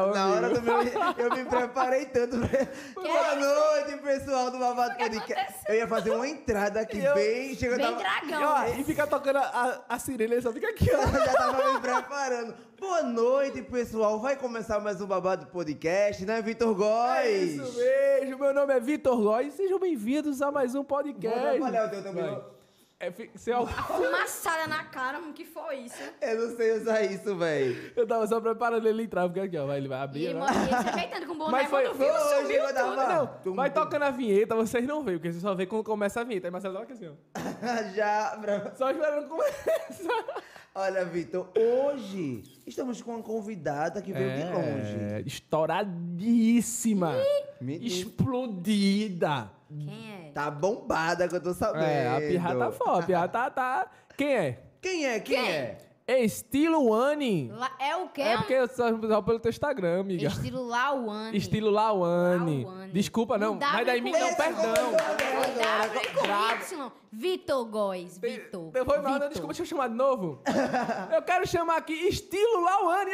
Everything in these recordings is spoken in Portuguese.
Na hora do meu... Eu me preparei tanto. Boa noite, pessoal do Babado Podcast. Eu ia fazer uma entrada aqui bem... Bem dragão. Ó, e fica tocando a sirene, ele só fica aqui, ó. Eu já tava me preparando. Boa noite, pessoal. Vai começar mais um Babado Podcast, né, Vitor Góes? É isso mesmo, meu nome é Vitor Góes. Sejam bem-vindos a mais um podcast. Vou atrapalhar o teu também. Fumaçada na cara, mano, que foi isso? Eu não sei usar isso, velho. Eu tava só preparando ele entrar, porque aqui, ó, ele vai abrir. E, né? mano, ele se ajeitando com o boné Mas foi quando viu, hoje sumiu eu tudo. tava... Não, vai tocando a vinheta, vocês não veem, porque vocês só veem quando começa a vinheta. Aí Marcelo toca assim, ó. Já... Só esperando começar. Olha, Vitor, hoje estamos com uma convidada que veio de longe. Estouradíssima. Menino. Explodida. Quem é? Tá bombada que eu tô sabendo. A pirra tá foda, a pirra tá... Quem é? Quem é? Quem é? Estilo One. É o quê? É porque eu só pelo teu Instagram, amiga. Estilo Lauane. Estilo Lauane. Lauane. Desculpa, não. O Mas daí W me dão com perdão. O W com Bravo. Y. Vitor Góes. Vitor. Depois mal, não, Vitor. desculpa, deixa eu chamar de novo. Eu quero chamar aqui Estilo Lauane.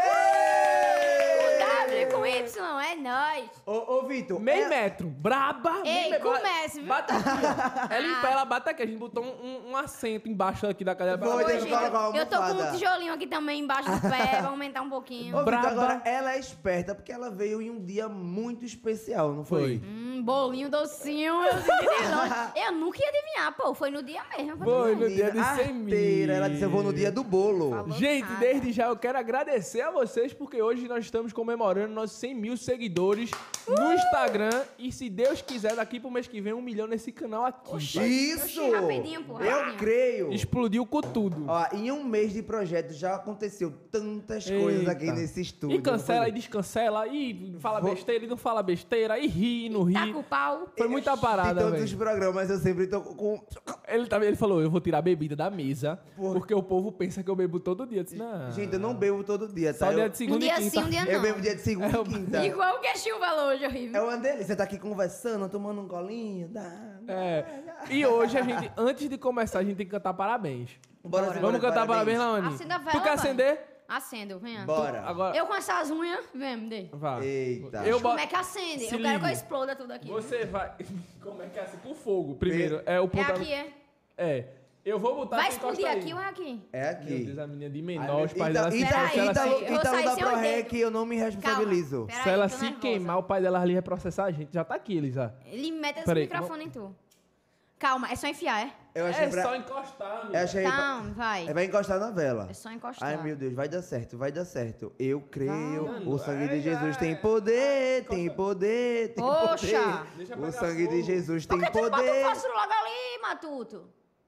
W com Y, é nóis. Ô, Vitor. Meio metro. Braba. Ei, meio- comece, viu? Bata aqui, ó. Ela em pé, ela bate aqui. A gente botou um assento embaixo aqui da cadeira. Foi, Oi, deixa eu gente, colocar uma eu tô com almofada. um tijolinho aqui também embaixo do pé, vai aumentar um pouquinho. Ô, Vitor, Braba. agora ela é esperta porque ela veio em um dia muito especial, não foi? Bolinho docinho, eu senti de longe. Eu nunca ia adivinhar, pô, foi no dia mesmo. Foi no dia de Menina 100 mil. arteira, ela disse, eu vou no dia do bolo. Falou. Gente, Nada. desde já eu quero agradecer a vocês porque hoje nós estamos comemorando nossos 100 mil seguidores no Instagram e se Deus quiser daqui pro mês que vem 1 milhão nesse canal aqui. Isso! Oxi, rapidinho, pô, Eu rapidinho. creio. Explodiu com tudo. Ó, em um mês de projeto já aconteceu tantas coisas aqui Eita. nesse estúdio. E cancela e descancela, e fala besteira e não fala besteira, e ri e não ri. Tá com o pau. Foi muita De parada, todos velho. os programas eu sempre tô com... Ele falou, eu vou tirar a bebida da mesa, porque o povo pensa que eu bebo todo dia. Eu disse, não. Gente, eu não bebo todo dia, tá? Só dia Eu, de segunda Um dia e sim, quinta. um dia eu não. bebo dia de segunda e quinta. Igual o que a Chiu falou hoje, horrível. É uma delícia. Você tá aqui conversando, tomando um colinho. É. E hoje a gente, antes de começar, a gente tem que cantar parabéns. Bora, Vamos cantar parabéns, Laone? Acenda a vela, Tu quer vai. acender? Acendo, venha. Bora. Agora. Eu com essas unhas, vem, me dê. Vá. Eita. Eu Como é que acende? Se Eu quero que eu ligue. exploda tudo aqui. Você vai. Como é que é assim? Com fogo. Primeiro. É o É ponto. aqui, é? É. Eu vou botar Vai essa encosta explodir aí. aqui ou é aqui? É Meu aqui. Deus, a menina de Ai, menor, os meu- pais dela se Peraí, se ela, peraí. se, Eu vou Ítalo sair da sem o ProRec, dedo. eu não me responsabilizo. Peraí, se ela tô se nervosa. queimar, o pai dela ali vai processar a gente. Já tá aqui, Elisa. Ele mete esse Peraí, microfone em tu. Calma, é só enfiar, é? Eu achei É pra... só encostar, amigo. Eu achei Então, vai. Vai encostar na vela. É só encostar. Ai, meu Deus, vai dar certo, vai dar certo. Eu creio. Vai. O sangue de Ai, Jesus ai. tem poder, tem poder, tem Poxa. poder. Deixa O pegar sangue de fogo. Jesus Por tem que tu não bota o poder. fósforo logo ali, Matuto?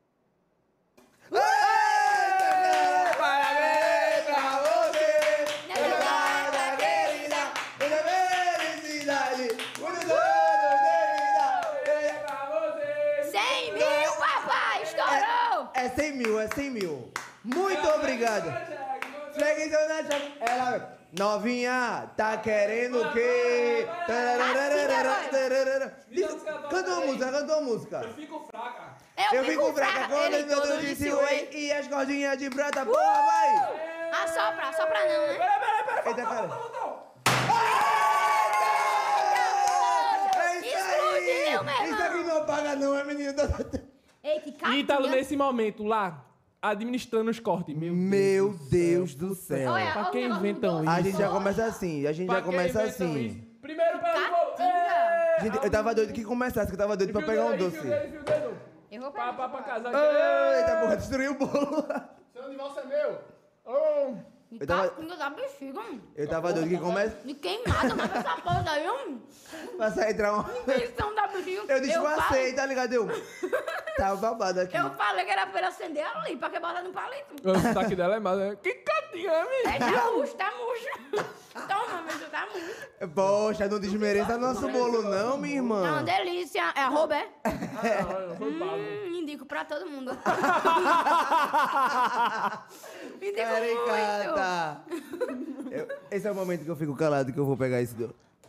Parabéns pra você, obrigada, querida, muita felicidade, muitos anos de vida. Pra você. 100 mil, papai! Estourou! É 100 mil, é 100 mil. Muito obrigado. Chegue, dona Chaga. Ela, novinha, tá querendo o quê? Canta uma música, canta uma música. Fico fraca. Eu fico fraca quando Ele eu todo disse disse oi e as cordinhas de prata, porra, vai! Assopra não, né? Pera. Eita, cara. É isso aí! Explodiu, meu Isso aqui irmão! não paga não, é menino. Ei, que catinha. Ítalo, nesse momento, lá, administrando os cortes. Meu Deus do céu. Olha, Pra olha o quem negócio inventam do isso? A gente já doce. começa assim, a gente já Pra quem começa inventam assim. isso? Primeiro para o bolo. Catinga. Gente, eu tava doido que começasse, que eu tava doido pra pegar um doce. Enfia o dedo. Eu vou pegar. Pra casar. Eita porra, destruiu o bolo. Seu negócio é meu. Oh. Me tava- catinga da bexiga, mano. Eu tava doido que começa. De queimada, mas essa porra aí, Pra sair entrar um. infecção da bexiga. Eu disfarcei, falei- tá ligado? Eu. Tava babado aqui. Eu falei que era pra ele acender ali, pra que botar no palito. O sotaque dela é mais. Que catinha, É, amigo? tá murcho, tá murcho. Toma, bicho, tá murcho. Poxa, não desmereça nosso bolo, não, minha É uma irmã. delícia. É arroba, é? Foi pago. Indico pra todo mundo. Indico Peraí, muito. canta. Esse é o momento que eu fico calado, que eu vou pegar esse.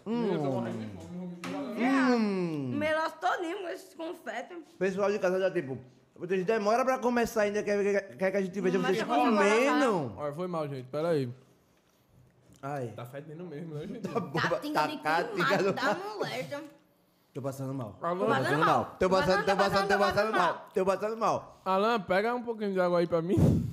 Melaço todinho com esses confetes. Pessoal de casa já, tipo, vocês demoram pra começar ainda, quer que a gente veja Mas vocês eu vou comendo. Olha, foi mal, gente. Pera aí. Ai. Tá fedendo mesmo, né, gente? Catinga de queimado da molesta. Tô passando mal. Alô? Tô passando mal. Tô passando mal. Tô passando mal. Alan, pega um pouquinho de água aí pra mim.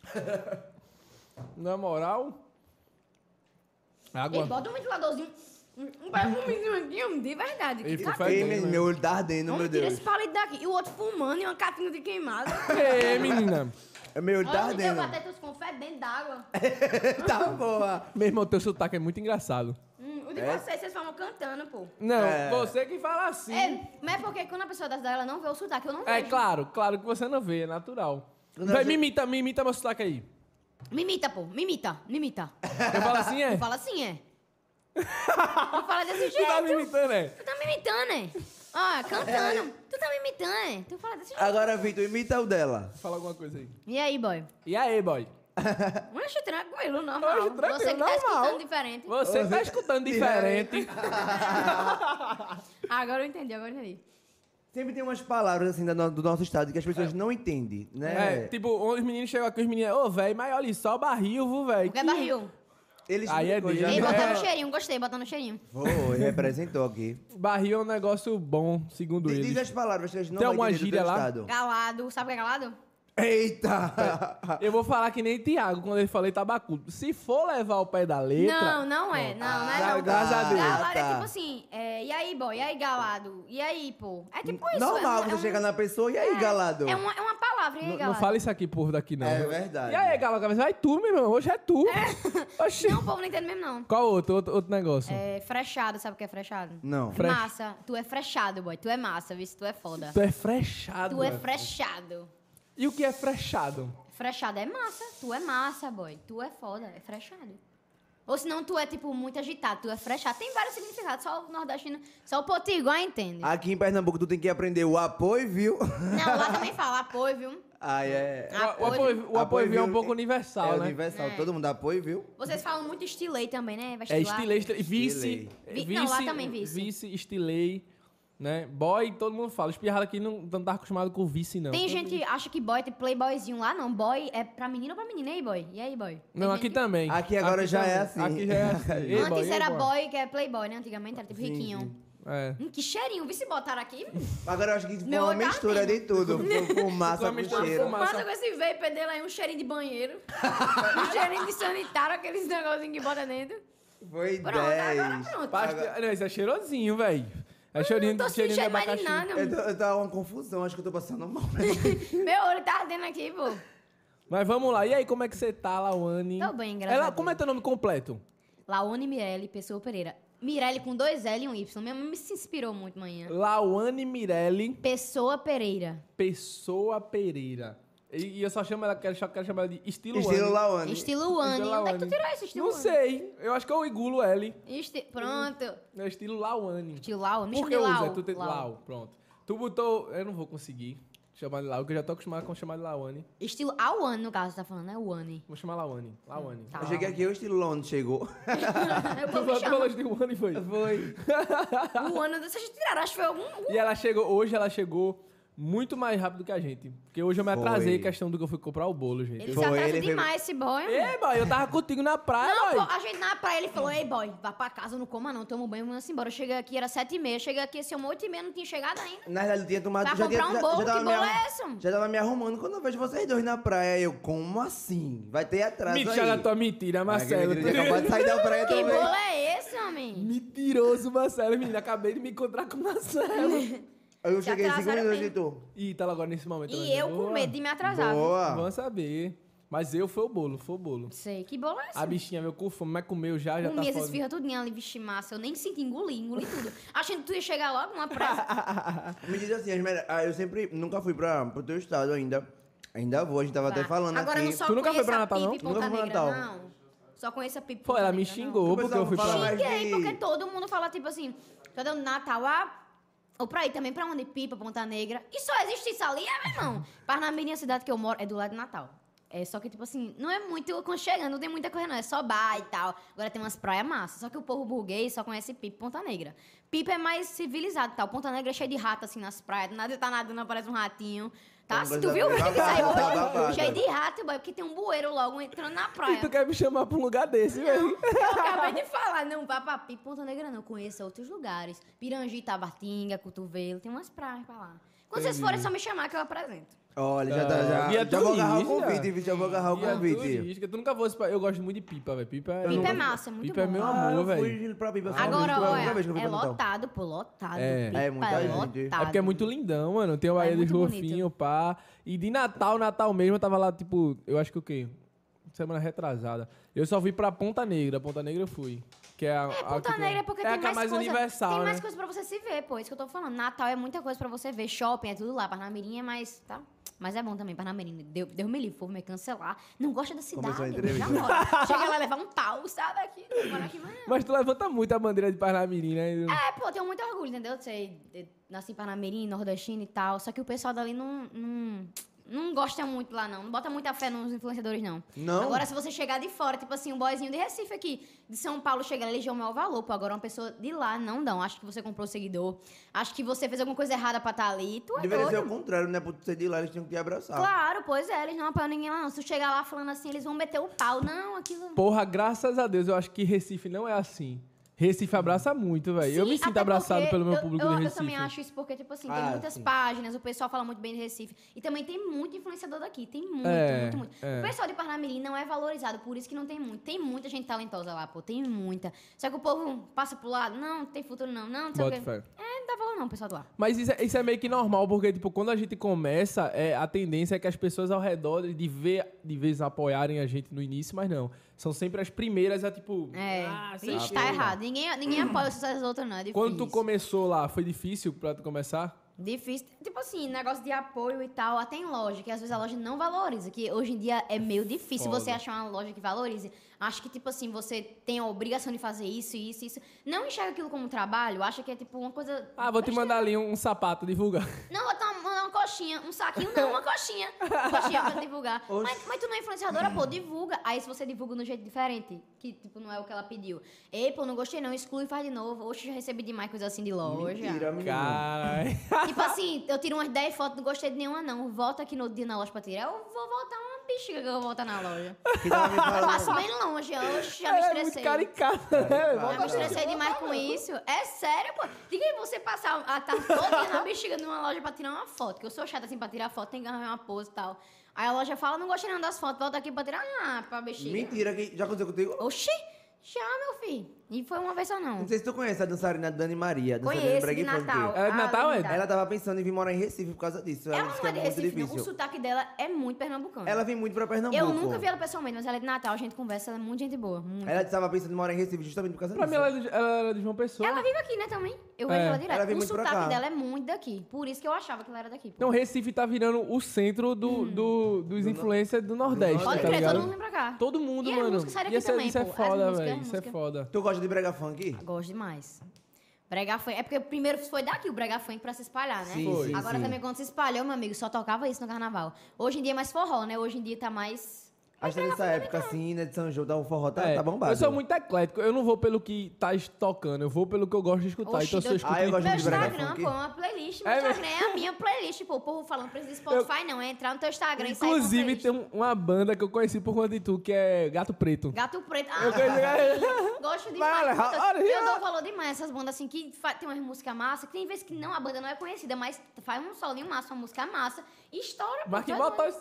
Na moral. Água. Ei, bota um ventiladorzinho. Vai comigo aqui, de verdade. Ei, Que foi catinga. fedendo, Ei, menino, né? meu olho tá ardendo, meu Vamos tirar Deus. esse palito daqui. E o outro fumando e uma catinga de queimado. Ei, menina. Meu olho tá Olha, eu ardendo. até teus confetes dentro d'água. Tá boa. Meu irmão, teu sotaque é muito engraçado. O de vocês falam cantando, pô. Não, É. você que fala assim. Mas é porque quando a pessoa da cidade, ela não vê o sotaque, eu não É vejo. claro que você não vê, é natural. Não, Vai, você- me imita meu sotaque aí. Me imita, pô. Me imita. Eu falo assim, é? Tu fala assim, é? Tu fala desse Tu tá me jeito. imitando, é? Tu tá me imitando, é? Ó, cantando. Tu tá me imitando, é? Tu fala desse jeito. Agora, Vitor, imita o dela. Fala alguma coisa aí. E aí, boy? E aí, boy? Oxe, tranquilo, normal. Oxe, tranquilo, Você que tá normal. escutando diferente. Você tá escutando diferente. Agora eu entendi. Sempre tem umas palavras assim do nosso estado que as pessoas não entendem, né? É, tipo, os meninos chegam aqui, os meninos, ô, velho, mas olha só o barril, viu, velho? O que é barril? Eles Aí é explicam dele. Ei, já. botando É. cheirinho, gostei, botando cheirinho. Foi, representou aqui. Barril é um negócio bom, segundo Diz eles. as palavras que eles não Tem vão alguma entender do gíria teu lá? estado. Galado, sabe o que é galado? Eita! Eu vou falar que nem Tiago, quando ele falei tabacudo. Se for levar o pé da letra... Não é. Não é Ah, não. graças a Deus. Galado é tá. tipo assim, e aí, boy? E aí, galado? E aí, pô? É tipo isso. Normal é você chegar na pessoa, e aí, galado? É uma palavra, e aí, Não galado? fala isso aqui, povo daqui, não. É verdade. E aí, galera, vai tu, meu irmão. Hoje é tu. Oxi. Não, o povo não entende mesmo, não. Qual outro negócio? É frechado, sabe o que é frechado? Não. Fresh. Massa. Tu é frechado, boy. Tu é massa, viu? Tu é foda. Tu é frechado. Tu é velho. frechado. E o que é frechado? Frechado é massa. Tu é massa, boy. Tu é foda. É frechado. Ou senão tu é, tipo, muito agitado. Tu é frechado. Tem vários significados. Só o nordestino, só o potiguar entende. Aqui em Pernambuco tu tem que aprender o apoio, viu? Não, lá também fala apoio, viu? Ah, é. O apoio é um viu? pouco universal, É né? universal, É. todo mundo apoio, viu? Vocês falam muito estilei também, né? É Vestibular. estilei, vice, Vi- não, lá também vice. Vice, estilei, né? Boy, todo mundo fala. Espirrado aqui não tá acostumado com vice, não. Tem gente que acha que boy tem playboyzinho lá, não. Boy é pra menino ou pra menina, e aí, boy? E aí, boy? Tem Não, gente aqui que- também. Aqui agora já é assim. Aqui já é assim. Ei, Antes boy, ei, era boy que é playboy, né? Antigamente era tipo Sim, riquinho. sim. É. Que cheirinho, vi se botaram aqui. Agora eu acho que foi Meu uma olho tá mistura ardendo. de tudo. Fumaça Uma com mistura de cheiro. fumaça. Massa com esse veio, perder lá aí um cheirinho de banheiro. Um cheirinho de sanitário, aqueles negocinhos que bota dentro. Foi Pronto, agora 10. pronto. Não, isso é cheirosinho, velho. É cheirinho, Tô cheirinho de sentindo mais abacaxi. nada. Eu tô uma confusão, acho que eu tô passando mal. Meu olho tá ardendo aqui, pô. Mas vamos lá. E aí, como é que você tá, Lawane? Tô bem, graças a Deus. Como é teu nome completo? Laone Mirelle, Pessoa Pereira. Mirelle com 2 L e um Y. Minha mãe me se inspirou muito manhã. Lawane Mirelle Pessoa Pereira. Pessoa Pereira. E eu só chamo ela, quero chamar ela de Estilo Estilo Wani. Lawane. Estilo Wani. Estilo Onde é que tu Lawane. tirou esse estilo Não Wani? sei. Eu acho que eu engulo L. Pronto. É estilo Lawane. Estilo Lau. Me Por chama que de usa? Lau. Tu tem Lau. Lau. Pronto. Tu botou... Eu não vou conseguir chamar de Lau, porque eu já tô acostumado com chamar de Lawane. Estilo Awane, no caso, você tá falando, né? Wani. Vou chamar Lawane. Lawane. Tá. Eu cheguei aqui, o estilo Lawane chegou. Eu Tu vou me falou chamar. de Wani, foi? Foi. O ano, vocês tiraram, acho que foi algum... E hoje ela chegou muito mais rápido que a gente. Porque hoje eu me atrasei Foi. em questão do que eu fui comprar o bolo, gente. Ele Foi, se atrasa ele foi- demais, esse boy. Ei, boy, eu tava contigo na praia, Não, boy. pô, a gente na praia, ele falou, ei, boy, vá pra casa, não coma não, toma banho, vamos embora. Eu cheguei aqui, era 7h30, cheguei aqui, assim, 8h30, não tinha chegado ainda. Na verdade, eu tinha tomado... Pra já tinha- comprar um bolo, tava que me bolo arrum- é esse, homem? Já tava me arrumando quando eu vejo vocês dois na praia. Eu, como assim? Vai ter atraso Mentira aí. da tua mentira, Marcelo. Aquele dia acabou de sair da praia Que também. bolo é esse, homem? Mentiroso, Marcelo. Menina, acabei de me encontrar com o Marcelo. Aí eu Se cheguei em 5 atrasaram minutos bem. e tu. Ih, tá lá agora nesse momento. E Marcelo. eu com Boa. medo de me atrasar. viu? Boa. Vamos saber. Mas foi o bolo, foi o bolo. Sei, que bolo é esse? A bichinha veio com fome, mas comeu já tá Comi essas foda. esfirras tudinho ali, vixe massa. Eu nem senti, engoli tudo. Achando que tu ia chegar logo numa pressa. Me diz assim, eu sempre... Nunca fui pro teu estado ainda. Ainda vou, a gente tava até falando Agora aqui. não só Tu nunca foi conheço pra a Natal, não? Pipe Nunca Ponta fui pra Negra, Natal. não. Só conheço a Pipe Pô, Ponta ela me Negra, não. xingou porque eu fui pra Fala lá. mais Xinguei, de- porque todo mundo fala, tipo assim, todo Natal, ou pra ir também, pra onde? Pipa, Ponta Negra. E só existe isso ali, meu irmão. Mas na minha cidade que eu moro, é do lado de Natal. É só que, tipo assim, não é muito aconchegante, não tem muita coisa não, é só bar e tal. Agora tem umas praias massas, só que o povo burguês só conhece Pipa e Ponta Negra. Pipa é mais civilizado e tal, Ponta Negra é cheio de rato, assim, nas praias, nada tá nadando, aparece um ratinho. Tá? Tem Se tu viu o coisa vídeo que saiu babada. hoje, cheio de rato, boy, porque tem um bueiro logo entrando na E praia. tu quer me chamar pra um lugar desse, velho? Eu acabei de falar, não, vá pra Ponta Negra não, conheça outros lugares. Pirangi, Tabatinga, Cotovelo, tem umas praias pra lá. Quando vocês forem, é só me chamar que eu apresento. Olha, Guia já vou agarrar o turista. convite, já vou agarrar o Guia convite. turística. Tu nunca fosse pra... Eu gosto muito de Pipa, velho. Pipa é... Pipa é massa, é muito Pipa é bom. meu Ah, amor, eu velho. fui pra Pipa. Agora, olha, vez que eu fui é pra Natal. lotado, pô, lotado. É. Pipa É muita gente. lotado. É porque é muito lindão, mano. Tem o Bahia de muito Golfinho, pá. E de Natal mesmo, eu tava lá, tipo... Eu acho que o quê? Semana retrasada. Eu só fui pra Ponta Negra. Ponta Negra eu fui. Que é a Ponta que Negra é porque é tem a que é mais mais coisa. universal, Tem né? mais coisa pra você se ver, pô. Isso que eu tô falando. Natal é muita coisa pra você ver. Shopping é tudo lá. Parnamirim é mais, tá? Mas é bom também, Parnamirim. Deus me livre, for me cancelar. Não gosta da cidade. Começou a Já entrevista. mora. Chega lá levar um pau, sabe? Aqui, não mora aqui mais. Mas tu levanta muito a bandeira de Parnamirim, né? É, pô, tenho muito orgulho, entendeu? Eu nasci em Parnamirim, nordestino e tal. Só que o pessoal dali não gosta muito lá, não. Não bota muita fé nos influenciadores, não. Não? Agora, se você chegar de fora, tipo assim, um boyzinho de Recife aqui, de São Paulo, chega ali, já é o maior valor. Pô, agora uma pessoa de lá, não dão. Acho que você comprou seguidor. Acho que você fez alguma coisa errada pra estar ali. Tu é Deveria ser o doido. contrário, né? Por ser de lá, eles tinham que te abraçar. Claro, pois é. Eles não apoiam ninguém lá, não. Se tu chegar lá falando assim, eles vão meter o pau. Não, aquilo... Porra, graças a Deus, eu acho que Recife não é assim. Recife abraça muito, velho. Eu Sim, me sinto até abraçado porque pelo meu eu- público eu, de eu Recife. também acho isso porque, tipo assim, tem Ah, muitas sim. páginas, o pessoal fala muito bem de Recife. E também tem muito influenciador daqui. Tem muito, É, muito, muito. é. O pessoal de Parnamirim não é valorizado, por isso que não tem muito. Tem muita gente talentosa lá, pô. Tem muita. Só que o povo passa pro lado. Não tem futuro, não. Não sei o Bota quê. fé. Não dá valor não, o pessoal de lá. Mas isso é meio que normal, porque, tipo, quando a gente começa, a tendência é que as pessoas ao redor de vez apoiarem a gente no início, mas não. São sempre as primeiras a, tipo... sei Vixe, lá, tá pô. errado. Ninguém apoia o sucesso dos outros, não. É difícil. Quando tu começou lá, foi difícil pra tu começar? Difícil. Tipo assim, negócio de apoio e tal, até em loja, que às vezes a loja não valoriza, que hoje em dia é meio difícil Foda. você achar uma loja que valorize. Acho que, tipo assim, você tem a obrigação de fazer isso, isso, isso. Não enxerga aquilo como um trabalho, acha que é tipo uma coisa... Ah, vou te mandar ali um sapato divulgar. Não, vou mandar uma coxinha, um saquinho não, uma coxinha. Uma coxinha pra divulgar. Mas tu não é influenciadora, pô, divulga. Aí se você divulga no jeito diferente, que tipo, não é o que ela pediu. Ei, pô, não gostei não, exclui e faz de novo. Oxe, já recebi demais coisa assim de loja. Mentira, menino. Caralho. Tipo assim, eu tiro umas 10 fotos, não gostei de nenhuma, não. Volta aqui no dia na loja pra tirar. Eu vou voltar uma bexiga que eu vou voltar na loja. Que tava me Eu falando. passo bem longe, oxe, já me É muito estressei. caricata, né? Já me estressei demais com isso. É sério, pô. Diga aí você passar a tarde toda na bexiga numa loja pra tirar uma foto. Que eu sou chata assim pra tirar foto, tem que arranjar uma pose e tal. Aí a loja fala, não gostei não das fotos, volta aqui pra tirar pra bexiga. Mentira, que já aconteceu contigo? Oxi, já, meu filho. E foi uma vez só não. Não sei se tu conhece a dançarina Dani Maria. Dançarina Conheço, break de funk. Natal. Ela é de Natal, é? linda. Ela tava pensando em vir morar em Recife por causa disso. Ela disse não que é de muito Recife, não. O difícil. sotaque dela é muito pernambucano. Ela vem muito pra Pernambuco. Eu nunca vi ela pessoalmente, mas ela é de Natal, a gente conversa, ela é muito gente boa. Muito. Ela estava pensando em morar em Recife justamente por causa Pra disso. mim, ela era de João Pessoa. Ela vive aqui, né, também. Eu vejo É. ela direto. Ela vem O muito pra sotaque cá. dela é muito daqui. Por isso que eu achava que ela era daqui. pô. Então, Recife tá virando o centro dos influencers do Nordeste, Pode tá crer, ligado? todo mundo vem pra cá. Todo mundo, E as mano. músicas saem daqui Isso é- também, isso é pô. As foda, músicas, velho. as Isso é músicas. foda. Tu gosta de brega funk? Gosto demais. Brega funk. É porque primeiro foi daqui o brega funk pra se espalhar, né? Sim, Foi. Agora sim. também quando se espalhou, meu amigo, só tocava isso no carnaval. Hoje em dia é mais forró, né? Hoje em dia tá mais... Acho que nessa época, assim, né, de São João, o forró tá, É, tá bombado. eu sou muito eclético. Eu não vou pelo que tá tocando, eu vou pelo que eu gosto de escutar. Oxi, então, se eu Deus- escuto... Ah, eu gosto Meu de brega Instagram, funk. pô, é uma playlist. Meu É Instagram é a minha playlist, pô. O povo falando pra esse Spotify, não. É entrar no teu Instagram e sair com a Inclusive, playlist. tem uma banda que eu conheci por conta de tu, que é Gato Preto. Gato Preto. Eu conheci- Gosto demais. Vai, olha, Eu dou valor demais essas bandas assim que tem umas músicas massa, que tem vezes que não, a banda não é conhecida, mas faz um solinho massa, uma música massa e estoura. pô, Mas que tu é botou... doido.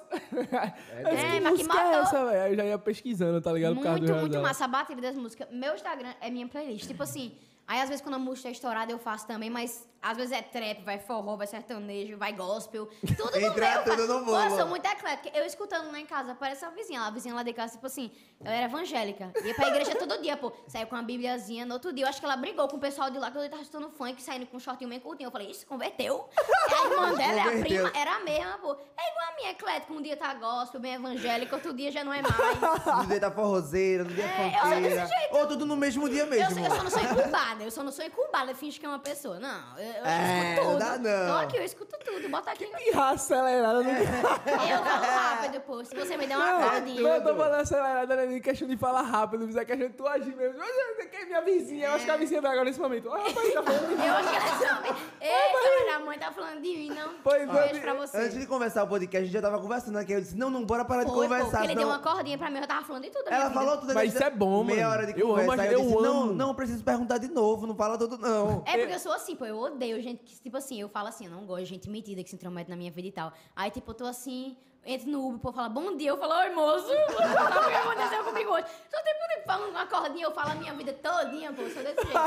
Que mas que música é botou. essa, velho? Aí eu já ia pesquisando, tá ligado? Por causa do Muito, resto muito dela. massa. A bateria das músicas. Meu Instagram é minha playlist. Tipo assim, aí às vezes quando a música é estourada eu faço também, mas às vezes é trap, vai forró, vai sertanejo, vai gospel. Tudo no Entra meu. tudo no Pô, bolo. eu sou muito eclética. Eu escutando lá em casa, parece a vizinha. A vizinha lá de casa, tipo assim, ela era evangélica. Ia pra igreja todo dia, pô. Saiu com uma bibliazinha. No outro dia, eu acho que ela brigou com o pessoal de lá, que eu tava escutando funk, saindo com um shortinho bem curtinho. Eu falei, isso, converteu. É a irmã dela, é a Converteu. prima, era a mesma, pô. É igual a bem eclético. Um dia tá gospel, bem evangélico, outro dia já não é mais. No dia da forrozeira, no dia eu sou funkeira. desse jeito. Ou tudo no mesmo dia Eu mesmo. só não sou incubada, eu finge que é uma pessoa. Não, eu escuto tudo. não dá não. Tô aqui, eu escuto tudo. Bota aqui. E acelerada no Eu falo rápido, pô. Se você me der uma cordinha. Não, eu tô falando acelerada, não é nem questão de falar rápido, mas é questão de tu agir mesmo. Você quer minha vizinha? Eu acho que a vizinha vai agora nesse momento. Ó, rapaz, tá falando de mim. Eu acho que ela sabe. Eita, a mãe tá falando de mim, não. Pois Beijo pra você. Antes de começar o podcast, a gente já tava conversando aqui. Eu disse, não, bora parar de Foi, pô, conversar. porque ele deu senão- uma cordinha pra mim, eu tava falando de tudo. da Ela minha falou vida. tudo. Mas isso é bom, Meia mano. hora de Eu conversa. amo, Aí eu disse, amo. não preciso perguntar de novo, não fala tudo não. É porque eu sou assim, pô, eu odeio gente que, tipo assim, eu falo assim, eu não gosto de gente metida que se intromete na minha vida e tal. Aí, tipo, eu tô assim, entro no Uber, o povo fala, bom dia, eu falo, oi, moço, o que aconteceu comigo hoje? Só tipo, falo uma cordinha, eu falo a minha vida todinha, pô, sou desse jeito.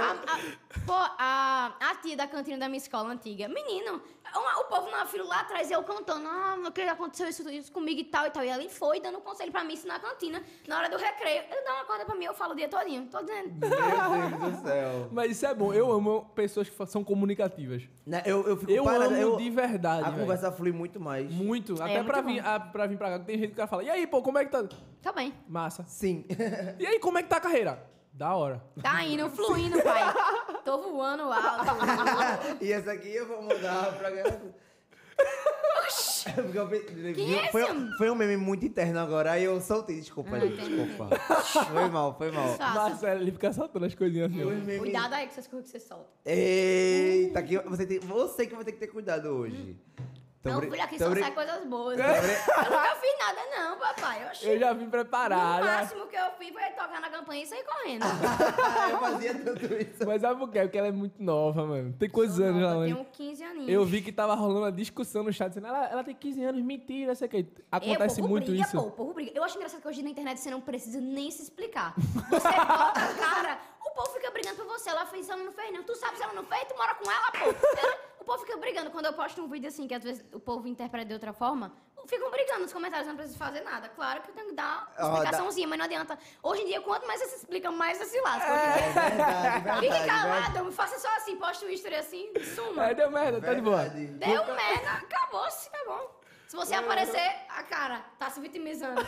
A tia da cantina da minha escola antiga, menino, o povo na fila lá atrás, eu contando, o que aconteceu isso comigo e tal. E ela foi dando conselho pra mim, isso na cantina, na hora do recreio. Ele dá uma corda pra mim, eu falo o dia todinho, tô dizendo. Meu Deus do céu. Mas isso é bom. Eu amo pessoas que são comunicativas. Né, eu fico Eu parado, amo de verdade, A velho. conversa flui muito mais. Muito. Até muito pra bom. vir pra cá, tem gente que o cara fala, e aí, pô, como é que tá? Tá bem. Massa. Sim. E aí, como é que tá a carreira? Da hora. Tá indo, fluindo, pai. Tô voando alto. E essa aqui eu vou mudar pra cá. Porque eu Quem é foi, esse homem? foi um meme muito interno agora, aí eu soltei, desculpa, gente, entendi. desculpa. Foi mal. Faça. Marcelo, ele fica soltando as coisinhas assim. Foi ó. meme- Cuidado aí com essas coisas que você solta. Eita, que você que vai ter que ter cuidado hoje. Não, brin- filho, aqui tô só brin- sai coisas boas. Eu nunca fiz nada, não, papai. Eu já vim O preparada. máximo que eu fiz foi tocar na campanha e sair correndo. eu fazia tudo isso. Mas sabe por quê? Porque ela é muito nova, mano. Tem quantos Sou anos nova, ela, Eu mãe? tenho 15 aninhos. Eu vi que tava rolando uma discussão no chat, dizendo, ela tem 15 anos, mentira, sei o que. Acontece o povo muito briga, isso. Pô, o povo briga. Eu acho engraçado que hoje na internet você não precisa nem se explicar. Você bota a cara, o povo fica brigando por você. Ela fez, ela não fez, não. Tu sabe se ela não fez, tu mora com ela, pô. O povo fica brigando. Quando eu posto um vídeo assim, que às vezes o povo interpreta de outra forma, ficam brigando nos comentários, eu não preciso fazer nada. Claro que eu tenho que dar uma explicaçãozinha, mas não adianta. Hoje em dia, quanto mais você se explica, mais você se lasca. Fique calado, me faça só assim, posta um history assim, suma. É, deu merda, tá de boa. Deu merda, acabou-se, tá bom. Se você aparecer, a cara, tá se vitimizando.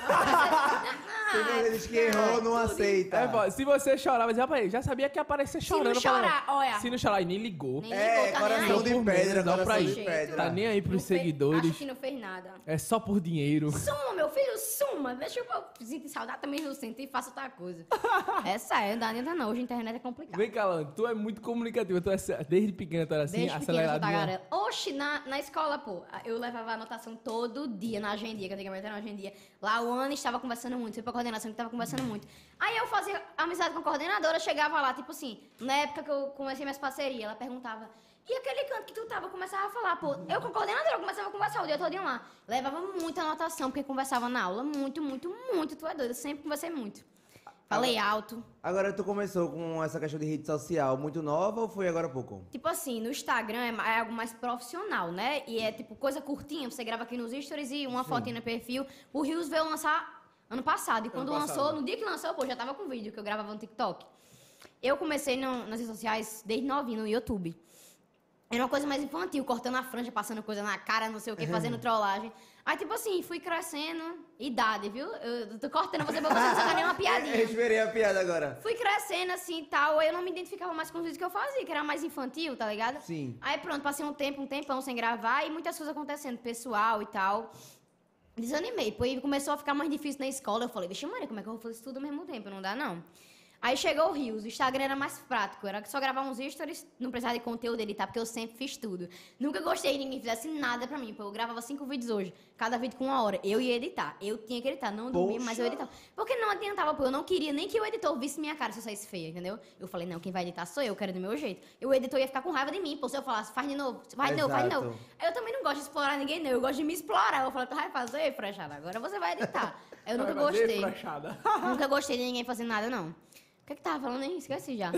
Tem vezes que errou, não aceita. É, pô, se você chorar, vai dizer, rapaz, já sabia que ia aparecer chorando. não chorar, olha. Se não chorar, e nem ligou. Nem É, ligou, tá coração nem aí. de pedra, Dá pra coração ir. de pedra. Tá nem aí pros Não fez- seguidores. Acho que não fez nada. É só por dinheiro. Suma, meu filho, suma. Deixa eu sentir saudade também, eu sinto e faço outra coisa. É sério, não dá ainda não. Hoje a internet é complicado. Vem cá, Lan, tu é muito comunicativa. Tu é, desde pequena tu era assim, Desde pequena eu sou aceleradinha. tagarela. Oxi, na escola, pô, eu levava anotação todo dia na agendia, que antigamente era uma agendia. Lá o Ana estava conversando muito, fui pra coordenação que estava conversando muito. Aí eu fazia amizade com a coordenadora, chegava lá, tipo assim, na época que eu comecei minhas parcerias, ela perguntava, e aquele canto que tu tava? Eu começava a falar, pô, eu com a coordenadora, eu começava a conversar o dia todinho lá. Levava muita anotação, porque conversava na aula, muito, tu é doido, eu sempre conversei muito. Falei alto. Agora tu começou com essa questão de rede social muito nova ou foi agora há pouco? Tipo assim, no Instagram é algo mais profissional, né? E é tipo coisa curtinha, você grava aqui nos stories e uma fotinha no perfil. O Reels veio lançar ano passado. E quando lançou, no dia que lançou, pô, já tava com vídeo que eu gravava no TikTok. Eu comecei nas redes sociais desde novinho, no YouTube. Era uma coisa mais infantil, cortando a franja, passando coisa na cara, não sei o que, fazendo trollagem. Aí, tipo assim, fui crescendo, idade, viu? Eu tô cortando você pra você não sacar nenhuma piadinha. Eu esperei a piada agora. Fui crescendo assim e tal, aí eu não me identificava mais com os vídeos que eu fazia, que era mais infantil, tá ligado? Sim. Aí pronto, passei um tempão sem gravar e muitas coisas acontecendo, pessoal e tal. Desanimei, pô, e começou a ficar mais difícil na escola. Eu falei, vixe Maria, como é que eu vou fazer isso tudo ao mesmo tempo? Não dá não. Aí chegou o Reels, o Instagram era mais prático, era só gravar uns stories, não precisava de conteúdo editar, porque eu sempre fiz tudo. Nunca gostei de ninguém fizesse nada pra mim, pô, eu gravava 5 vídeos hoje, cada vídeo com 1 hora, eu ia editar, eu tinha que editar, não dormia, mas eu editava. Porque não adiantava, pô, eu não queria nem que o editor visse minha cara se eu saísse feia, entendeu? Eu falei, não, quem vai editar sou eu, quero do meu jeito. E o editor ia ficar com raiva de mim, pô, se eu falasse, faz de novo, faz de novo. Eu também não gosto de explorar ninguém, não, eu gosto de me explorar. Eu falei, tu vai fazer, frechada, agora você vai editar. Eu nunca gostei. Nunca gostei de ninguém fazer nada, não. O que tava falando, hein? Esqueci já.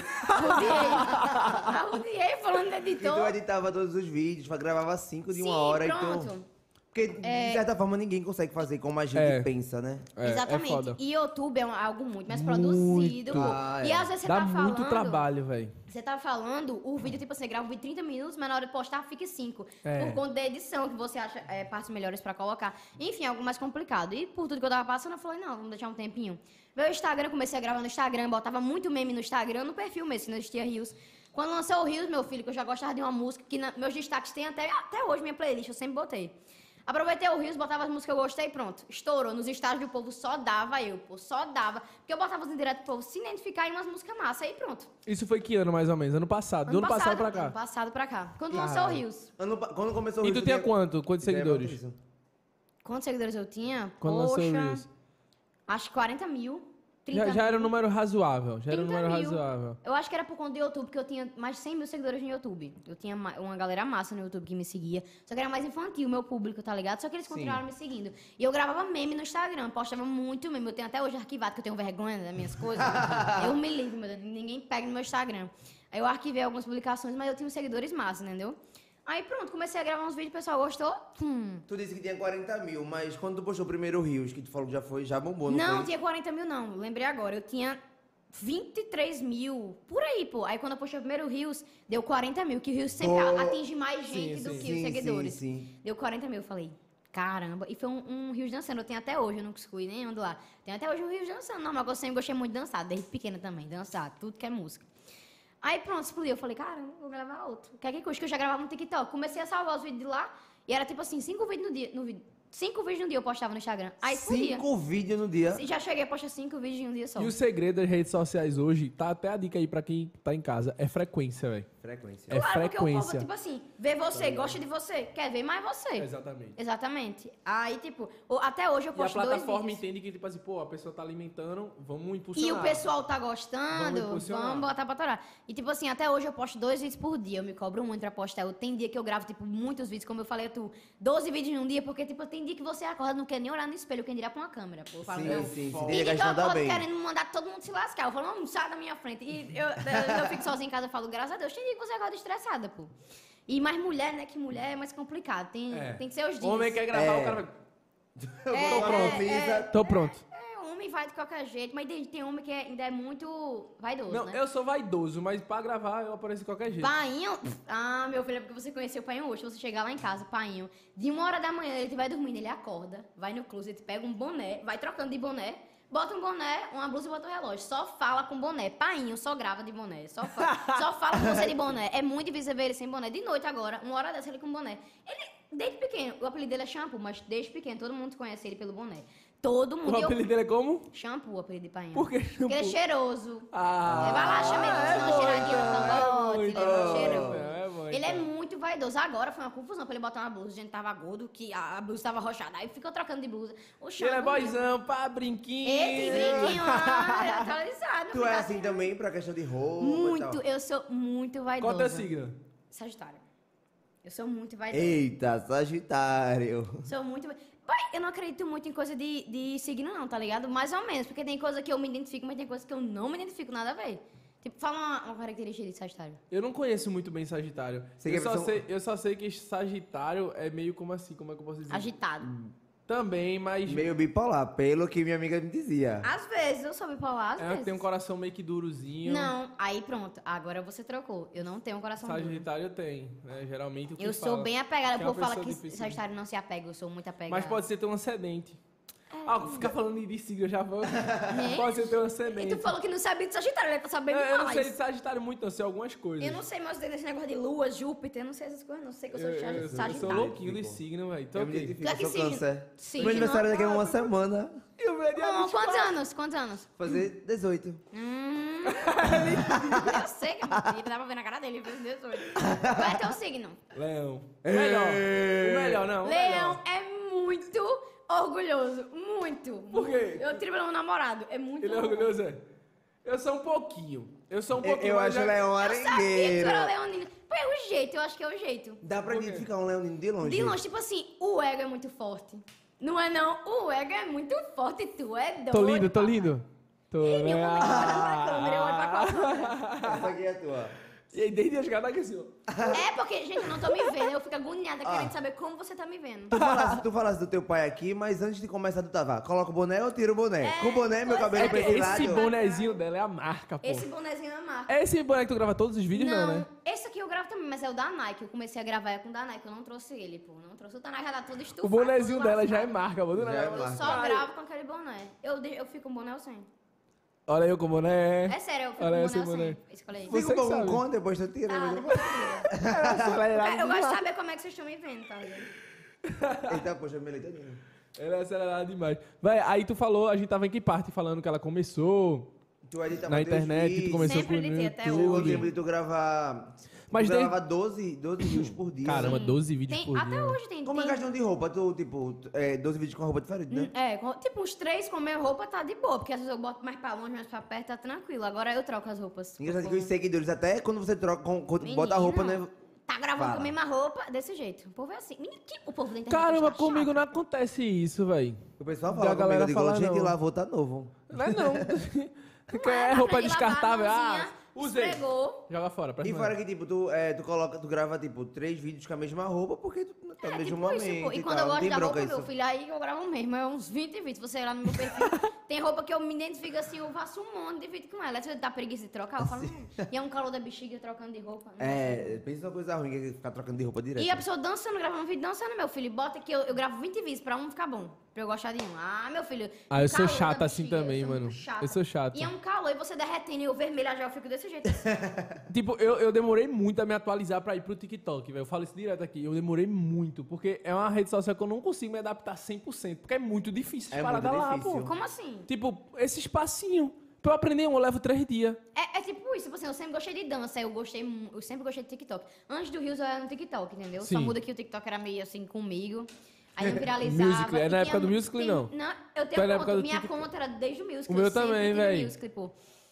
Arrudiei falando de E editor. tu editava todos os vídeos, gravava 5 de 1 hora. pronto. Então... Porque, de certa forma, ninguém consegue fazer como a gente pensa, né? Exatamente. foda. E YouTube é algo muito mais produzido, pô. E às vezes você Dá tá falando... muito trabalho, velho. Você tá falando, o vídeo, tipo, você grava um vídeo 30 minutos, mas na hora de postar fica 5. É. Por conta da edição, que você acha partes melhores pra colocar. Enfim, algo mais complicado. E por tudo que eu tava passando, eu falei, não, vamos deixar um tempinho. Meu Instagram, comecei a gravar no Instagram, botava muito meme no Instagram, no perfil mesmo, não existia Reels. Quando lançou o Reels, meu filho, que eu já gostava de uma música, que meus destaques tem até hoje, minha playlist, eu sempre botei. Aproveitei o Reels, botava as músicas que eu gostei e pronto. Estourou. Nos estágios do povo só dava eu, pô. Só dava. Porque eu botava assim direto pro povo se identificar em umas músicas massas. Aí pronto. Isso foi que ano, mais ou menos? Ano passado. Do ano passado pra cá. Ano passado pra cá. Quando lançou o Reels. Quando começou o E tu Reels, tinha quanto? Quantos seguidores? Quantos seguidores eu tinha? Quando lançou o Reels? Acho que 40 mil. 30 Já era um mil. número razoável. Já era um 30 número mil. razoável. Eu acho que era por conta do YouTube, porque eu tinha mais de 100 mil seguidores no YouTube. Eu tinha uma galera massa no YouTube que me seguia. Só que era mais infantil o meu público, tá ligado? Só que eles continuaram me seguindo. E eu gravava meme no Instagram, postava muito meme. Eu tenho até hoje arquivado, que eu tenho vergonha das minhas coisas. Eu me livro, meu Deus, ninguém pega no meu Instagram. Aí eu arquivei algumas publicações, mas eu tinha uns seguidores massa, entendeu? Aí pronto, comecei a gravar uns vídeos, o pessoal gostou. Tu disse que tinha 40 mil, mas quando tu postou o primeiro Reels, que tu falou que já bombou, Não, foi? tinha 40 mil não, lembrei agora. Eu tinha 23 mil, por aí, pô. Aí quando eu postei o primeiro Reels, deu 40 mil, que o Reels sempre atinge mais gente do que os seguidores. Sim. Deu 40 mil, eu falei, caramba. E foi um Reels dançando, eu tenho até hoje, eu nunca excluí nenhum do lá. Tenho até hoje um Reels dançando, normal, que eu sempre gostei muito de dançar, desde pequena também, dançar, tudo que é música. Aí pronto, explodiu. Eu falei, caramba, vou gravar outro. Quer que custe? Que eu já gravava no TikTok. Comecei a salvar os vídeos de lá e era tipo assim, 5 vídeos no dia. 5 vídeos no dia eu postava no Instagram. Aí explodia. 5 vídeos no dia? Já cheguei a postar 5 vídeos em um dia só. E o segredo das redes sociais hoje, tá até a dica aí pra quem tá em casa, é frequência, velho. Frequência. É Claro, porque o povo, frequência. tipo assim, vê você, gosta de você, quer ver mais você. Exatamente. Exatamente. Aí, tipo, até hoje eu E a posto 2 plataforma vídeos. entende que, tipo assim, pô, a pessoa tá alimentando, vamos E impulsionar. o pessoal tá Vamos gostando, impulsionar. vamos botar pra torar. E tipo assim, até hoje eu posto 2 vídeos por dia. Eu me cobro muito pra postar. Tem dia que eu gravo, tipo, muitos vídeos, como eu falei a tu, 12 vídeos num dia, porque, tipo, tem dia que você acorda e não quer nem olhar no espelho, quem dirá pra uma câmera, pô. Eu falo, Sim, não. sim. Tem Tem dia que que eu mandar acordo bem. querendo mandar todo mundo se lascar. Eu falo, não, sai da minha frente. E eu fico sozinha em casa e falo, graças a Deus, tem dia que você acorda estressada, pô. E mais mulher, né? Que mulher é mais complicado. Tem que ser os dias. Homem quer gravar, o cara vai... Tô pronto. Homem vai de qualquer jeito, mas tem homem que ainda é muito vaidoso, Não, né? eu sou vaidoso, mas pra gravar eu apareço de qualquer jeito. Painho, meu filho, é porque você conheceu o Painho hoje. Se você chegar lá em casa, Painho, de 1h da manhã ele estiver dormindo, ele acorda, vai no closet, pega um boné, vai trocando de boné, bota um boné, uma blusa e bota um relógio. Só fala com boné. Painho só grava de boné. Só fala com você de boné. É muito difícil ver ele sem boné. De noite agora, 1h dessa, ele com boné. Ele, desde pequeno, o apelido dele é Shampoo, mas desde pequeno todo mundo conhece ele pelo boné. Todo mundo. O apelido dele é como? Shampoo, o apelido de Painho. Por que Porque ele é cheiroso. Ah, Vai lá, chama ele, dá uma cheiradinha no cangote, ele é muito cheiroso. É muito. Ele é muito vaidoso. Agora foi uma confusão pra ele botar uma blusa. A gente tava gordo, que a blusa tava rochada. Aí ficou trocando de blusa. O Ele é Shampoo, boizão, pá, brinquinho. Esse brinquinho lá, é atualizado. Tu é assim também pra questão de roupa e Muito, tal? eu sou muito vaidosa. Qual é o teu signo? Sagitário. Eu sou muito vaidosa. Eita, Sagitário. Sou muito... Pai, eu não acredito muito em coisa de signo não, tá ligado? Mais ou menos, porque tem coisa que eu me identifico, mas tem coisa que eu não me identifico nada a ver. Tipo, fala uma característica de Sagitário. Eu não conheço muito bem Sagitário. Eu só sei que Sagitário é meio como assim, como é que eu posso dizer? Agitado. Também, mas... Meio bipolar, pelo que minha amiga me dizia. Às vezes, eu sou bipolar, às vezes. Tem um coração meio que durozinho. Não, aí pronto. Agora você trocou. Eu não tenho um coração duro. Sagitário tem, né? Geralmente o que Eu fala sou bem apegada. que O é uma povo fala pessoa que difícil. Sagitário não se apega. Eu sou muito apegada. Mas pode ser teu ascendente. Ficar falando de signo, eu já vou... Né? Pode ser teu E ascendente. tu falou que não sabia de Sagitário, né? Tá sabendo Eu não demais. sei de Sagitário muito, não. Sei algumas coisas. Eu não sei mais desse negócio de lua, Júpiter. Eu não sei essas coisas. Não sei que eu sou Eu Sagitário. sou louquinho de signo, velho. Então, Eu me ok. identifico, Tu é que eu sou signo? câncer. Signo. Meu aniversário daqui a uma semana. E o meu é dia Oh, 24. quantos anos? Fazer 18. Eu sei que é mentira. Dá pra ver na cara dele. Viu? Deus do céu. Qual é teu signo? Leão. O melhor, não. o Leão melhor. é muito orgulhoso. Muito. Por quê? Eu tiro pelo meu namorado. É muito Ele é orgulhoso, é? Eu sou um pouquinho. Eu Eu mas acho o Leão Eu sabia que tu arengueiro. era leonino. Pô, é o jeito. Eu acho que é o jeito. Dá pra Por quê? identificar um leonino de longe? De longe, tipo assim, o ego é muito forte. Não é não? O ego é muito forte e tu é doido. Tô lindo, tô papai. lindo. Tô... Eu vou olhando pra câmera, eu olho pra câmera. Essa aqui é a tua. E aí, desde as caras aqui assim, ó. É porque, gente, eu não tô me vendo. Eu fico agoniada querendo saber como você tá me vendo. Tu falasse do teu pai aqui, mas antes de começar tu tava, coloca o boné ou tira o boné? Com o boné, meu pois cabelo é. perfilado. Esse bonezinho dela é a marca, pô. Esse bonezinho é a marca. É esse boné que tu grava todos os vídeos, não, né? Esse aqui eu gravo também, mas é o da Nike. Eu comecei a gravar com o da Nike. Eu não trouxe ele, pô. Não trouxe. O da Nike já tá todo estufado. O bonezinho todo dela já é lascado. marca, pô. Já é Eu marca. só gravo com aquele boné. Eu fico com o boné ou sem? Olha eu com o boné. É sério, eu fico Olha com o esse boné ou boné. sem? Escolhe aí. Você Fica que um sabe. com, depois tu tira. Ah, mas- depois eu tiro. Eu gosto de Acelerado saber como é que vocês estão me vendo, tá ligado? Eita, poxa, me tadinho. Ela é acelerada demais. Vai, aí tu falou, a gente tava em que parte falando que ela começou Tu editava na teus internet, tu vídeos. começou Sempre por editei, até Eu YouTube. lembro de tu gravar... Mas tu tem- gravava 12 views por dia. Caramba, 12 vídeos Tem, por até dia. hoje tem. Como é tem- questão de roupa? Tu, tipo, 12 vídeos com roupa diferente, né? Tipo, uns 3 com a minha roupa tá de boa, porque às vezes eu boto mais pra longe, mais pra perto, tá tranquilo. Agora eu troco as roupas. Engraçado que os seguidores, até quando você troca, quando Menino, bota a roupa, né? Tá gravando Fala. com a mesma roupa, desse jeito. O povo é assim. Menino, o povo da internet Caramba, tá comigo chato. não acontece isso, velho. O pessoal Da fala comigo, galera eu digo, fala, gente, não. lavou, tá novo. Não é não. Que é Dá roupa pra ir lavar a descartável. Ah, mãozinha, usei. esfregou. Joga fora, E presta fora que, tipo, tu grava, tipo, 3 vídeos com a mesma roupa, porque tu tá no mesmo Tipo isso, momento pô. E e quando tal. eu gosto Tem da bronca roupa, meu isso. filho, aí eu gravo mesmo. É uns 20 vídeos. Você ir lá no meu perfil. Tem roupa que eu me identifico assim, eu faço um monte de vídeo com ela. Aí você dá preguiça de trocar, eu falo, e é um calor da bexiga trocando de roupa. Pensa uma coisa ruim, que é ficar trocando de roupa direto. E a pessoa dançando, gravando um vídeo dançando, meu filho. Bota que eu gravo 20 vídeos pra um ficar bom. Pra eu gostar de um. Ah, meu filho. Ah, eu um sou calor da chata assim bexiga, também, eu sou mano. muito chata. Eu sou chato. E é um calor, e você derretendo, e eu vermelha já, eu fico desse jeito assim. Tipo, eu demorei muito a me atualizar pra ir pro TikTok, velho. Eu falo isso direto aqui. Eu demorei muito, porque é uma rede social que eu não consigo me adaptar 100%, porque é muito difícil É as paradas muito lá, difícil. pô. Como assim? Tipo, esse espacinho. Pra eu aprender eu levo 3 dias. É tipo isso, tipo assim, eu sempre gostei de dança, eu sempre gostei de TikTok. Antes do Reels eu era no TikTok, entendeu? Sim. Só muda que o TikTok era meio assim comigo. Aí eu viralizava. Musical.ly, é na e época do tinha- Musical.ly, tem- não? Eu Tu tenho é na a época conta, do minha TikTok? conta era desde o Musical.ly. O meu eu sempre também, tive véi. Musical.ly, pô.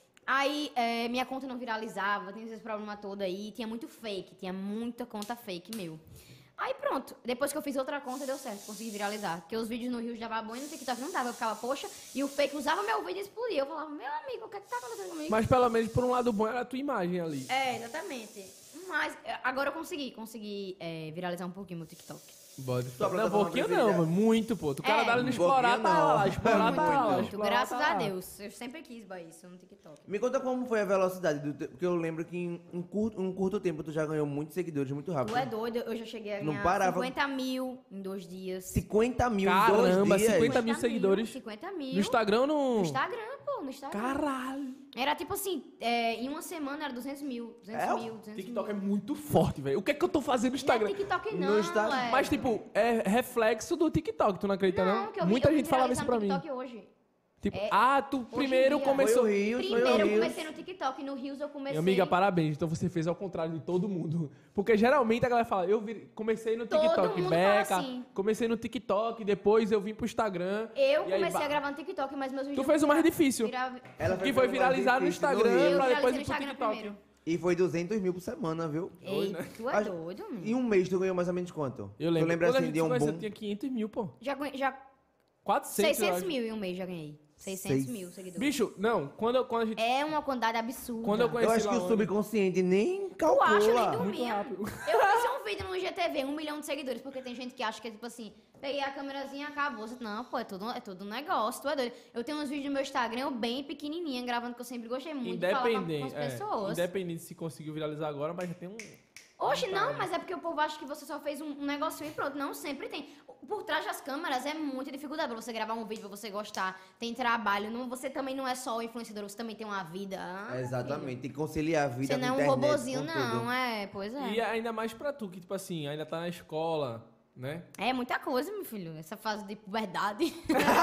Aí minha conta não viralizava, tem esses problemas todos aí. Tinha muito fake, tinha muita conta fake meu. Aí pronto, depois que eu fiz outra conta deu certo, consegui viralizar. Porque os vídeos no Rio dava bom e no TikTok não dava. Eu ficava, poxa, e o fake usava meu vídeo e explodia. Eu falava, meu amigo, o que tá acontecendo comigo? Mas pelo menos por um lado bom era a tua imagem ali. É, exatamente. Mas agora eu consegui viralizar um pouquinho meu TikTok. Bota. Tua Não, plataforma pouquinho preferida? não, mano. Muito, pô. O cara É. dá ali no Um explorar, pouquinho tá lá. não. Explorar, Muito, tá lá. muito. explorar, Graças tá a lá. Deus. Eu sempre quis isso no TikTok. Me conta como foi a velocidade, porque eu lembro que em um curto tempo tu já ganhou muitos seguidores muito rápido. Tu é doido, eu já cheguei a Não ganhar parava. 50 mil em 2 dias. 50 mil em Caramba, 2 dias. 50 mil seguidores. 50 mil. No Instagram ou no... No Instagram, pô, no Instagram. Caralho. Era tipo assim, em uma semana era 200 mil, 200 É, o mil, 200 TikTok é mil. muito forte, velho. O que é que eu tô fazendo no Instagram? Não é TikTok No não, Instagram. é. Mas, tipo, é reflexo do TikTok, tu não acredita, não? que eu Muita eu gente falava isso pra mim. TikTok hoje. Tipo, É, tu primeiro dia. começou... Foi o Rio, Primeiro eu foi o Rio. comecei no TikTok, no Reels eu comecei... Minha amiga, parabéns. Então você fez ao contrário de todo mundo. Porque geralmente a galera fala, comecei no Todo TikTok, mundo Beca, fala assim. comecei no TikTok, depois eu vim pro Instagram. Eu e aí, comecei a gravar no TikTok, mas meus vídeos... Tu fez o mais difícil. Ela Que foi pelo viralizar no mais difícil do Instagram Rio. Eu pra depois viralizei no ir pro Instagram TikTok. primeiro. E foi 200 mil por semana, viu? Ei, tu é Acho- doido, mano. Em um mês tu ganhou mais ou menos quanto? Eu lembro. Tu lembra Quando a assim gente de se um conheceu, boom? tinha 500 mil, pô. Já 400, eu 600 acho. mil em um mês já ganhei. 600 mil seguidores. Bicho, não, quando a gente... É uma quantidade absurda. Quando eu conheci Eu acho que o Laone- subconsciente nem Tu acha, eu nem calcula. dormia. rápido. Eu fiz um vídeo no GTV, 1 milhão de seguidores, porque tem gente que acha que é tipo assim, peguei a câmerazinha e acabou. Não, pô, é tudo um negócio, tu é doido. Eu tenho uns vídeos no meu Instagram, eu bem pequenininha, gravando, que eu sempre gostei muito de falar com Independente, as pessoas. independente se conseguiu viralizar agora, mas já tem um... Oxe, não, mas é porque o povo acha que você só fez um negocinho e pronto. Não, sempre tem. Por trás das câmeras é muita dificuldade pra você gravar um vídeo, pra você gostar. Tem trabalho. Você também não é só o influenciador, você também tem uma vida. Exatamente, tem que conciliar a vida Você não é com um internet, robozinho, com não. tudo. Pois é. E ainda mais pra tu, que tipo assim, ainda tá na escola, né? É muita coisa, meu filho. Essa fase de puberdade.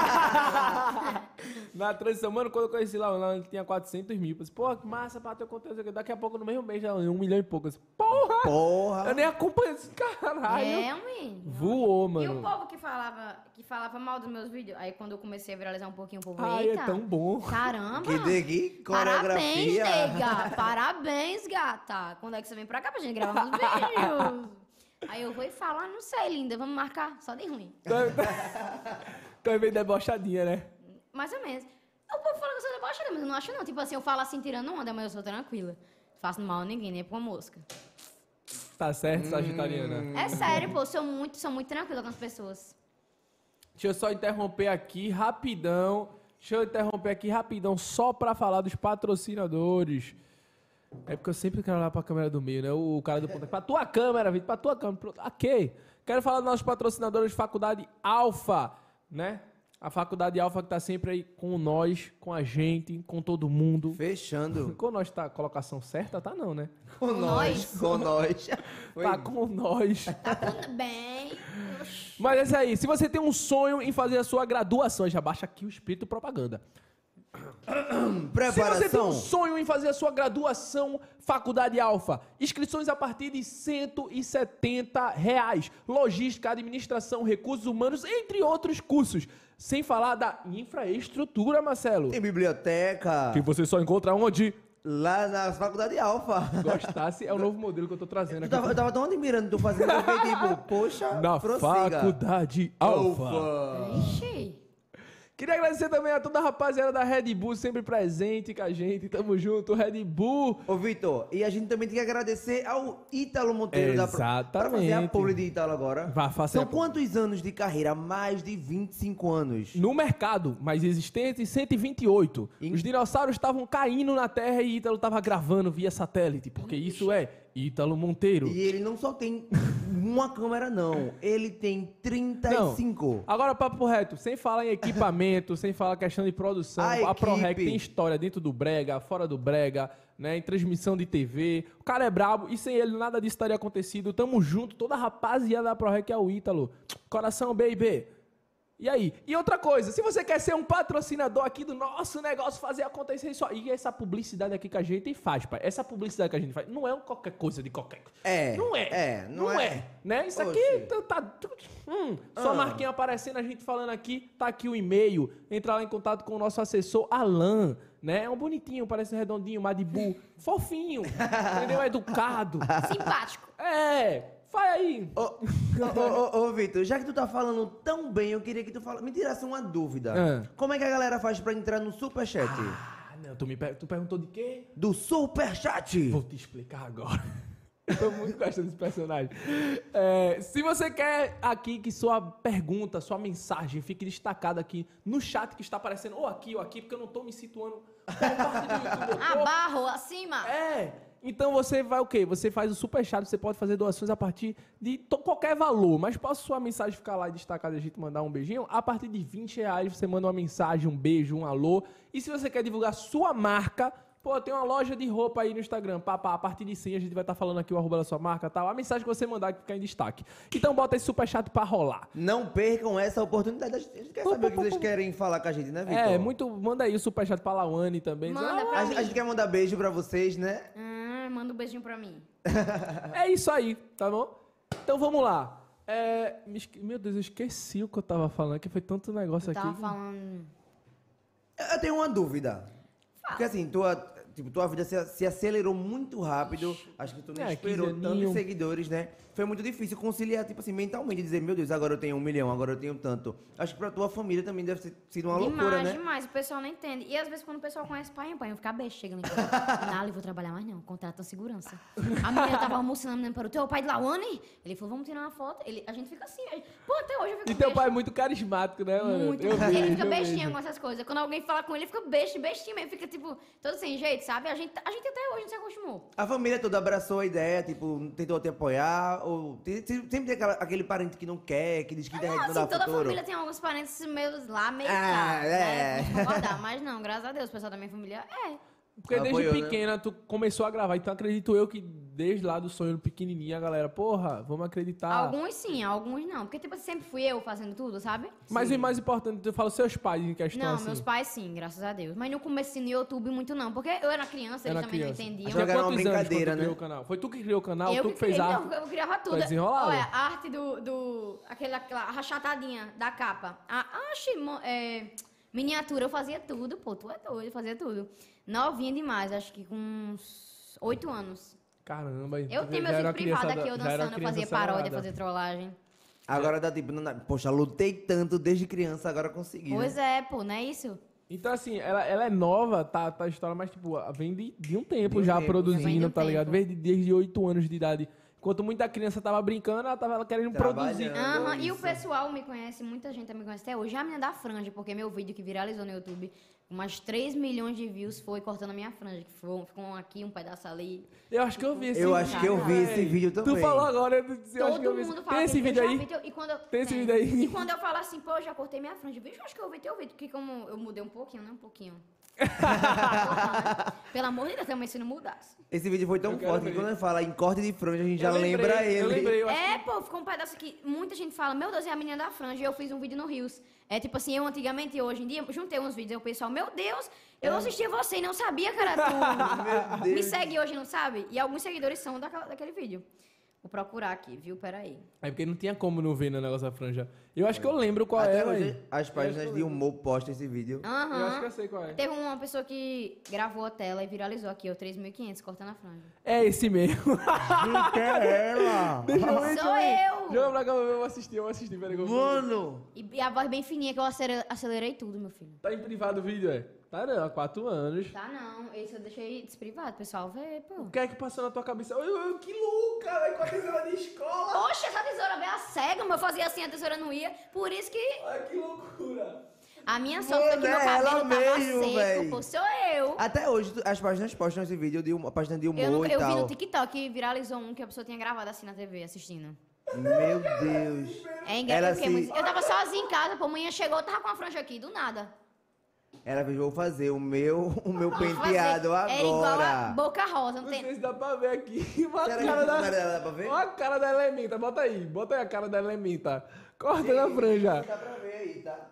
Na transição, mano, quando eu conheci lá ele tinha 400 mil. Eu disse, pô, que massa pra ter conteúdo. Daqui a pouco, no mesmo mês, já 1 milhão e pouco. Eu disse, porra! Eu Porra! nem acompanho esse caralho. Homem. Voou, E mano. o povo que falava mal dos meus vídeos, aí quando eu comecei a viralizar um pouquinho, o povo, Ai, eita, é tão bom. caramba. Que Parabéns, coreografia! nega. Parabéns, gata. Quando é que você vem pra cá pra gente gravar uns vídeos? Aí eu vou e falo, não sei, linda, vamos marcar só de ruim. Tu é meio debochadinha, né? Mais ou menos. O povo fala que eu sou debochada, mas eu não acho não. Tipo assim, eu falo assim, tirando onda, mas eu sou tranquila. Faço mal a ninguém, nem pra uma mosca. Tá certo, sagitariana? É sério, pô, sou muito tranquila com as pessoas. Deixa eu só interromper aqui rapidão. Só pra falar dos patrocinadores. É porque eu sempre quero olhar pra câmera do meio, né? O cara do ponto. Pra tua câmera, Vitor, pra tua câmera. Pronto. Ok. Quero falar dos nossos patrocinadores, Faculdade Alfa, né? A Faculdade Alfa que tá sempre aí com nós, com a gente, com todo mundo. Fechando. Com nós tá a colocação certa? Tá não, né? Com nós. Com nós. Tá com nós. Tá tudo bem. Mas é isso aí. Se você tem um sonho em fazer a sua graduação, já baixa aqui o espírito propaganda. Preparação. Se você tem um sonho em fazer a sua graduação, Faculdade Alfa, inscrições a partir de R$170. Logística, administração, recursos humanos, entre outros cursos. Sem falar da infraestrutura, Marcelo. Tem biblioteca. Que você só encontra onde? Lá na Faculdade Alfa. Gostasse, é o novo modelo que eu tô trazendo aqui. Eu tava tão admirando tu fazendo, eu fiquei tipo, poxa, Na prossiga. Faculdade Alfa. Ixi. Queria agradecer também a toda a rapaziada da Red Bull, sempre presente com a gente. Tamo junto, Red Bull. Ô, Vitor, e a gente também tem que agradecer ao Ítalo Monteiro. Exatamente. Pra fazer a publi de Ítalo agora. Vá, faça São a publi. quantos anos de carreira? Mais de 25 anos. No mercado, mas existente, 128. Os dinossauros estavam caindo na Terra e Ítalo tava gravando via satélite, porque isso é Ítalo Monteiro. E ele não só tem uma câmera, não. Ele tem 35. Agora, papo reto, sem falar em equipamento, sem falar questão de produção, a ProRec equipe. tem história dentro do brega, fora do brega, né, em transmissão de TV. O cara é brabo e sem ele nada disso estaria acontecido. Tamo junto, toda a rapaziada da ProRec é o Ítalo. Coração, baby. E aí? E outra coisa, se você quer ser um patrocinador aqui do nosso negócio, fazer acontecer isso aí, essa publicidade aqui que a gente faz, pai. Essa publicidade que a gente faz não é qualquer coisa de qualquer coisa. Não é. Não é. Né? Isso Oxi. aqui tá... Sua marquinha aparecendo, a gente falando aqui, tá aqui o e-mail. Entra lá em contato com o nosso assessor, Alan, né? É um bonitinho, parece um redondinho, Madibu. Fofinho, entendeu? Educado. Simpático. Vai aí. Ô, Vitor, já que tu tá falando tão bem, eu queria que tu me tirasse uma dúvida. Como é que a galera faz pra entrar no Superchat? Não, tu perguntou de quê? Do Superchat! Vou te explicar agora. Eu tô muito gostando desse personagem. Se você quer aqui que sua pergunta, sua mensagem fique destacada aqui no chat que está aparecendo, ou aqui, porque eu não tô me situando qual parte do YouTube eu tô. Abarro, acima. Então você vai o quê? Você faz o superchat, você pode fazer doações a partir de qualquer valor, mas posso sua mensagem ficar lá e destacar e a gente mandar um beijinho? A partir de R$20 você manda uma mensagem, um beijo, um alô. E se você quer divulgar sua marca, tem uma loja de roupa aí no Instagram, a partir de 100 a gente vai estar falando aqui o arroba da sua marca e tal. A mensagem que você mandar que fica em destaque. Então bota esse superchat pra rolar. Não percam essa oportunidade. A gente quer saber o que vocês querem falar com a gente, né, Vitor? Manda aí o superchat pra Lawane também. Manda pra mim. A gente quer mandar beijo pra vocês, né? Manda um beijinho pra mim. É isso aí, tá bom? Então vamos lá. Meu Deus, eu esqueci o que eu tava falando, que foi tanto negócio aqui. Tava falando... Eu tenho uma dúvida. Porque assim, tua vida se acelerou muito rápido. Acho que tu nem esperou tantos seguidores, né? Foi muito difícil conciliar, mentalmente, dizer, meu Deus, agora eu tenho 1 milhão, agora eu tenho tanto. Acho que pra tua família também deve ter sido uma loucura, né? Demais, o pessoal não entende. E às vezes quando o pessoal conhece pai, eu ficar besta, chegando em casa. Não, vou trabalhar mais não, contratam segurança. A menina tava almoçando, a menina parou, teu pai de Lawane? Ele falou, vamos tirar uma foto. A gente fica assim, até hoje eu fico E teu pai é muito carismático, né, mano? Muito. Ele fica bestinho com essas coisas. Quando alguém fala com ele, ele fica bestinho mesmo. Fica, todo sem jeito, sabe? A gente até hoje não se acostumou. A família toda abraçou a ideia, tentou te apoiar, ou sempre tem aquele parente que não quer, que diz que não dá toda futuro. família tem alguns parentes meus lá, meio caros, né? Concordar, mas não, graças a Deus, o pessoal da minha família Porque desde apoiou, pequena tu começou a gravar, então acredito eu que desde lá do sonho pequenininho a galera, vamos acreditar. Alguns sim, alguns não. Porque, sempre fui eu fazendo tudo, sabe? Mas o mais importante, tu fala os seus pais em questão, Não, assim. meus pais sim, graças a Deus. Mas no começo no YouTube muito não, porque eu era criança, eles também não entendiam. Acho que era uma Quantos anos brincadeira, quando tu né? criou o canal? Foi tu que criou o canal? Eu Tu que fez arte? Eu criava tudo. desenrolado? Olha, a arte aquela rachatadinha da capa. Miniatura, eu fazia tudo, tu é doido, eu fazia tudo. Novinha demais, acho que com uns 8 anos. Caramba. Eu tenho meu vídeo privado aqui, eu dançando, eu fazia paródia, fazia trollagem. Agora dá poxa, lutei tanto desde criança, agora consegui. Pois é, não é isso? Então, assim, ela é nova, tá a história, mas, tipo, vem de um tempo De um já tempo, produzindo, sim. tá ligado? Desde 8 anos de idade. Enquanto muita criança tava brincando, ela tava querendo produzir. Trabalhando. E o pessoal me conhece, muita gente me conhece até hoje. A menina da franja, porque meu vídeo que viralizou no YouTube, umas 3 milhões de views foi cortando a minha franja. Que ficou um aqui, um pedaço ali. Eu acho que eu vi esse Eu vídeo. acho que eu vi esse vídeo também. Tu falou agora, eu acho que Todo eu vi. mundo fala Tem esse que eu vídeo já aí? vi Tem esse vídeo aí? E quando eu falo assim, pô, eu já cortei minha franja, bicho, eu acho que eu vi teu vídeo, porque como eu mudei um pouquinho, né? Um pouquinho. Pelo amor de Deus, também se não mudasse. Esse vídeo foi tão Eu quero forte que ver. quando ele fala em corte de franja, a gente já Eu lembrei, lembra ele. Eu lembrei, eu acho Pô, ficou um pedaço que muita gente fala, meu Deus, é a menina da franja, e eu fiz um vídeo no Rios. É tipo assim, eu antigamente e hoje em dia, juntei uns vídeos, e o pessoal, meu Deus, eu assistia você e não sabia que era tu. Meu Deus. Me segue hoje, não sabe? E alguns seguidores são daquele vídeo. Vou procurar aqui, viu? Peraí. É porque não tinha como não ver no negócio da franja. Eu acho que eu lembro qual Até é, hoje, velho. as páginas de humor postam esse vídeo. Eu acho que Aham. eu sei qual é. Teve uma pessoa que gravou a tela e viralizou aqui, ó, 3.500, cortando a franja. É esse mesmo. Não quer ela. Sou eu! Joga pra cá, eu vou assistir, peraí. que eu vou- Mano. E a voz bem fininha que eu acelerei tudo, meu filho. Tá em privado o vídeo, é? Tá não, há 4 anos. Tá não, esse eu deixei desprivado, pessoal vê, pô. O que é que passou na tua cabeça? Que louca, velho, com a tesoura de escola. Oxe, essa tesoura veio a cega, mas eu fazia assim, a tesoura não ia. Por isso que Ai, que loucura. a minha sorte foi que meu é cabelo ela tava mesmo, seco, véi. pô, sou eu. Até hoje, as páginas postam esse vídeo, a página de humor Eu e vi tal. no TikTok, viralizou um que a pessoa tinha gravado assim na TV, assistindo. Meu Deus. É Ela engraçado, porque se- eu tava sozinha em casa, pô, manhã chegou, eu tava com a franja aqui, do nada. Ela fez, vou fazer o meu Vou penteado fazer. Era igual a agora. Boca Rosa, não Não tem... sei se dá pra ver aqui. Uma Será que cara não da... dá pra ver? Olha a cara da Elementa, bota aí a cara da Elementa. Corta na franja. Dá pra ver aí, tá?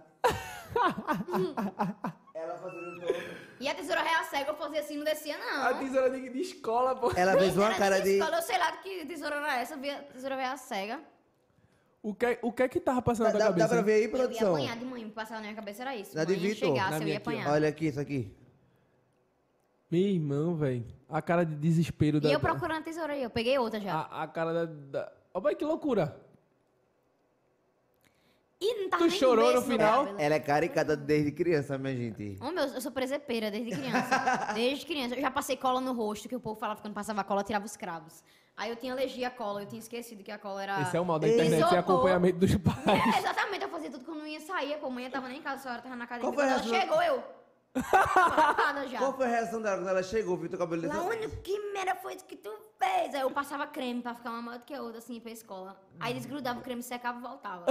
Ela fazendo todo. E a tesoura real cega, eu fazia assim, não descia não. A tesoura de escola, pô. Ela fez uma Era cara de... escola, eu sei lá que tesoura era essa, eu vi a tesoura veio a cega. O que é que tava passando na tua Dá cabeça? pra ver aí, Eu ia produção? apanhar de manhã, me passava na minha cabeça era isso. Na de Manhã Vitor? chegasse, Na eu minha ia aqui, ó. apanhar. Olha aqui, isso aqui. Meu irmão, velho. A cara de desespero da... E eu procurando a tesoura aí, eu peguei outra já. A cara da... Olha que loucura. E não tava Tu nem chorou doendo no esse final? cabelo. Ela é caricata desde criança, minha gente. Ô, meu, eu sou presepeira desde criança. Desde criança. Eu já passei cola no rosto, que o povo falava que quando passava cola, tirava os cravos. Aí eu tinha alergia à cola, eu tinha esquecido que a cola era... Esse é o mal da Ei, internet, sem isopor. acompanhamento dos pais. É, exatamente, eu fazia tudo quando não ia sair. Pô, mãe tava nem em casa, a senhora tava na academia. Qual foi a Quando ela sua- chegou, eu... Parada já. Qual foi a reação dela quando ela chegou, viu teu cabelo desse... Laúna, que merda foi isso que tu fez? Aí eu passava creme pra ficar uma maior do que a outra, assim, pra escola. Aí desgrudava o creme, secava e voltava.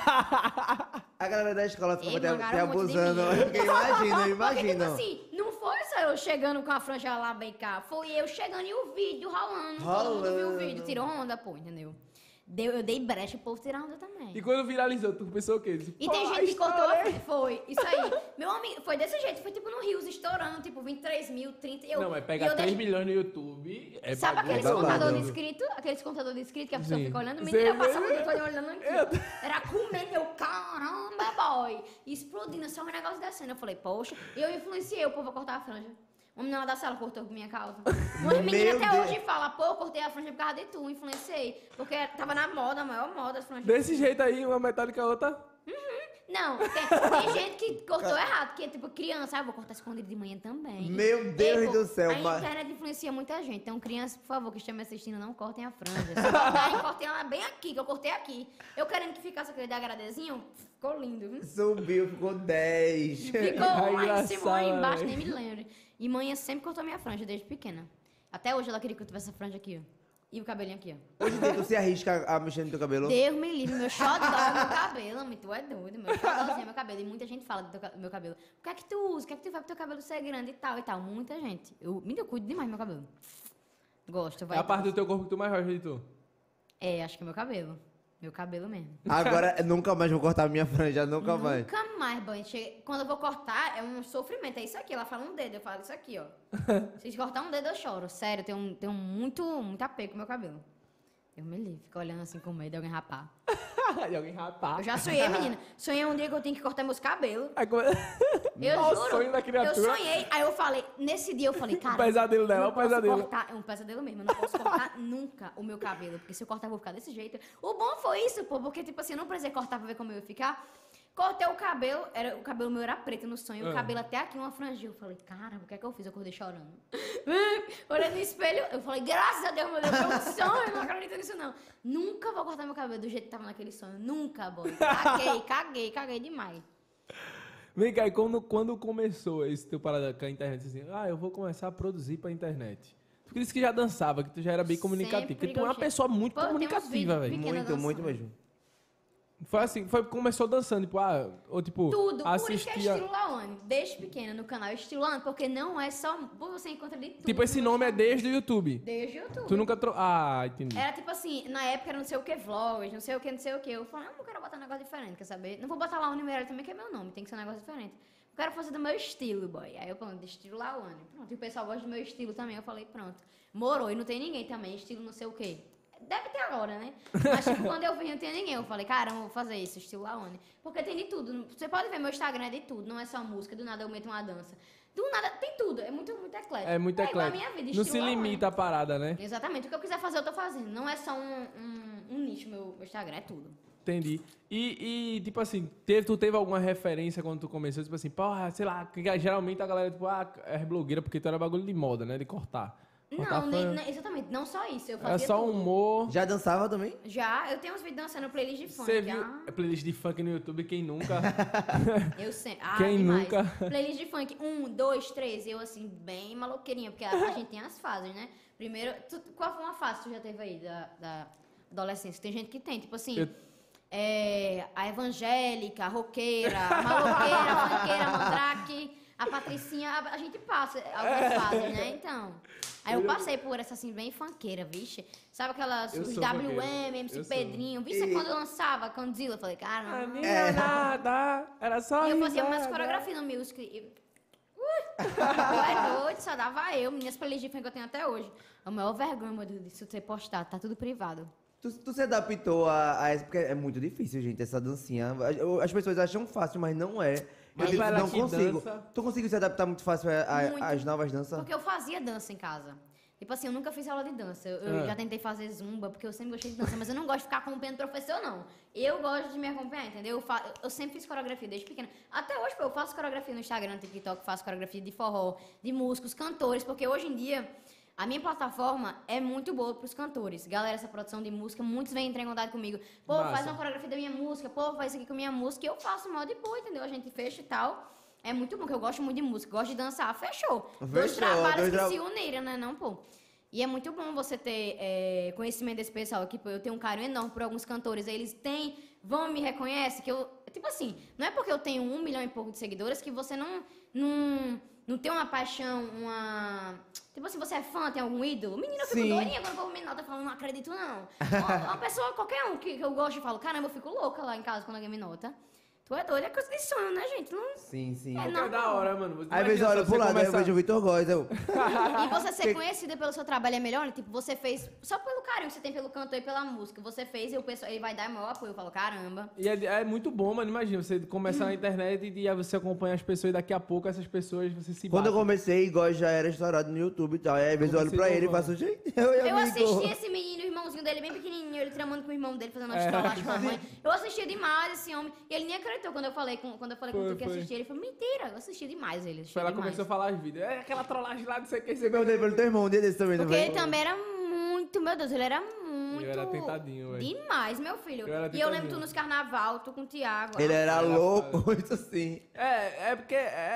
A galera da escola ficava Ei, te mangaram muito de abusando. mim. Eu imagino, Porque, imagino. tipo assim, não foi só eu chegando com a franja lá bem cá. Foi eu chegando e o vídeo rolando. Todo mundo viu o Rolando. vídeo, tirou onda, pô, entendeu? Eu dei brecha, o povo tirou onda também. E quando viralizou, tu pensou o quê? Disse, E "Pô, tem gente que cortou a estourei." franja. Foi, isso aí. Meu amigo, foi desse jeito. Foi tipo no Rios, estourando, tipo 23 mil, 30... Não, mas e pegar eu 3 deixei- milhões no YouTube é Sabe bagulho. aqueles babado. contadores de inscrito? Aqueles contadores de inscrito que a pessoa Sim. fica olhando? Você Menina, eu vê- passava o dia todo olhando aqui. Era comendo, eu, caramba, boy. E explodindo, só um negócio descendo. Eu falei, poxa, eu influenciei o povo a cortar a franja. Uma menina lá da sala cortou por minha causa. Uma menina até Deus. hoje fala, pô, eu cortei a franja por causa de tu, influenciei. Porque tava na moda, a maior moda as franjas. Desse jeito aí, uma metálica a outra. Não, tem gente que cortou errado, que é tipo criança, eu vou cortar escondido de manhã também. Meu Deus Tipo, do céu, A mas... internet influencia muita gente. Então, crianças, por favor, que estão me assistindo, não cortem a franja. Se cortarem, cortem ela bem aqui, que eu cortei aqui. Eu querendo que ficasse aquele degradezinho, ficou lindo, viu? Subiu, ficou 10. Ficou Ai, lá em cima, lá engraçado, embaixo, velho. nem me lembro. E mãe sempre cortou minha franja, desde pequena. Até hoje ela queria que eu tivesse essa franja aqui, ó. E o cabelinho aqui, ó. Hoje em dia tu se arrisca a mexer no teu cabelo? Deus me livre, meu xodó, meu cabelo, homem, tu é doido, meu xodózinho é meu cabelo. E muita gente fala do meu cabelo. O que é que tu usa? O que é que tu faz pro teu cabelo ser grande e tal e tal? Muita gente. Eu cuido demais do meu cabelo. Gosto, vai. É a parte do teu corpo que tu mais gosta de tu. É, acho que é meu cabelo. Meu cabelo mesmo. Agora, nunca mais vou cortar minha franja, nunca mais. Nunca mais, banho. Quando eu vou cortar, é um sofrimento. É isso aqui, ela fala um dedo, eu falo isso aqui, ó. Se cortar um dedo, eu choro. Sério, eu tenho muito apego com o meu cabelo. Eu me livre, fico olhando assim com medo de alguém rapar. De alguém rapar. Eu já sonhei, menina. Sonhei um dia que eu tinha que cortar meus cabelos. Aí, como... Eu Nossa, juro. sonho da criatura. Eu sonhei, aí eu falei, nesse dia eu falei, cara. pesadelo dela, eu não o pesadelo. posso cortar, é um pesadelo mesmo, eu não posso cortar nunca o meu cabelo, porque se eu cortar eu vou ficar desse jeito. O bom foi isso, pô, porque tipo assim, eu não precisei cortar pra ver como eu ia ficar. Cortei o cabelo, o cabelo meu era preto no sonho, o cabelo até aqui uma franjinha. Eu falei, caramba, o que é que eu fiz? Eu acordei chorando. Olhei no espelho, eu falei, graças a Deus, meu Deus, foi um sonho, eu não acredito nisso não. Nunca vou cortar meu cabelo do jeito que tava naquele sonho, nunca, boy. Caguei demais. Vem cá, e quando começou esse teu parada com a internet, assim, eu vou começar a produzir pra internet. Tu disse que já dançava, que tu já era bem comunicativo. Porque tu é uma pessoa muito comunicativa, velho. Muito mesmo. Foi assim, começou dançando, tipo, tudo, assistia... por isso que é estilo Lawane. Desde pequena no canal estilo Lawane, porque não é só... Você encontra de tudo. Tipo, esse nome é desde o YouTube? Desde o YouTube. Tu nunca entendi. Era tipo assim, na época era não sei o que vlogs, não sei o que. Eu falei, eu quero botar um negócio diferente, quer saber? Não vou botar Lawane Meirelles também, que é meu nome, tem que ser um negócio diferente. Eu quero fazer do meu estilo, boy. Aí eu pronto, estilo Lawane. Pronto, e o pessoal gosta do meu estilo também, eu falei, pronto. Morou, e não tem ninguém também, estilo não sei o quê. Deve ter agora, né? Mas tipo, quando eu vim não tinha ninguém. Eu falei, caramba, vou fazer isso, estilo Lawane. Porque tem de tudo. Você pode ver, meu Instagram é de tudo. Não é só música, do nada eu meto uma dança. Do nada, tem tudo. É muito eclético. É muito eclético. Igual a minha vida, não se Lawane. limita a parada, né? Exatamente. O que eu quiser fazer, eu tô fazendo. Não é só um nicho, meu Instagram. É tudo. Entendi. E tipo assim, tu teve alguma referência quando tu começou? Tipo assim, porra, sei lá, geralmente a galera, tipo, é blogueira porque tu era bagulho de moda, né? De cortar. Exatamente, não só isso. Eu fazia é só tudo. humor. Já dançava também? Já, eu tenho uns vídeos dançando playlist de funk. Você viu playlist de funk no YouTube, quem nunca? Eu sempre. Quem demais. nunca? Playlist de funk, 1, 2, 3, eu assim, bem maloqueirinha, porque a gente tem as fases, né? Primeiro, qual foi uma fase que tu já teve aí da adolescência? Tem gente que tem, tipo assim... a evangélica, a roqueira, a maloqueira, a funkeira, a mandrake, a patricinha, a gente passa algumas fases, né? Então, aí eu passei por essa assim, bem funkeira, vixe. Sabe aquelas, os WM, MC Pedrinho, vixe, quando eu lançava a Candzilla, eu falei, caramba. Nada, era só E eu fazia mais coreografia no music. É doido, só dava eu, minhas playlists de funk que eu tenho até hoje. É a maior vergonha, meu Deus, disso ser postado, tá tudo privado. Tu se adaptou a essa, porque é muito difícil, gente, essa dancinha. As pessoas acham fácil, mas não é. Mas eu não que consigo. dança... Tu conseguiu se adaptar muito fácil às novas danças? Porque eu fazia dança em casa. Tipo assim, eu nunca fiz aula de dança. Eu já tentei fazer zumba, porque eu sempre gostei de dança, mas eu não gosto de ficar acompanhando o professor, não. Eu gosto de me acompanhar, entendeu? Eu sempre fiz coreografia desde pequena. Até hoje, pô, eu faço coreografia no Instagram, no TikTok, faço coreografia de forró, de músicos, cantores, porque hoje em dia... A minha plataforma é muito boa pros cantores. Galera, essa produção de música, muitos vêm entrar em contato comigo. Pô, faz uma coreografia da minha música. Pô, faz isso aqui com a minha música. E eu faço mal de boa, entendeu? A gente fecha e tal. É muito bom, que eu gosto muito de música. Gosto de dançar. Fechou. Dois trabalhos que se uniram, né? Não, pô. E é muito bom você ter conhecimento desse pessoal aqui. Pô, eu tenho um carinho enorme por alguns cantores. Eles me reconhecem que eu... Tipo assim, não é porque eu tenho 1 milhão e pouco de seguidores que você não tem uma paixão, Tipo assim, você é fã, tem algum ídolo? Menina, eu fico doidinha quando o menino tá falando, não acredito não. Uma pessoa, qualquer um que eu gosto, eu falo, caramba, eu fico louca lá em casa quando alguém me nota. Tu é doido, é coisa de sonho, né, gente? Não... Sim. É da hora, mano. Às vezes eu olho pro lado, aí eu vejo o Vitor Góes, E você ser conhecida pelo seu trabalho é melhor, né? Tipo, você fez, só pelo carinho que você tem pelo cantor e pela música, você fez e o pessoal, ele vai dar o maior apoio. Eu falo, caramba. E é muito bom, mano. Imagina, você começar na internet e aí você acompanha as pessoas e daqui a pouco essas pessoas, você se Quando bate. eu comecei, Góes já era estourado no YouTube e tal. Aí às vezes eu olho pra ele e faço, gente, eu assisti esse menino, o irmãozinho dele bem pequenininho, ele tramando com o irmão dele, fazendo uma trollagem com a mãe. Eu assistia demais esse homem. E ele nem acreditou quando eu falei com tu que assistia. Ele falou, mentira, eu assisti demais ele. Ela começou a falar as vidas. É aquela trollagem lá, não sei o que. Você perguntei pelo teu irmão, um dia desse também, porque ele também era muito, meu Deus, ele era muito... Eu era tentadinho, velho. Demais, meu filho. E eu lembro tu nos carnaval, tu com o Thiago. Ele era louco, isso sim. É porque...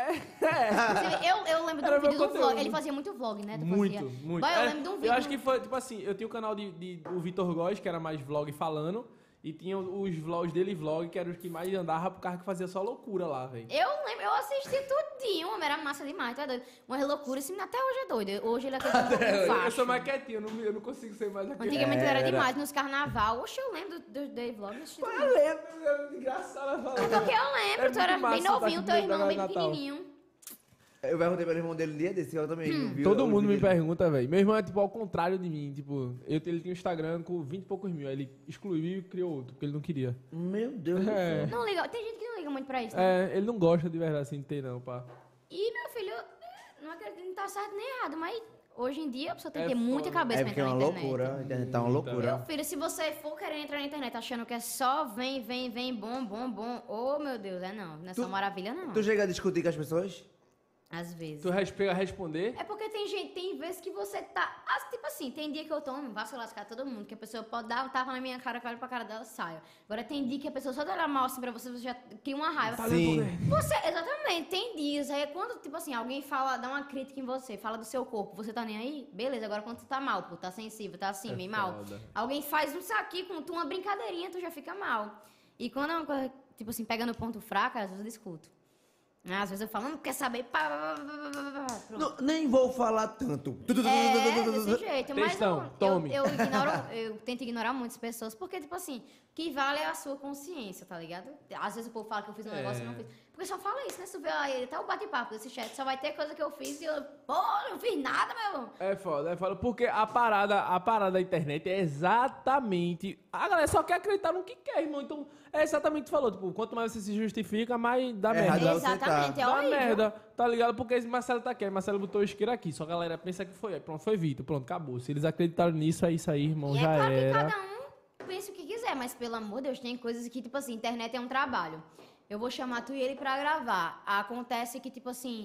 Eu lembro de um vídeo do vlog. Ele fazia muito vlog, né? Muito. Vai, eu lembro de um vídeo. Eu acho que foi, tipo assim, eu tinha o canal do Vitor Góes, que era mais vlog falando. E tinha os vlogs dele, vlog, que eram os que mais andava pro carro que fazia só loucura lá, velho. Eu lembro, eu assisti tudinho, homem, era massa demais, tu é doido. Uma loucura, esse menino até hoje é doido. Hoje ele é um pouquinho fácil. Eu sou mais quietinho, eu não consigo ser mais aquele. Antigamente ele era demais, nos carnaval. Oxe, eu lembro dos vlogs. Eu lembro, engraçado falar. Porque eu lembro, tu era bem novinho, teu irmão bem pequenininho. Eu perguntei pelo irmão dele um dia desse, eu também. Todo mundo me pergunta, velho. Meu irmão é tipo ao contrário de mim. Tipo, ele tinha um Instagram com 20 e poucos mil. Aí ele excluiu e criou outro, porque ele não queria. Meu Deus do céu. Não liga, tem gente que não liga muito pra isso, né? Ele não gosta de verdade assim de ter, não, pá. E, meu filho, não acredito, não tá certo nem errado, mas Hoje em dia, a pessoa tem que ter muita cabeça É pra porque é entrar uma na internet. loucura, a internet tá uma loucura. Meu filho, se você for querer entrar na internet achando que é só vem, bom, oh meu Deus, não é só maravilha não. Tu chega a discutir com as pessoas? Às vezes. Tu chega a responder? É porque tem vezes que você tá. Tipo assim, tem dia que eu tomo, não vou se lascar todo mundo, que a pessoa pode dar um tapa na minha cara, eu olho pra cara dela e saio. Agora tem dia que a pessoa só dá mal assim pra você, você já cria uma raiva. Sim. Exatamente, tem dias. Aí é quando, tipo assim, alguém dá uma crítica em você, fala do seu corpo, você tá nem aí? Beleza, agora quando tu tá mal, pô, tá sensível, tá assim, bem mal. Alguém faz isso aqui com tu, uma brincadeirinha, tu já fica mal. E quando é uma coisa, tipo assim, pega no ponto fraco, às vezes eu discuto. Às vezes eu falo, não quer saber. Não, nem vou falar tanto. Desse jeito. Mas tome. eu tento ignorar muitas pessoas, porque, tipo assim, o que vale é a sua consciência, tá ligado? Às vezes o povo fala que eu fiz um negócio e não fiz. Porque só fala isso, né? Se tu vê aí, tá o bate-papo desse chat, só vai ter coisa que eu fiz e eu, não fiz nada, meu irmão. É foda. Porque a parada da internet é exatamente... A galera só quer acreditar no que quer, irmão. Então, é exatamente o que tu falou. Tipo, quanto mais você se justifica, mais dá merda. Exatamente, é dá horrível. merda, tá ligado? Porque esse Marcelo tá aqui, aí Marcelo botou o isqueiro aqui. Só a galera pensa que foi. Aí pronto, foi Vitor. Pronto, acabou. Se eles acreditaram nisso, é isso aí, irmão. E já é claro era. que cada um pensa o que quiser, mas pelo amor de Deus, tem coisas que, tipo assim, internet é um trabalho. Eu vou chamar tu e ele pra gravar. Acontece que, tipo assim,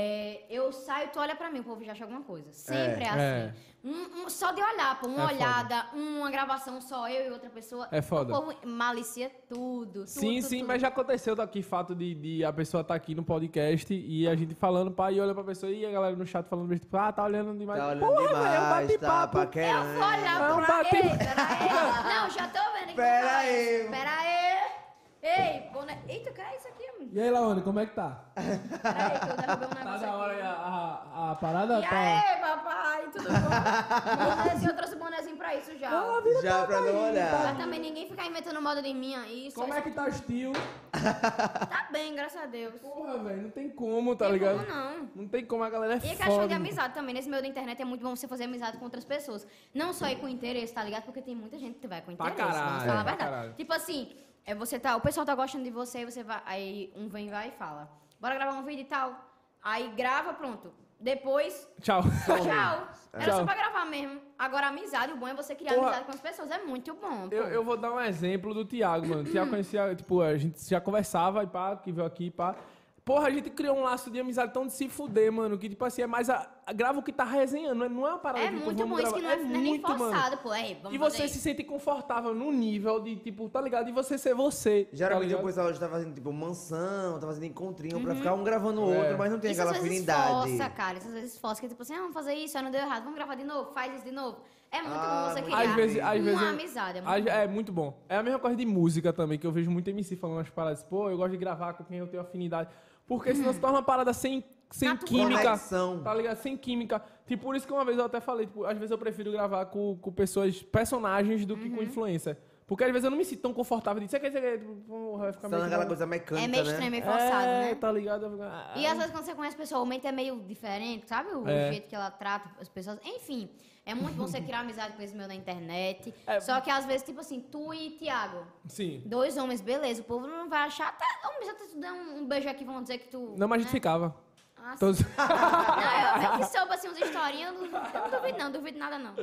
eu saio, tu olha pra mim, o povo já acha alguma coisa. Sempre é assim. Só de olhar, pô, uma olhada, uma gravação só eu e outra pessoa. É foda. O povo malicia tudo. Sim, tudo. mas já aconteceu daqui fato de a pessoa tá aqui no podcast e a gente falando, pá, e olha pra pessoa e a galera no chat falando, tipo, tá olhando demais. Tá olhando Porra, demais, velho, é um bate-papo. tá paquerando. Eu vou olhar pra ele. Pera aí. Não, já tô vendo aqui. Pera aí. Pera aí. Ei, boné. Eita, que é isso aqui, mano? E aí, Laone, como é que tá? Pera aí, que eu derrubei um negócio Tá da aqui. hora aí a parada? E aí, papai, tudo bom? Bonézinho, eu trouxe o bonézinho pra isso já. Já pra não Pra olhar. também ninguém ficar inventando moda de mim aí. Como é que tá os tio? Tá bem, graças a Deus. Porra, velho, não tem como, tá Tem ligado? como não. Não tem como, a galera é E a foda. questão de amizade também. Nesse meio da internet é muito bom você fazer amizade com outras pessoas. Não só ir com interesse, tá ligado? Porque tem muita gente que vai com Pra interesse. caralho, Vamos falar a pra verdade. caralho. Tipo assim, o pessoal tá gostando de você, você vai, aí um vai e fala, bora gravar um vídeo e tal. Aí grava, pronto. Depois, Tchau. tchau. Era Tchau. só pra gravar mesmo. Agora, amizade, o bom é você criar Porra. amizade com as pessoas. É muito bom, pô. Eu vou dar um exemplo do Thiago, mano. O Thiago conhecia, tipo, a gente já conversava e pá, que veio aqui, pá. Porra, a gente criou um laço de amizade tão de se fuder, mano, que tipo assim, é mais grava o que tá resenhando, não é uma parada É que, muito vamos bom, isso gravar. que não é nem muito, mano. forçado, pô. Vamos E você fazer se sente confortável no nível de, tipo, tá ligado? De você ser você. Geralmente tá o ligado? pessoal hoje tá fazendo tipo mansão, tá fazendo encontrinho pra ficar um gravando o outro, mas não tem Isso aquela às vezes afinidade. força, cara. Isso às vezes força, que tipo assim, vamos fazer isso, aí não deu errado, vamos gravar de novo, faz isso de novo. É muito bom você criar Às vezes uma amizade. É muito bom. É a mesma coisa de música também, que eu vejo muito MC falando umas paradas. Pô, eu gosto de gravar com quem eu tenho afinidade. Porque senão se torna uma parada sem química. Conexão. Tá ligado? Sem química. Tipo, por isso que uma vez eu até falei, tipo, às vezes eu prefiro gravar com pessoas, personagens, do que com influencer. Porque às vezes eu não me sinto tão confortável de dizer que vai ficar Só naquela coisa mecânica, É meio né? estranho, meio forçado, né? tá ligado? E às vezes quando você conhece pessoalmente é meio diferente, sabe? O jeito que ela trata as pessoas. Enfim, é muito bom você criar amizade com esse meu na internet. Só que às vezes, tipo assim, tu e Thiago, Sim. 2 homens, beleza, o povo não vai achar. Até homem, já tu der um beijo aqui, vão dizer que tu. Não, mas a gente ficava. Ah, sim. Todos... Não, eu que soube, assim, umas historinhas, eu não duvido nada, não.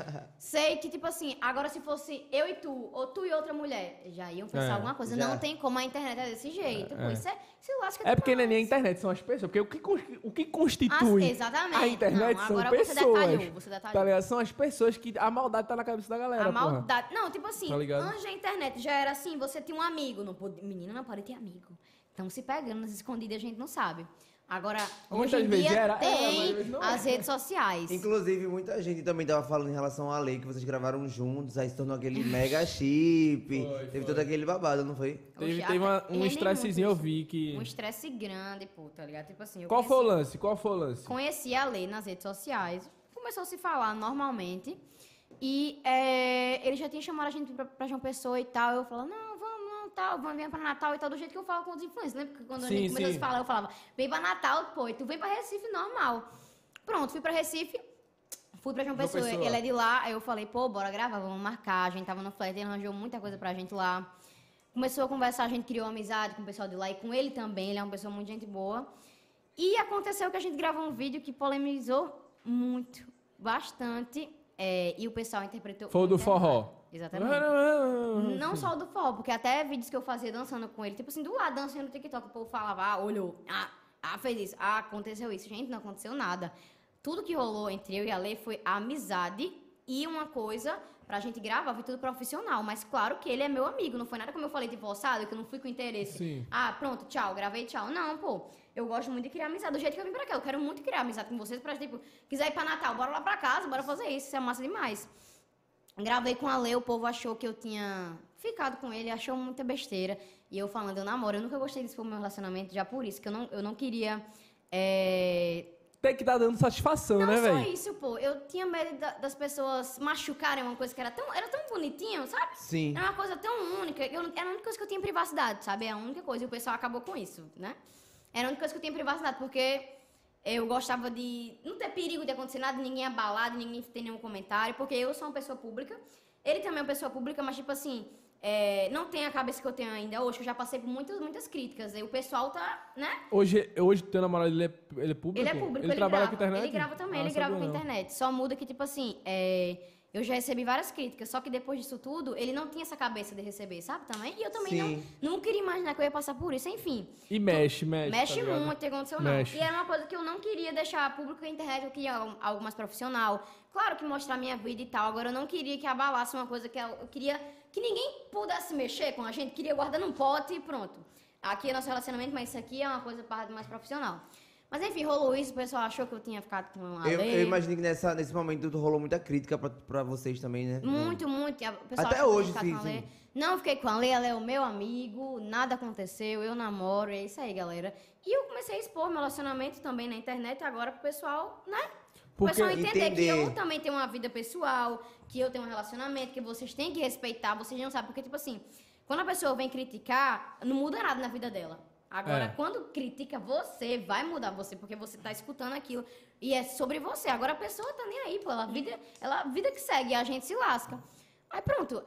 Sei que, tipo assim, agora se fosse eu e tu, ou tu e outra mulher, já iam pensar alguma coisa. já. Não tem como a internet é desse jeito. Pô, isso lasca É porque demais. nem a internet, são as pessoas. Porque o que constitui exatamente. a internet Não, são agora pessoas. você detalhou. Tá ligado? São as pessoas que a maldade tá na cabeça da galera, A porra. maldade. Não, tipo assim, Tá ligado? antes da internet já era assim, você tinha um amigo. Menino não pode ter amigo. Então se pegando nas escondidas, a gente não sabe. Agora, Muitas hoje em vezes dia era, mas às tem vezes não as redes sociais. Inclusive, muita gente também tava falando em relação à lei que vocês gravaram juntos, aí se tornou aquele mega chip. Teve todo aquele babado, não foi? Teve Oxe, um rendem estressezinho, eu muito vi que... Um estresse grande, pô, tá ligado? Tipo assim, eu Qual foi o lance? conheci a Lei nas redes sociais, começou a se falar normalmente, e ele já tinha chamado a gente pra João Pessoa e tal, eu falava, não, tal, vamos vir pra Natal e tal, do jeito que eu falo com os influencers, lembra? Porque quando a gente começou a se falar, eu falava, vem pra Natal, pô, e tu vem pra Recife normal. Pronto, fui pra Recife, fui pra João Pessoa, ele é de lá, aí eu falei, pô, bora gravar, vamos marcar, a gente tava no flat, ele arranjou muita coisa pra gente lá. Começou a conversar, a gente criou amizade com o pessoal de lá e com ele também, ele é uma pessoa muito gente boa. E aconteceu que a gente gravou um vídeo que polemizou bastante. E o pessoal interpretou... Foi o do forró. Exatamente. Não só o do forró, porque até vídeos que eu fazia dançando com ele, tipo assim, do lado dançando no TikTok, o povo falava, olhou, fez isso, aconteceu isso. Gente, não aconteceu nada. Tudo que rolou entre eu e a Lê foi a amizade e uma coisa pra gente gravar, foi tudo profissional. Mas claro que ele é meu amigo, não foi nada como eu falei, tipo, ossado, que eu não fui com interesse. Sim. Pronto, tchau, gravei, tchau. Não, pô, eu gosto muito de criar amizade, do jeito que eu vim pra cá. Eu quero muito criar amizade com vocês, pra, tipo, quiser ir pra Natal, bora lá pra casa, bora fazer isso é massa demais. Gravei com a Lê, o povo achou que eu tinha ficado com ele, achou muita besteira. E eu falando, eu namoro, eu nunca gostei disso pro meu relacionamento, já por isso, que eu não queria... Tem que dar dando satisfação, né, velho? Não só isso, pô. Eu tinha medo das pessoas machucarem uma coisa que era tão bonitinho, sabe? Sim. Era uma coisa tão única. Era a única coisa que eu tinha privacidade, sabe? É a única coisa. E o pessoal acabou com isso, né? Era a única coisa que eu tinha privacidade, porque eu gostava de não ter perigo de acontecer nada, ninguém abalado, ninguém ter nenhum comentário, porque eu sou uma pessoa pública. Ele também é uma pessoa pública, mas, tipo assim... não tem a cabeça que eu tenho ainda hoje, que eu já passei por muitas críticas. E o pessoal tá, né? Hoje o teu namorado, ele é público? Ele é público, ele trabalha com internet? Ele grava também, ele grava com internet. Só muda que, tipo assim, eu já recebi várias críticas, só que depois disso tudo, ele não tinha essa cabeça de receber, sabe, também? E eu também não queria imaginar que eu ia passar por isso, enfim. E mexe tá muito, que aconteceu não. E era uma coisa que eu não queria deixar público na internet, eu queria algo mais profissional. Claro que mostrar minha vida e tal, agora eu não queria que abalasse uma coisa que eu queria que ninguém pudesse mexer com a gente, queria guardar num pote e pronto. Aqui é nosso relacionamento, mas isso aqui é uma coisa mais profissional. Mas enfim, rolou isso, o pessoal achou que eu tinha ficado com a Lê. Eu imagino que nesse momento rolou muita crítica pra vocês também, né? Muito. O pessoal até achou hoje, que eu tinha ficado com a Lê. Não fiquei com a Lê, ela é o meu amigo, nada aconteceu, eu namoro, é isso aí, galera. E eu comecei a expor meu relacionamento também na internet agora pro pessoal, né? O pessoal entender que eu também tenho uma vida pessoal, que eu tenho um relacionamento, que vocês têm que respeitar, vocês não sabem, porque, tipo assim, quando a pessoa vem criticar, não muda nada na vida dela. Agora, quando critica você, vai mudar você, porque você tá escutando aquilo e é sobre você. Agora a pessoa tá nem aí, pô, ela vida que segue, a gente se lasca. Aí pronto,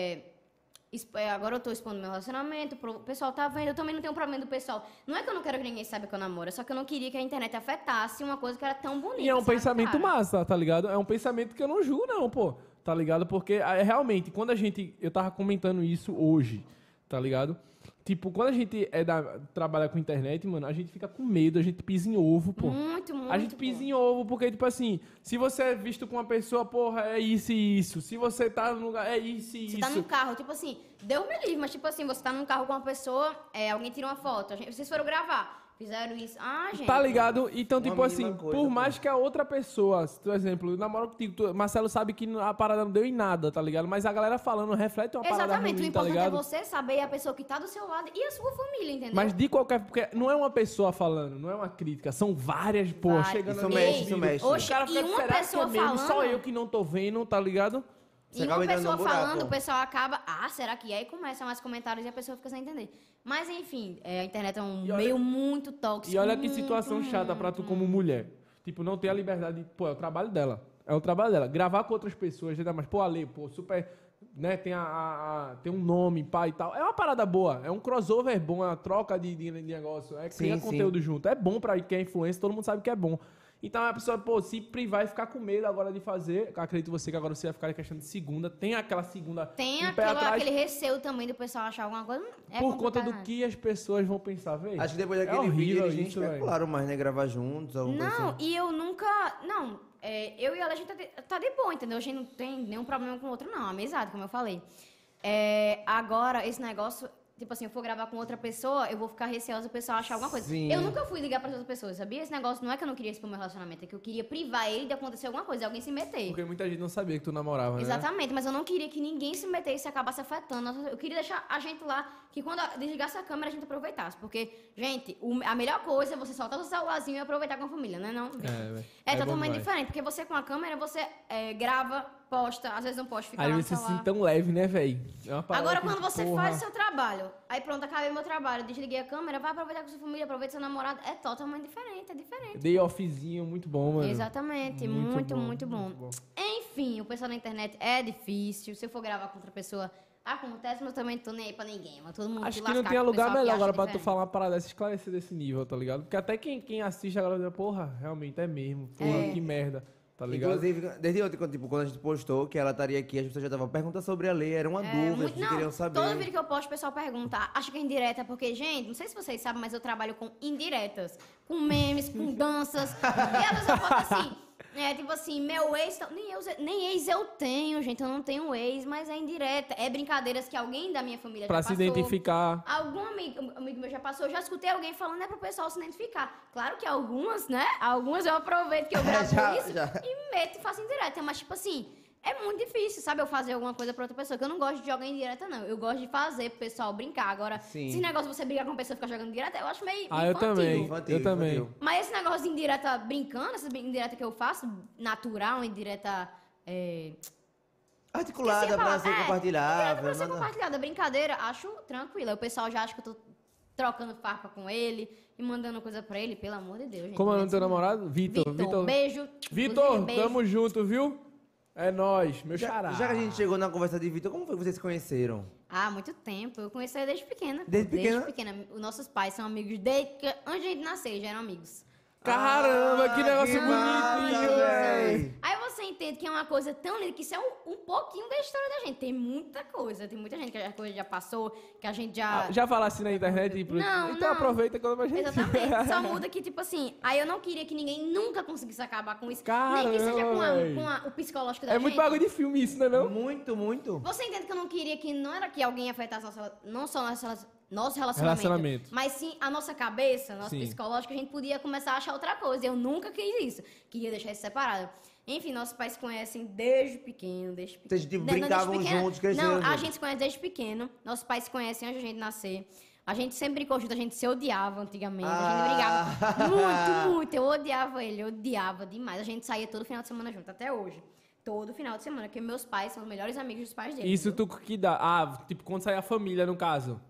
agora eu tô expondo meu relacionamento, o pessoal tá vendo, eu também não tenho problema do pessoal. Não é que eu não quero que ninguém saiba que eu namoro, é só que eu não queria que a internet afetasse uma coisa que era tão bonita. E é um pensamento massa, tá ligado? É um pensamento que eu não julgo, não, pô. Tá ligado? Porque realmente, quando eu tava comentando isso hoje, tá ligado? Tipo, quando a gente trabalha com internet, mano, a gente fica com medo, a gente pisa em ovo, pô. Muito. A gente pisa em ovo, porque, tipo assim, se você é visto com uma pessoa, porra, é isso e isso. Se você tá no lugar, é isso e isso. Você tá num carro, tipo assim, Deus me livre, mas tipo assim, você tá num carro com uma pessoa, alguém tira uma foto, vocês foram gravar. Fizeram isso. Gente. Tá ligado? Então, tipo assim, por mais que a outra pessoa, por exemplo, eu namoro contigo, Marcelo sabe que a parada não deu em nada, tá ligado? Mas a galera falando reflete uma parada ruim, Exatamente, o tá ligado? importante é você saber a pessoa que tá do seu lado e a sua família, entendeu? Mas de qualquer... Porque não é uma pessoa falando, não é uma crítica, são várias, pô, chegando... Isso mexe. O cara fica, será que é mesmo? Só eu que não tô vendo, tá ligado? E uma pessoa falando, o pessoal acaba... será que é? E começam mais comentários e a pessoa fica sem entender. Mas, enfim, a internet é um meio muito tóxico. E olha que situação chata pra tu como mulher. Tipo, não ter a liberdade... Pô, é o trabalho dela. É o trabalho dela. Gravar com outras pessoas, mas, pô, Ale, pô, super... Né, tem um nome, pai e tal. É uma parada boa. É um crossover bom, é uma troca de negócio. É criar conteúdo junto. É bom pra quem é influencer, todo mundo sabe que é bom. Então a pessoa, pô, se privar e ficar com medo agora de fazer, acredito você que agora você vai ficar em questão de segunda, tem aquela segunda... Tem aquele receio também do pessoal achar alguma coisa... Por conta do que as pessoas vão pensar, velho. Acho que depois daquele vídeo eles nem especularam mais, né? Gravar juntos, alguma coisa assim. Não, e eu nunca... Não, eu e ela, a gente tá de boa, entendeu? A gente não tem nenhum problema com o outro, não. Amizade, como eu falei. Agora, esse negócio... Tipo assim, eu for gravar com outra pessoa, eu vou ficar receosa o pessoal achar alguma coisa. Sim. Eu nunca fui ligar para outras pessoas, sabia? Esse negócio não é que eu não queria expor meu relacionamento, é que eu queria privar ele de acontecer alguma coisa, alguém se meter. Porque muita gente não sabia que tu namorava, né? Exatamente, mas eu não queria que ninguém se metesse e acabasse afetando. Eu queria deixar a gente lá, que quando desligasse a câmera a gente aproveitasse. Porque, gente, a melhor coisa é você soltar o celularzinho e aproveitar com a família, né? Não? É totalmente diferente, porque você com a câmera, você grava, posta, às vezes não pode ficar aí lá no você se celular. sente tão leve, né, velho? Agora, quando você faz o seu trabalho, aí pronto, acabei meu trabalho, desliguei a câmera, vai aproveitar com sua família, aproveita seu namorado, é totalmente diferente, é diferente. Day offzinho, muito bom, mano. Exatamente, muito bom. Enfim, o pessoal na internet é difícil, se eu for gravar com outra pessoa, Acontece, mas eu também não tô nem aí pra ninguém. Mas todo mundo Acho que não tinha lugar melhor agora pra tu falar uma parada dessa, esclarecer desse nível, tá ligado? Porque até quem assiste agora diz, porra, realmente é mesmo. Porra, que merda, tá ligado? Inclusive, desde ontem, quando a gente postou que ela estaria aqui, as pessoas já estavam perguntando sobre a lei, era uma dúvida, as pessoas queriam saber. Todo vídeo que eu posto, o pessoal pergunta, acho que é indireta, porque, gente, não sei se vocês sabem, mas eu trabalho com indiretas. Com memes, com danças. E às vezes eu boto assim... tipo assim, meu ex... Nem ex eu tenho, gente. Eu não tenho ex, mas é indireta. É brincadeiras que alguém da minha família já passou. Pra se identificar. Algum amigo meu já passou. Eu já escutei alguém falando, pro pessoal se identificar. Claro que algumas, né? Algumas eu aproveito que eu gravo isso e meto e faço indireta. Mas, tipo assim... É muito difícil, sabe? Eu fazer alguma coisa pra outra pessoa. Que eu não gosto de jogar em direta, não. Eu gosto de fazer pro pessoal brincar. Agora, esse negócio de você brigar com uma pessoa e ficar jogando direta, eu acho meio infantil. Eu também. Mas esse negócio de indireta brincando, essa indireta que eu faço, natural, indireta... articulada pra ser compartilhável. Pra ser compartilhada. Brincadeira, acho tranquila. O pessoal já acha que eu tô trocando farpa com ele e mandando coisa pra ele. Pelo amor de Deus, gente. Como é o nome do teu namorado? Vitor. Beijo. Vitor, tamo junto, viu? É nóis, meu xará. Já que a gente chegou na conversa de Vitor, como foi que vocês se conheceram? Há muito tempo. Eu conheci ele desde pequena. Desde pequena? Desde pequena. Os nossos pais são amigos desde que antes de a gente nascer, eles já eram amigos. Caramba, que negócio bonitinho, velho. Aí você entende que é uma coisa tão linda, que isso é um pouquinho da história da gente. Tem muita coisa, tem muita gente que a coisa já passou, que a gente já... Já falasse na internet? Não, então aproveita quando a gente... Exatamente, só muda que, tipo assim, aí eu não queria que ninguém nunca conseguisse acabar com isso. Caramba, nem que seja com o psicológico da gente. É muito bagulho de filme isso, né não? Muito, muito. Você entende que eu não queria que não era que alguém afetasse não só nosso relacionamento, mas sim a nossa cabeça, nosso psicológico, a gente podia começar a achar outra coisa. Eu nunca quis isso, queria deixar isso separado. Enfim, nossos pais se conhecem desde pequeno, Vocês tipo, brincavam juntos, cresceram. Não, a gente se conhece desde pequeno. Nossos pais se conhecem antes de a gente nascer. A gente sempre brincou junto, a gente se odiava antigamente. A gente brigava muito, muito. Eu odiava ele, eu odiava demais. A gente saía todo final de semana junto, até hoje. Todo final de semana, porque meus pais são os melhores amigos dos pais dele. Isso tu que dá? Tipo, quando sai a família, no caso.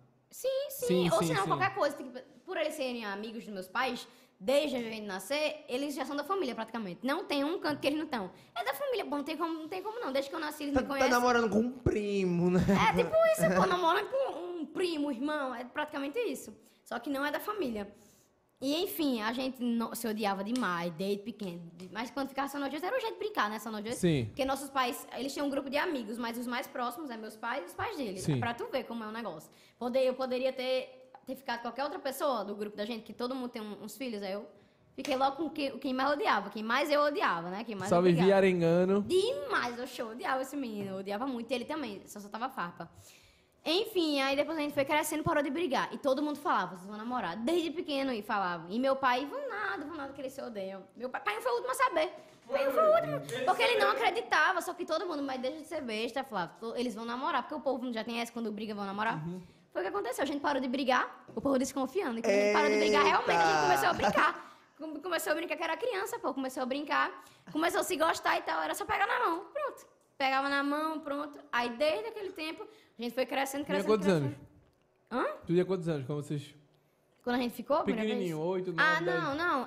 Sim. Ou se não, qualquer coisa. Tipo, por eles serem amigos dos meus pais, desde a gente nascer, eles já são da família, praticamente. Não tem um canto que eles não estão. É da família, pô, não tem como não. Desde que eu nasci, eles me conhecem. Tá namorando com um primo, né? É, tipo isso, pô, namorando com um primo, irmão. É praticamente isso. Só que não é da família. E, enfim, a gente se odiava demais, desde pequeno. Mas quando ficava São Noite, era o jeito de brincar, né, São Noite? Sim. Porque nossos pais, eles tinham um grupo de amigos, mas os mais próximos, meus pais e os pais deles. Sim. É pra tu ver como é o negócio. Eu poderia ter ficado qualquer outra pessoa do grupo da gente, que todo mundo tem uns filhos, aí eu fiquei logo com quem mais odiava, quem mais eu odiava, né? Quem mais só vivia arengando. Demais, eu odiava esse menino, eu odiava muito. E ele também, só tava farpa. Enfim, aí depois a gente foi crescendo, parou de brigar. E todo mundo falava, vocês vão namorar. Desde pequeno, e falavam. E meu pai, vão nada que eles se odeiam. Meu pai foi o último a saber. Pai foi o último. Porque ele não acreditava, só que todo mundo, mas deixa de ser besta, falava, eles vão namorar. Porque o povo não já tem essa, quando briga, vão namorar. Foi o que aconteceu, a gente parou de brigar, o povo desconfiando. E quando a gente parou de brigar, realmente a gente começou a brincar. Começou a brincar que era criança, pô, começou a brincar. Começou a se gostar e tal, era só pegar na mão, pronto. Pegava na mão, pronto. Aí, desde aquele tempo, a gente foi crescendo. Tinha quantos anos? Hã? Tu tinha quantos anos quando vocês... Quando a gente ficou? Pequenininho, 8, 9, 10. Não.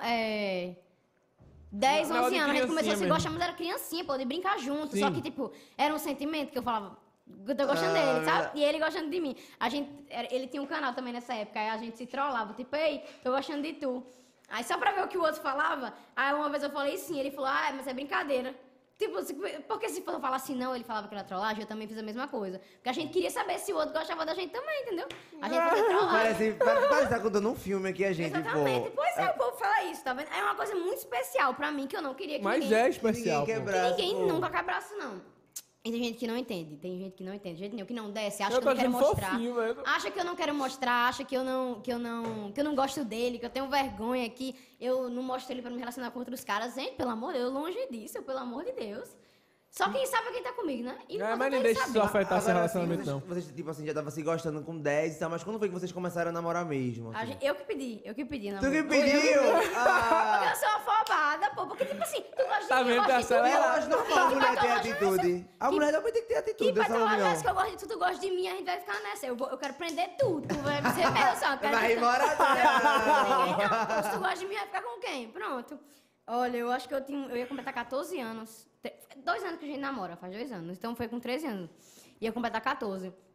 10, 11 anos. A gente começou a se gostar, mas era criancinha, pô, de brincar junto. Sim. Só que, tipo, era um sentimento que eu falava, eu tô gostando dele, sabe? E ele gostando de mim. Ele tinha um canal também nessa época, aí a gente se trollava, tipo, ei, tô gostando de tu. Aí só pra ver o que o outro falava, aí uma vez eu falei sim, ele falou, mas é brincadeira. Tipo, porque se eu falar assim, não, ele falava que era trollagem, eu também fiz a mesma coisa. Porque a gente queria saber se o outro gostava da gente também, entendeu? A gente fazia trollagem. Parece que tá contando um filme aqui, a gente, exatamente. Pois é, o povo fala isso, tá vendo? É uma coisa muito especial pra mim, que eu não queria que Mas ninguém... é especial, que ninguém nunca quebrasse, não. E tem gente que não entende, de jeito nenhum, que não desce, acha que eu não quero mostrar. Acha que eu não quero mostrar, acha que eu não gosto dele, que eu tenho vergonha, que eu não mostro ele pra me relacionar com outros caras. Gente, pelo amor de Deus, longe disso, pelo amor de Deus. Só quem sabe é quem tá comigo, né? E mas nem deixa isso afetar seu relacionamento, não. Vocês, tipo assim, já tava se gostando com 10 e tal, mas quando foi que vocês começaram a namorar mesmo? Assim? Eu que pedi, namoro. Tu que pediu? Porque eu sou afobada, pô. Porque, tipo assim, tu gosta tá de mim, eu gosto de tu. Eu acho normal a mulher ter atitude. A mulher também tem que ter atitude, essa opinião. Que eu gosto de tu, tu gosta de mim, a gente vai ficar nessa. Eu quero prender tu, tu vai ser meu, só. Vai embora, não. Se tu gosta de mim, vai ficar com quem? Pronto. Olha, eu acho que eu ia completar 14 anos. 2 anos que a gente namora, faz 2 anos. Então foi com 13 anos. Ia completar 14.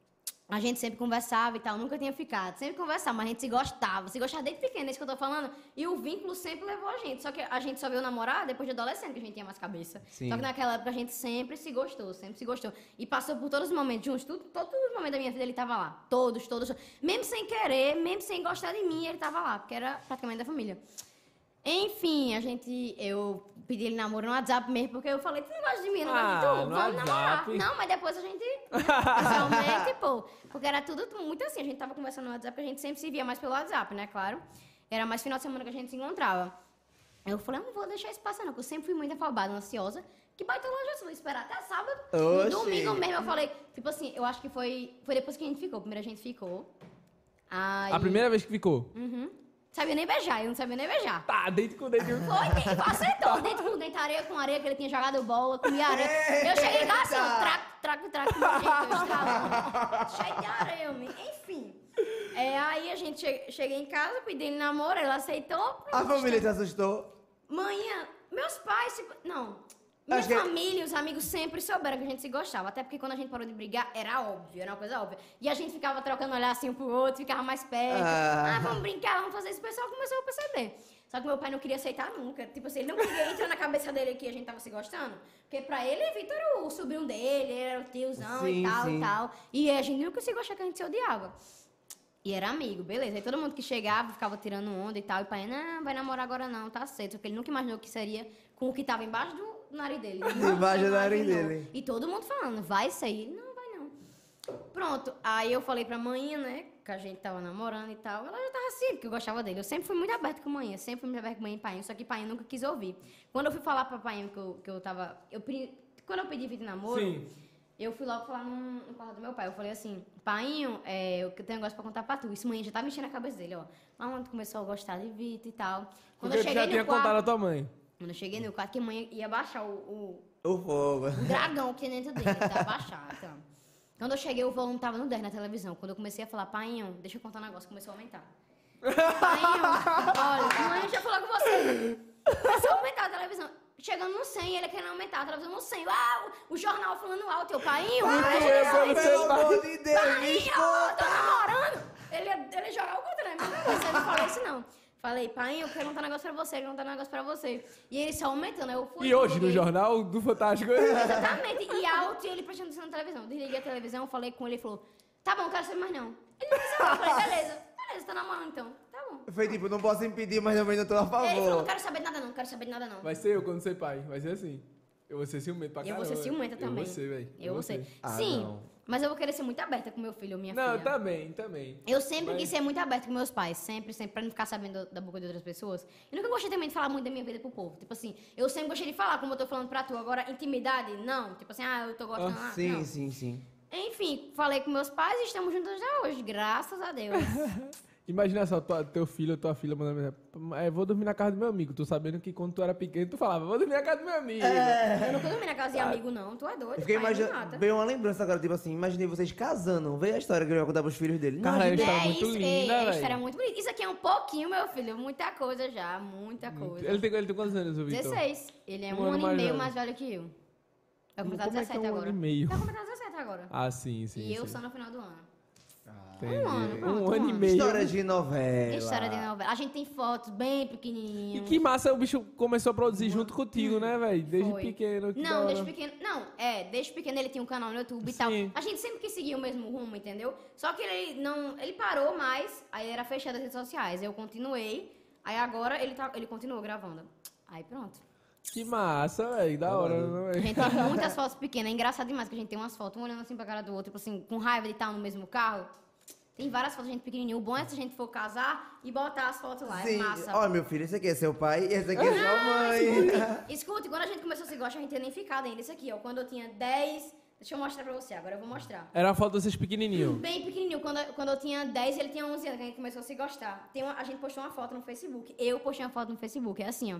A gente sempre conversava e tal, nunca tinha ficado. Sempre conversava, mas a gente se gostava desde pequeno, é isso que eu tô falando. E o vínculo sempre levou a gente. Só que a gente só veio namorar depois de adolescente, que a gente tinha mais cabeça. Sim. Só que naquela época a gente sempre se gostou. E passou por todos os momentos juntos, todos os momentos da minha vida ele tava lá. Todos. Mesmo sem querer, mesmo sem gostar de mim, ele tava lá, porque era praticamente da família. Enfim, eu pedi ele namoro no WhatsApp mesmo, porque eu falei, tu não gosta de mim, eu não gosto de tu, vamos namorar. Não, mas depois a gente, realmente, pô, porque era tudo muito assim, a gente tava conversando no WhatsApp, porque a gente sempre se via mais pelo WhatsApp, né, claro. Era mais final de semana que a gente se encontrava. Eu falei, não vou deixar isso passar não, porque eu sempre fui muito afobada, ansiosa, que baita longe, vou esperar até sábado. No domingo mesmo eu falei, tipo assim, eu acho que foi depois que a gente ficou, primeiro a gente ficou. Aí... A primeira vez que ficou? Uhum. Sabia nem beijar, eu não sabia nem beijar. Tá, dente com dente. Foi, acertou. Dente com dente, areia com areia, que ele tinha jogado bola, comia areia. Eu cheguei lá assim, ó, traco, cheio de areia, enfim. Aí a gente cheguei em casa, pedi ele namoro, ele aceitou. A família se assustou? Manhã, meus pais, não... Minha família e os amigos sempre souberam que a gente se gostava. Até porque quando a gente parou de brigar, era óbvio, era uma coisa óbvia. E a gente ficava trocando olhar assim um pro outro, ficava mais perto. Vamos brincar, vamos fazer isso. O pessoal começou a perceber. Só que meu pai não queria aceitar nunca. Tipo assim, ele não queria entrar na cabeça dele que a gente tava se gostando. Porque pra ele, Vitor era o sobrinho dele, ele era o tiozão e tal. E a gente nunca se gostava, que a gente se odiava. E era amigo, beleza. Aí todo mundo que chegava ficava tirando onda e tal. E o pai, não, vai namorar agora não, tá certo. Porque ele nunca imaginou que seria com o que tava embaixo do nariz dele. Embaixo do nariz dele. E todo mundo falando, vai sair? Não, vai não. Pronto. Aí eu falei pra mãe, né, que a gente tava namorando e tal. Ela já tava assim, porque eu gostava dele. Eu sempre fui muito aberta com mãe. Sempre fui muito aberta com mãe e pai. Só que pai nunca quis ouvir. Quando eu fui falar pra pai que eu tava... Quando eu pedi de namoro... Sim. Eu fui logo falar no quarto do meu pai. Eu falei assim, painho, eu tenho um negócio pra contar pra tu. Isso manhã já tava mexendo a cabeça dele, ó. Mas quando começou a gostar de Vitor e tal. Quando eu cheguei já tinha contado a tua mãe. Quando eu cheguei no quarto, que a mãe ia baixar o fogo. O dragão que tinha dentro dele, ele tava baixado. Então. Quando eu cheguei, o volume tava no 10 na televisão. Quando eu comecei a falar, painho, deixa eu contar um negócio, começou a aumentar. Painho, olha, mãe, deixa eu falar com você. Começou a aumentar a televisão. Chegando no 100, ele querendo aumentar a televisão no 100. O jornal falando alto. Eu, painho, pelo amor de Deus, painho, tô namorando. Ele ia jogar o contra, né? Mas eu não falei isso, não. Falei, pai, eu quero contar um negócio pra você, E ele só aumentando, eu fui... E hoje, no jornal do Fantástico... Exatamente, e alto, e ele prestando atenção na televisão. Desliguei a televisão, falei com ele, ele falou, tá bom, não quero saber mais não. Ele não quis saber, eu falei, beleza, tá namorando então, tá bom. Foi tipo, não posso impedir, mas também não tô a favor. Ele falou, não quero saber de nada não. Vai ser eu quando ser pai, vai ser assim. Eu vou ser ciumento pra caramba. Eu vou ser ciumenta também. Eu vou ser, velho. Eu vou ser. Sim, não. Mas eu vou querer ser muito aberta com meu filho ou minha filha. Não, também. Eu sempre quis ser muito aberta com meus pais. Sempre, pra não ficar sabendo da boca de outras pessoas. Eu nunca gostei também de falar muito da minha vida pro povo. Tipo assim, eu sempre gostei de falar, como eu tô falando pra tu. Agora, intimidade, não. Tipo assim, eu tô gostando. Sim, não. sim. Enfim, falei com meus pais e estamos juntos já hoje. Graças a Deus. Imagina só, teu filho ou tua filha mandando vou dormir na casa do meu amigo. Tu sabendo que quando tu era pequeno, tu falava, vou dormir na casa do meu amigo. Eu nunca dormi na casa de amigo, não. Tu é doido. Eu fiquei imaginando, veio uma lembrança agora, tipo assim, imaginei vocês casando. Veio a história que eu ia contar pros filhos dele. Cara, a história é muito linda, velho. A história é muito bonita. Isso aqui é um pouquinho, meu filho. Muita coisa já, muita coisa. Ele tem quantos anos, o Vitor? 16. Ele é um ano e meio mais velho que eu. Vai completar 17 agora. Um ano e meio? Vai completar 17 agora. Ah, sim. E eu só no final do ano. Um ano e meio. História de novela. História de novela. A gente tem fotos bem pequenininhas. E que massa o bicho começou a produzir junto contigo, né, velho? Desde pequeno. Desde pequeno. Desde pequeno ele tinha um canal no YouTube e tal. A gente sempre quis seguir o mesmo rumo, entendeu? Só que ele parou mais, aí era fechado as redes sociais. Eu continuei, aí agora ele continuou gravando. Aí pronto. Que massa, velho. Da hora. A gente tem muitas fotos pequenas. É engraçado demais que a gente tem umas fotos, um olhando assim pra cara do outro, tipo assim, com raiva de estar no mesmo carro. Tem várias fotos de gente pequenininha. O bom é se a gente for casar e botar as fotos lá. Sim. É massa. Olha, meu filho, esse aqui é seu pai e esse aqui é sua mãe. Escute, quando a gente começou a se gostar, a gente tinha nem ficado ainda. Esse aqui, ó. Quando eu tinha 10... Deixa eu mostrar pra você. Agora eu vou mostrar. Era a foto de vocês pequenininho? Bem pequenininho. Quando eu tinha 10 e ele tinha 11 anos, que a gente começou a se gostar. A gente postou uma foto no Facebook. Eu postei uma foto no Facebook. É assim, ó.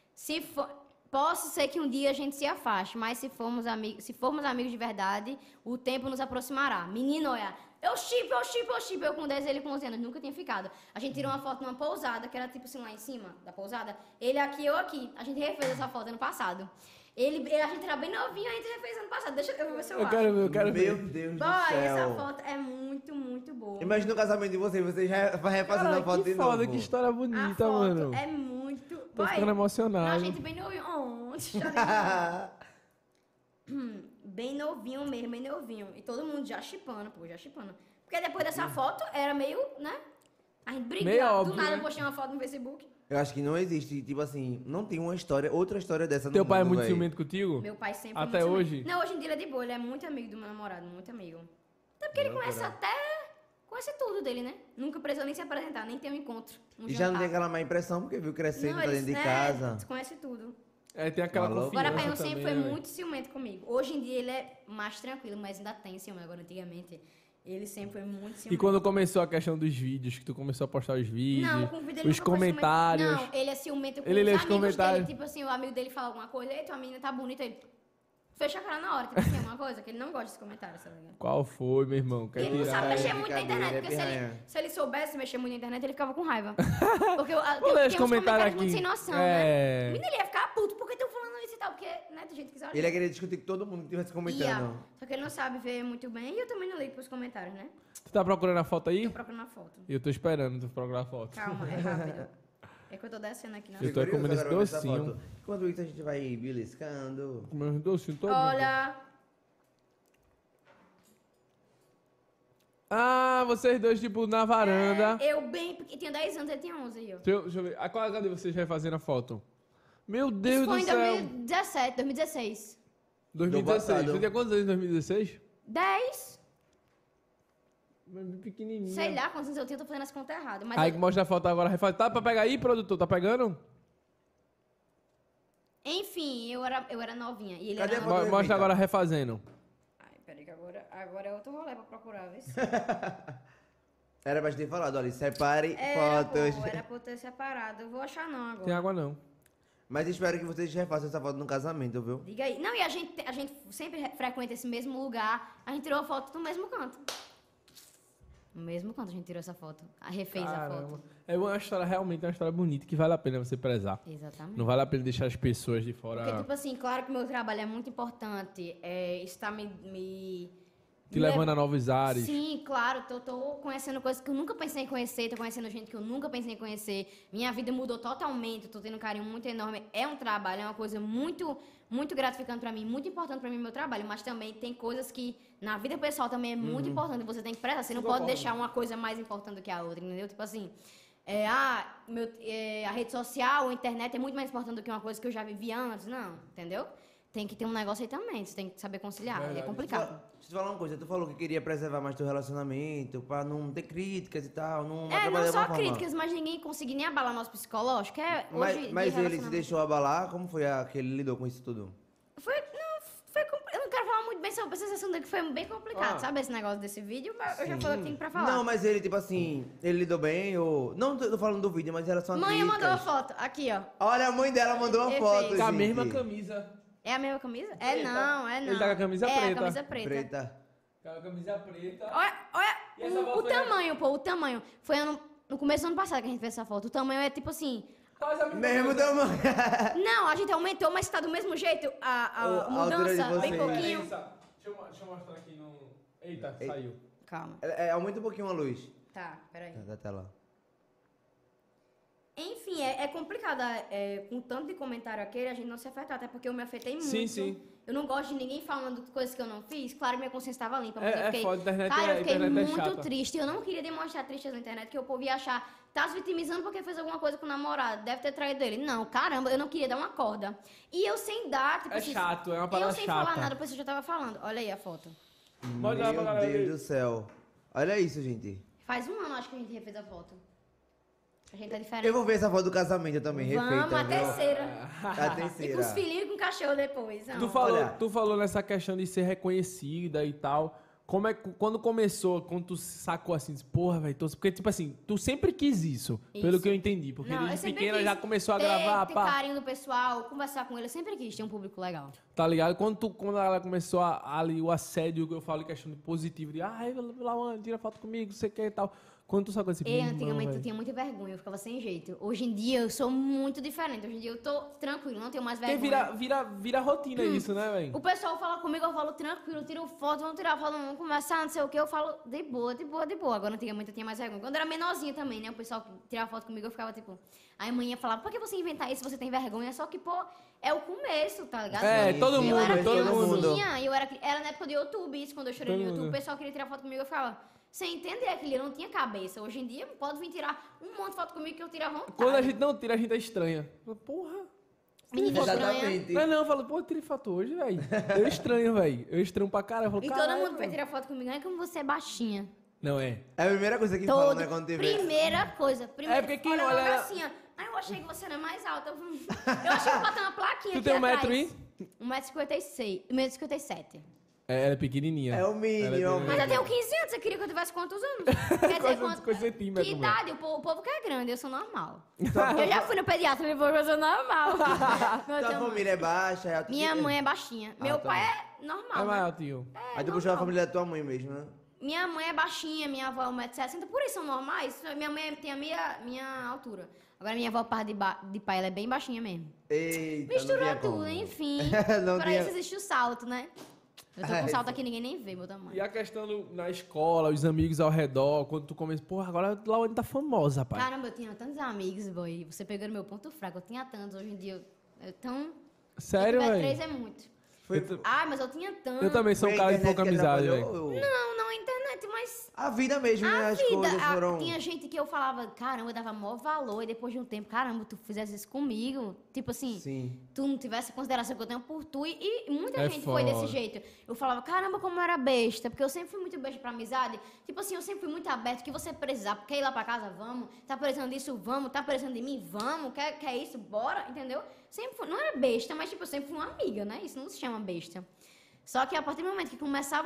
Posso ser que um dia a gente se afaste, mas se formos amigos de verdade, o tempo nos aproximará. Menino, olha... Eu chipo. Eu com 10 e ele com 11 anos. Nunca tinha ficado. A gente tirou uma foto numa pousada, que era tipo assim, lá em cima da pousada. Ele aqui, eu aqui. A gente refez essa foto ano passado. A gente era bem novinho, a gente refez ano passado. Eu vou ver se eu acho. Eu quero ver. Meu Deus do céu. Essa foto é muito muito boa. Imagina o casamento de vocês, você já vai refazendo a foto de novo. Foda, que história bonita, a foto mano. é muito... Tô ficando emocionado. A gente bem novinho. Bem novinho mesmo, bem novinho. E todo mundo já chipando, já chipando. Porque depois dessa foto, era meio, né? A gente brigava. Do nada eu postei uma foto no Facebook. Eu acho que não existe, tipo assim, não tem outra história dessa no Teu pai é muito véi. ciumento contigo? Meu pai sempre Até muito hoje? ciumento. Não, hoje em dia ele é de boa, ele é muito amigo do meu namorado, muito amigo. Até porque ele conhece tudo dele, né? Nunca precisou nem se apresentar, nem ter um encontro. E já não tem aquela má impressão, porque viu crescendo pra dentro de casa. Conhece tudo. É, tem aquela confiança. Agora, pai, eu sempre foi né, muito ciumento comigo. Hoje em dia ele é mais tranquilo, mas ainda tem ciúme. Agora, antigamente, ele sempre foi muito ciumento. E quando começou a questão dos vídeos, que tu começou a postar os vídeos, não, com o vídeo ele os nunca foi comentários... ciumento. Não, ele é ciumento com ele os lê os amigos comentários. dele. Tipo assim, o amigo dele fala alguma coisa, eita, a menina tá bonita, ele... Fecha a cara na hora, tipo assim, uma coisa, que ele não gosta desse comentário, tá ligado? Qual foi, meu irmão? Quer Ele não tirar? sabe mexer muito na internet, porque se ele soubesse mexer muito na internet, ele ficava com raiva. Porque tem uns comentários muito sem noção, né? Menina, ele ia ficar puto, por que estão falando isso e tal? Porque, né, tem gente que exagera. Ele ia querer discutir com todo mundo que estivesse comentando. Só que ele não sabe ver muito bem e eu também não ligo pros comentários, né? Tu tá procurando a foto aí? Tô procurando a foto. Eu tô esperando tu procurar a foto. Calma, é rápido. É que eu tô descendo aqui na Eu tô comendo esse docinho. Enquanto isso, a gente vai beliscando. Comendo esse docinho todo. Olha... Ah, vocês dois, tipo, na varanda. Eu bem... Porque tinha 10 anos, ele tinha 11 aí, ó. Deixa eu ver. A qual cadê vocês vai fazendo a foto? Meu Deus Isso do foi em céu. 2017, 2016. 2016. Você tinha quantos anos em 2016? 10. Pequenininho. Sei lá quantos anos eu tinha, tô fazendo as contas erradas. Mas Aí mostra a foto agora, refaz. Tá pra pegar aí, produtor? Tá pegando? Enfim, eu era novinha. E ele Cadê era a foto? Mostra agora refazendo. Ai, peraí que agora é outro rolê pra procurar, vê se... Era pra gente ter falado, olha, separe fotos. Era pra eu ter separado. Eu vou achar não agora. Tem água não. Mas espero que vocês refaçam essa foto no casamento, viu? Diga aí. Não, e a gente sempre frequenta esse mesmo lugar. A gente tirou a foto no mesmo canto. No mesmo canto a gente tirou essa foto. Refez a foto. É uma história, realmente, é uma história bonita que vale a pena você prezar. Exatamente. Não vale a pena deixar as pessoas de fora. Porque, tipo assim, claro que o meu trabalho é muito importante. Está Te levando a novos ares. Sim, claro. Tô conhecendo coisas que eu nunca pensei em conhecer. Tô conhecendo gente que eu nunca pensei em conhecer. Minha vida mudou totalmente. Tô tendo um carinho muito enorme. É um trabalho, é uma coisa muito, muito gratificante pra mim. Muito importante pra mim, meu trabalho. Mas também tem coisas que na vida pessoal também é muito importante. Você tem que prezar. Você não pode deixar uma coisa mais importante do que a outra, entendeu? Tipo assim... a rede social, a internet é muito mais importante do que uma coisa que eu já vivi antes. Não, entendeu? Tem que ter um negócio aí também. Você tem que saber conciliar. É complicado. Deixa eu te falar uma coisa. Tu falou que queria preservar mais teu relacionamento, pra não ter críticas e tal. Não só críticas, mas ninguém conseguir nem abalar nosso psicológico. Mas ele se deixou abalar? Como foi que ele lidou com isso tudo? Eu não quero falar muito bem sobre essa sensação dele, que foi bem complicado, sabe? Esse negócio desse vídeo, mas eu já falei o que tem pra falar. Não, mas ele, tipo assim, ele lidou bem ou... Não tô falando do vídeo, mas em relação a Mãe críticas. mandou a foto. Aqui, ó. Olha, a mãe dela mandou uma foto, Com a gente. mesma camisa. É a mesma camisa? Preta. Não. Ele tá com a camisa preta. É, a camisa preta. Com a camisa preta. Olha o tamanho, pô, o tamanho. Foi no começo do ano passado que a gente fez essa foto. O tamanho é tipo assim... Mesmo tamanho. Não, a gente aumentou, mas tá do mesmo jeito a mudança, bem pouquinho. Deixa eu mostrar aqui no... Eita, saiu. Calma. Aumenta um pouquinho a luz. Tá, peraí. Da tela. Enfim, é complicado. Com tanto de comentário aquele, a gente não se afetar, até porque eu me afetei muito. Sim. Eu não gosto de ninguém falando coisas que eu não fiz. Claro, minha consciência estava limpa, mas eu fiquei... foda, eu fiquei muito chata. triste. Eu não queria demonstrar tristeza na internet, que o povo ia achar... Tá se vitimizando porque fez alguma coisa com o namorado. Deve ter traído ele. Não, caramba, eu não queria dar uma corda. E eu sem dar... Tipo, Chato, é uma palavra chata. Eu sem chata. falar nada, a pessoa já tava falando. Olha aí a foto. Pode dar pra galera Meu ver. Deus do céu. Olha isso, gente. Faz um ano, acho que a gente refez a foto. A gente tá diferente. Eu vou ver essa foto do casamento também, refeita. Vamos, a viu? terceira. A E terceira. com os filhinhos e com o cachorro depois. Não. Tu falou nessa questão de ser reconhecida e tal. Quando começou, quando tu sacou assim, disse, porra, velho, porque tipo assim, tu sempre quis isso, pelo que eu entendi, porque Não, desde eu sempre pequena quis já começou a gravar, ter pá. carinho do pessoal, conversar com ele, eu sempre quis ter um público legal. Tá ligado? Quando ela começou ali o assédio, eu falo em questão de positivo, de, lá, mano, tira foto comigo, você quer e tal. Quando tu saiu com esse Antigamente eu tinha muita vergonha, eu ficava sem jeito. Hoje em dia eu sou muito diferente. Hoje em dia eu tô tranquilo, não tenho mais vergonha. Porque vira rotina isso, né, velho? O pessoal fala comigo, eu falo tranquilo, tiro foto, vamos tirar foto, vamos conversar, não sei o que. Eu falo de boa, de boa, de boa. Agora antigamente eu tinha mais vergonha. Quando eu era menorzinha também, né? O pessoal tirava foto comigo, eu ficava tipo... Aí a mãe falava, por que você inventar isso se você tem vergonha? Só que, pô, é o começo, tá ligado? Todo mundo, todo mundo. Eu era na época do YouTube, isso, quando eu chorei no YouTube, o pessoal queria tirar foto comigo, eu ficava... Sem entender aquilo, eu não tinha cabeça. Hoje em dia, pode vir tirar um monte de foto comigo que eu tiro à vontade. Quando a gente não tira, a gente é estranha. Porra. Menina estranha. Não, eu falo, pô, eu tirei foto hoje, velho. Eu estranho, velho. Eu estranho pra caralho. E todo mundo vai tirar foto comigo, é como você é baixinha. Não é? É a primeira coisa que fala, né, quando te vê. Primeira coisa. É porque quem olha... assim, ó. Eu achei que você era mais alta. Eu achei que eu botei uma plaquinha aqui atrás. Tu tem 1,56 m. 1,57 m. Ela é pequenininha. É o mínimo. Mas eu tenho 15 anos, você queria que eu tivesse quantos anos? Quer dizer, quantos centímetros? Que idade? O povo que é grande, eu sou normal. Eu já fui no pediatra, me falou que eu sou normal. Tua família é baixa? É minha mãe é baixinha. Meu pai é normal. É maior, tio. Aí tu puxou a família da tua mãe mesmo, né? Minha mãe é baixinha, minha avó é 1,60 m, por isso são normais. Minha mãe tem a minha altura. Agora minha avó, parte de pai, ela é bem baixinha mesmo. Eita, misturou tudo, enfim. Pra isso existe o salto, né? Eu tô com salto aqui, ninguém nem vê meu tamanho. E a questão na escola, os amigos ao redor, quando tu começa... Porra, agora a Lawane tá famosa, rapaz. Caramba, eu tinha tantos amigos, boy. Você pegou no meu ponto fraco. Eu tinha tantos. Hoje em dia, eu tão... Sério, velho? 3 é muito. Mas eu tinha tantos. Eu também sou um cara de pouca amizade, velho. Não a internet, mas... A vida mesmo, né? As coisas foram... Tinha gente que eu falava, caramba, eu dava maior valor. E depois de um tempo, caramba, tu fizesse isso comigo. Tipo assim, Sim. Tu não tivesse a consideração que eu tenho por tu. E muita gente foda. foi desse jeito. Eu falava, caramba, como eu era besta. Porque eu sempre fui muito besta pra amizade. Tipo assim, eu sempre fui muito aberto. O que você precisar, quer ir lá pra casa? Vamos. Tá precisando disso? Vamos. Tá precisando de mim? Vamos. Quer isso? Bora. Entendeu? Sempre fui, não era besta, mas tipo, eu sempre fui uma amiga, né? Isso não se chama besta. Só que a partir do momento que começavam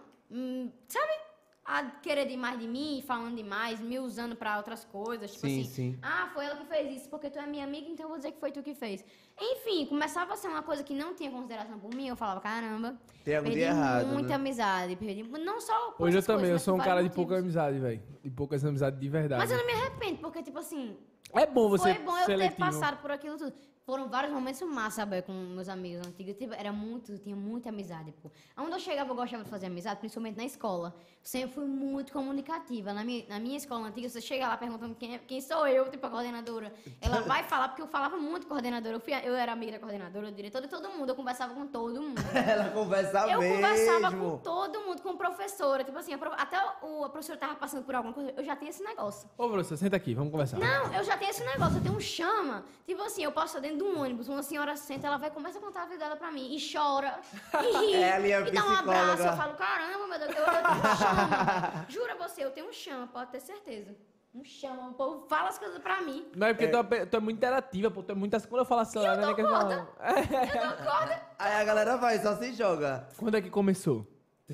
sabe? A querer demais de mim, falando demais, me usando pra outras coisas. Tipo sim. Foi ela que fez isso, porque tu é minha amiga, então eu vou dizer que foi tu que fez. Enfim, começava a ser uma coisa que não tinha consideração por mim, eu falava, caramba, tem algo perdi de errado, muita né? amizade, não só por Hoje eu essas também, coisas, eu mas sou um por cara de vários pouca motivos. amizade, velho. De poucas amizades de verdade. Mas eu não me arrependo, porque tipo assim... É bom você Foi bom eu seletivo. ter passado por aquilo tudo. Foram vários momentos massa, sabe, com meus amigos antigos. Tinha muita amizade, pô. Onde eu chegava, eu gostava de fazer amizade, principalmente na escola. Sempre fui muito comunicativa. Na minha escola antiga, você chega lá perguntando quem sou eu, tipo a coordenadora. Ela vai falar, porque eu falava muito com a coordenadora. Eu era amiga da coordenadora, do diretor, de todo mundo. Eu conversava com todo mundo. Ela conversa mesmo. Eu conversava com todo mundo, com professora. Tipo assim, até a professora tava passando por alguma coisa, eu já tinha esse negócio. Ô, professor, senta aqui, vamos conversar. Não, eu já tenho esse negócio, eu tenho um chama. Tipo assim, eu passo dentro de um ônibus, uma senhora senta, ela vai começa a contar a vida dela pra mim. E chora, e ri, Ela e a e dá um abraço. psicóloga. Eu falo, caramba, meu Deus, eu tenho um chama. Jura você, eu tenho um chama, pode ter certeza. Um chama, o povo fala as coisas pra mim. Não, é porque tu é muito interativa, pô. Tu é muito assim. Quando eu falo assim, Eu nem dou quer corda. falar. Eu dou corda. Aí a galera vai, só se joga. Quando é que começou?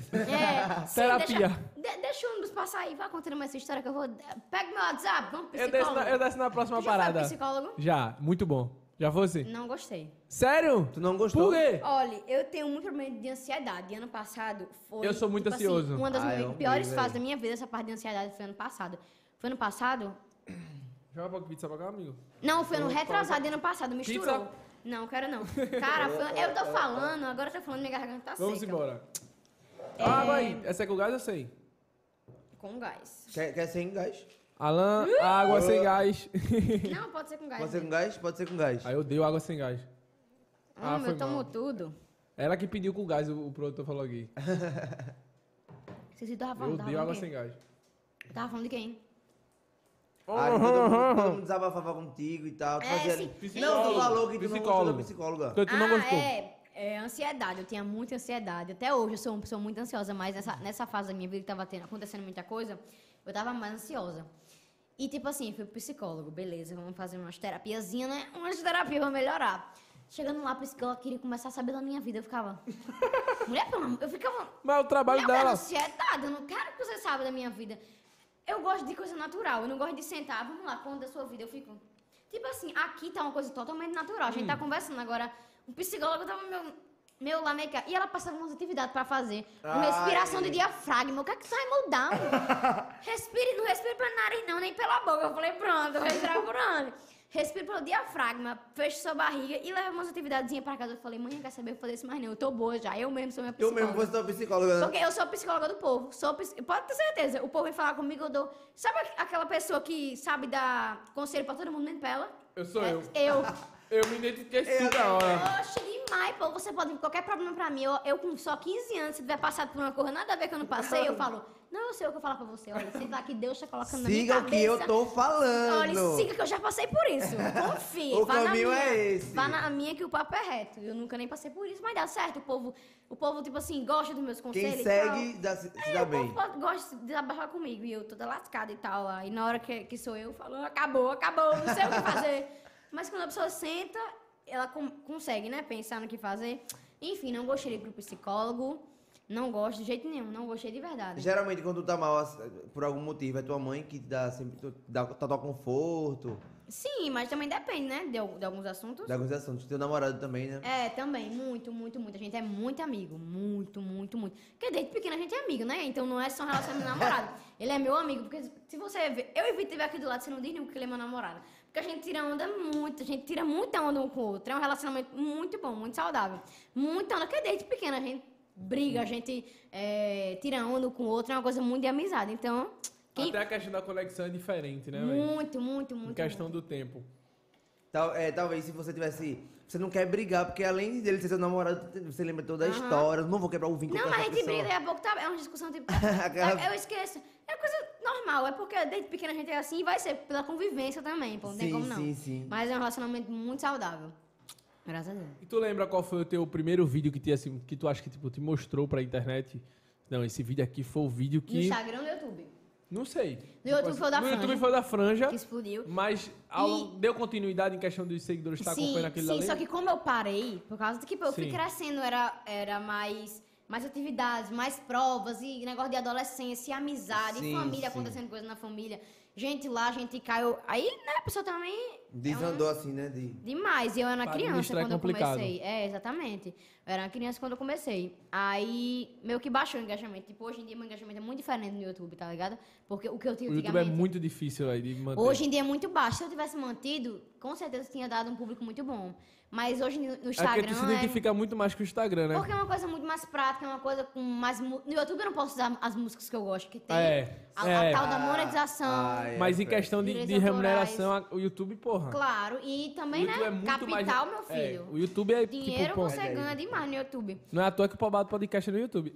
Sim, Terapia. Deixa o ônibus passar aí, vai contando essa história que eu vou... Pega meu WhatsApp, vamos pro Eu psicólogo. desço na próxima Tu já parada. foi pro psicólogo? Já, muito bom. Já fosse? Não gostei. Sério? Tu não gostou? Por quê? Olha, eu tenho muito problema de ansiedade. Ano passado foi... Eu sou muito tipo ansioso. Assim, uma das eu piores vi, fases velho. da minha vida, essa parte de ansiedade, foi ano passado. Foi ano passado? Joga um pouco de pizza pra cá, amigo. Não, foi ano retrasado e ano passado. Misturou. Pizza? Não, quero não. Cara, eu tô falando, agora eu tô falando, minha garganta tá Vamos seca. embora. Água aí. Essa é com gás, eu sei. Com gás. Quer sem gás? Alan, água sem gás. Não, pode ser com gás. Pode ser com gás? Pode ser com gás. Aí eu dei água sem gás. foi eu tomo mal. tudo. Ela que pediu com gás, o produtor falou aqui. Você tava Eu falando, dei água de sem quem? gás. Tava falando de quem? Todo mundo desabafava contigo e tal. sim. Não, tu falou que tu não gostou Psicólogo. da psicóloga. Então tu não gostou? É ansiedade, eu tinha muita ansiedade. Até hoje eu sou uma pessoa muito ansiosa, mas nessa fase da minha vida que tava acontecendo muita coisa, eu tava mais ansiosa. E tipo assim, fui pro psicólogo, beleza, vamos fazer umas terapiazinhas, né? Umas terapias pra melhorar. Chegando lá, a psicóloga queria começar a saber da minha vida, eu ficava... Mulher, pelo amor, eu ficava... Mas o trabalho Mulher, eu quero dela... ansiedade, eu não quero que você saiba da minha vida. Eu gosto de coisa natural, eu não gosto de sentar, vamos lá, conta da sua vida, eu fico... Tipo assim, aqui tá uma coisa totalmente natural, a gente tá conversando agora, o psicólogo tava meu... Meu lá, meio que... E ela passava umas atividades pra fazer. Com respiração de diafragma. O que é que tu vai mudar? Respire, não respire pelo nariz não, nem pela boca. Eu falei, pronto, eu vou respirar por onde? Respire pelo diafragma, feche sua barriga e leva umas atividadezinhas pra casa. Eu falei, mãe, quer saber? Eu falei isso mais não, eu tô boa já. Eu mesmo sou minha psicóloga. Eu mesmo vou ser psicóloga, né? Porque eu sou psicóloga do povo. Pode ter certeza. O povo vem falar comigo, eu dou... Sabe aquela pessoa que sabe dar conselho pra todo mundo, menos pra ela? Eu me identifiquei super da hora. Oxe, demais, pô. Você pode vir com qualquer problema pra mim. Eu com só 15 anos, se tiver passado por uma coisa nada a ver que eu não passei, eu falo... Não, eu sei o que eu falo pra você. Olha, senta aqui, Deus tá colocando na minha cabeça. Siga o que eu tô falando. Olha, siga que eu já passei por isso. Confie. O caminho é esse. Vá na minha que o papo é reto. Eu nunca nem passei por isso, mas dá certo. O povo tipo assim, gosta dos meus conselhos Quem e segue, tal. se dá bem. O povo gosta de desabafar comigo. E eu toda lascada e tal. Aí na hora que sou eu falo, acabou, não sei o que fazer. Mas quando a pessoa senta, ela consegue, né, pensar no que fazer. Enfim, não gostei de ir pro psicólogo. Não gosto de jeito nenhum, não gostei de verdade. Geralmente, quando tu tá mal, por algum motivo, é tua mãe que dá sempre dá total conforto. Sim, mas também depende, né, de alguns assuntos. De alguns assuntos. Teu namorado também, né? É, também, muito. A gente é muito amigo, muito. Porque desde pequena a gente é amigo, né? Então não é só um relacionamento de namorado. Ele é meu amigo, porque se você ver, eu evito ver aqui do lado, você não diz nunca que ele é meu namorado. Porque a gente tira onda muito, a gente tira muita onda um com o outro. É um relacionamento muito bom, muito saudável. Muita onda, porque desde pequena a gente briga, a gente tira onda um com o outro, é uma coisa muito de amizade. Então... Até a questão da conexão é diferente, né? Muito. Em questão do tempo. Talvez se você tivesse... Você não quer brigar, porque além dele ser seu namorado, você lembra toda a história. Não vou quebrar o vínculo com essa essa pessoa. Não, mas a gente briga, daqui a pouco é uma discussão tipo... Eu esqueço. É coisa normal, é porque desde pequena a gente é assim e vai ser pela convivência também, pô. Não tem como não. Sim. Mas é um relacionamento muito saudável. Graças a Deus. E tu lembra qual foi o teu primeiro vídeo que, assim, que tu acha que tipo, te mostrou pra internet? Não, esse vídeo aqui foi o vídeo que... No Instagram ou no YouTube? Não sei. No YouTube foi o da Franja. No YouTube foi o da Franja. Que explodiu. Mas deu continuidade em questão dos seguidores estar acompanhando aquele ali? Sim, só que como eu parei, por causa de que eu fui crescendo, era mais atividades, mais provas, e negócio de adolescência, e amizade, e família, acontecendo coisa na família. Gente lá, gente caiu. Aí, né, a pessoa também... Desandou assim, né? Demais. E eu era uma criança quando eu comecei. Exatamente. Eu era uma criança quando eu comecei. Aí, meio que baixou o engajamento. Tipo, hoje em dia, meu engajamento é muito diferente no YouTube, tá ligado? Porque o que eu tinha antigamente... O YouTube é muito difícil aí de manter. Hoje em dia é muito baixo. Se eu tivesse mantido, com certeza tinha dado um público muito bom. Mas hoje no Instagram... É porque tu se identifica muito mais com o Instagram, né? Porque é uma coisa muito mais prática, é uma coisa com mais... No YouTube eu não posso usar as músicas que eu gosto, que tem a tal da monetização. Mas em questão de remuneração, o YouTube, porra. Claro, e também, né? Capital, meu filho. O YouTube é dinheiro tipo, você ganha demais no YouTube. Não é à toa que o Pobado Podcast é no YouTube.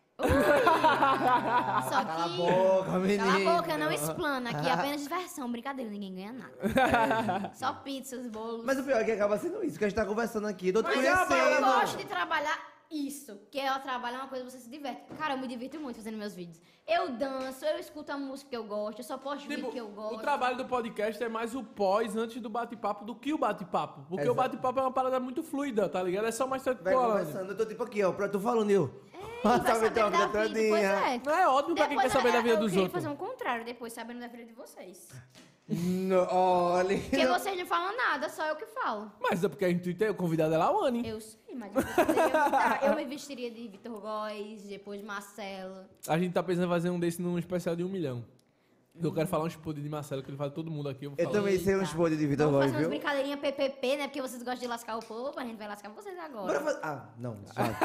Só que... Cala a boca, menino. Cala a boca, não explana. Aqui é apenas diversão, brincadeira, ninguém ganha nada. Só pizzas, bolos. Mas o pior é que acaba sendo isso, que a gente tá conversando aqui. Eu gosto de trabalhar isso, que é trabalhar uma coisa que você se diverte. Cara, eu me divirto muito fazendo meus vídeos. Eu danço, eu escuto a música que eu gosto, eu só posto vídeo que eu gosto. O trabalho do podcast é mais o pós, antes do bate-papo, do que o bate-papo. Porque o bate-papo é uma parada muito fluida, tá ligado? É só mais tempo conversando. Eu tô tipo aqui, ó, tô falando eu. Saber da vida todinha. Não é óbvio pra quem quer saber da vida dos outros. Eu queria fazer um contrário, depois sabendo da vida de vocês. Olha. Porque vocês não falam nada, só eu que falo. Mas é porque a gente tem o convidado é Lawane. Eu sei, mas eu me vestiria de Vitor Góes, depois de Marcelo. A gente tá pensando em fazer um desse num especial de 1 milhão. Eu quero falar uns podres de Marcelo, que ele fala todo mundo aqui. Eu também sei uns podres de Vitor Góes, viu? Vamos fazer umas brincadeirinhas PPP, né? Porque vocês gostam de lascar o povo, a gente vai lascar vocês agora. Não.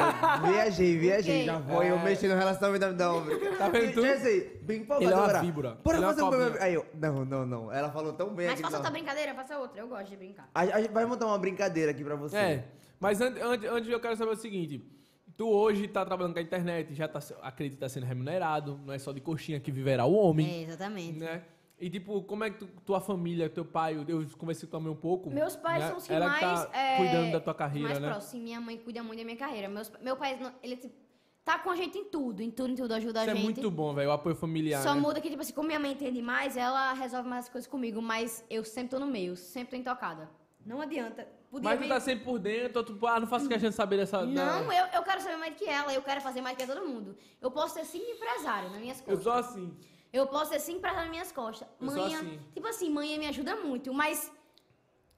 Viajei. Já foi eu mexendo no relacionamento da homem. Tá vendo tudo? Já sei, bem empolgado. Ele é uma víbora. Bora fazer um BBB. Aí eu, não. Ela falou tão bem aqui. Mas faça outra brincadeira, faça outra. Eu gosto de brincar. A gente vai montar uma brincadeira aqui pra você. Mas antes eu quero saber o seguinte. Tu hoje tá trabalhando com a internet, já acredita que tá sendo remunerado, não é só de coxinha que viverá o homem. Exatamente. Né? E tipo, como é que tua família, teu pai, eu conversei também um pouco. Meus pais são os que ela mais... tá cuidando da tua carreira, mais né? próximo. Minha mãe cuida muito da minha carreira. Meu pai, ele tá com a gente em tudo ajuda a gente. Isso é muito bom, velho, o apoio familiar. Só muda que, tipo assim, como minha mãe entende mais, ela resolve mais as coisas comigo, mas eu sempre tô no meio, sempre tô intocada. Não adianta. Mas tu tá sempre por dentro, ou tu não faço questão de saber dessa... Não, eu quero saber mais do que ela, eu quero fazer mais do que todo mundo. Eu posso ser sim empresário nas minhas costas. Eu sou assim. Eu posso ser sim empresário nas minhas costas. Eu sou assim. Tipo assim, mãe me ajuda muito, mas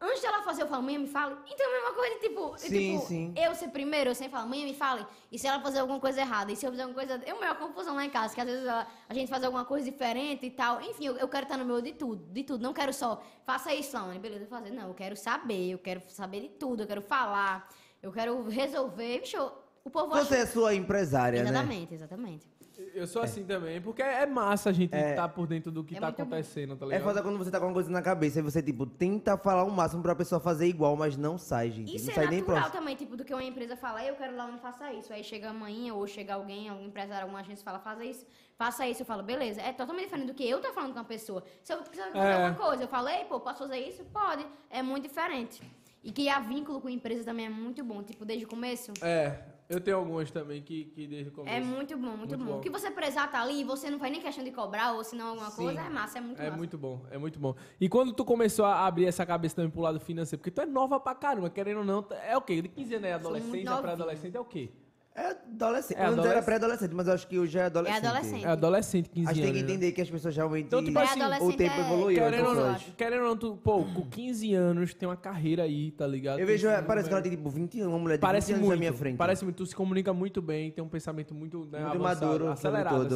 Antes dela fazer, eu falo, mãe, me fale. Então é a mesma coisa, tipo, eu ser primeiro, eu sempre falo, mãe, me fale. E se ela fazer alguma coisa errada? E se eu fizer alguma coisa... É uma maior confusão lá em casa, que às vezes a gente faz alguma coisa diferente e tal. Enfim, eu quero estar no meio de tudo. Não quero só, faça isso, Laone, beleza, fazer. Não, eu quero saber de tudo, eu quero falar, eu quero resolver. Bicho, o povo Você é sua empresária, Exatamente. Eu sou assim também, porque é massa a gente estar por dentro do que tá acontecendo, tá ligado? É foda quando você tá com uma coisa na cabeça e você, tipo, tenta falar o máximo pra pessoa fazer igual, mas não sai, gente. Isso não é sai natural nem também, tipo, do que uma empresa fala, eu quero lá onde faça isso. Aí chega amanhã, ou chega alguém, algum empresário, alguma agência fala, faça isso. Eu falo, beleza. É totalmente diferente do que eu tô falando com a pessoa. Se eu precisar fazer alguma coisa, eu falei, pô, posso fazer isso? Pode. É muito diferente. E que a vínculo com a empresa também é muito bom, tipo, desde o começo. Eu tenho algumas também que desde o começo. É muito bom. O que você prezar tá ali, você não faz nem questão de cobrar, ou se não alguma coisa, é massa, é muito massa. É muito bom. E quando tu começou a abrir essa cabeça também pro lado financeiro, porque tu é nova pra caramba, querendo ou não, é o quê? De 15 anos é adolescência, pré-adolescente é o quê? É adolescente. Antes era pré-adolescente, mas eu acho que hoje é adolescente. É adolescente, 15 anos. Acho que tem que entender que as pessoas realmente... Então, tipo assim, o tempo evoluiu. Querendo ou não, tu, pô, com 15 anos tem uma carreira aí, tá ligado? Eu vejo, parece que ela tem tipo 20 anos, uma mulher de 20 anos na minha frente. Parece muito, tu se comunica muito bem, tem um pensamento muito, né, muito avançado, maduro, acelerado.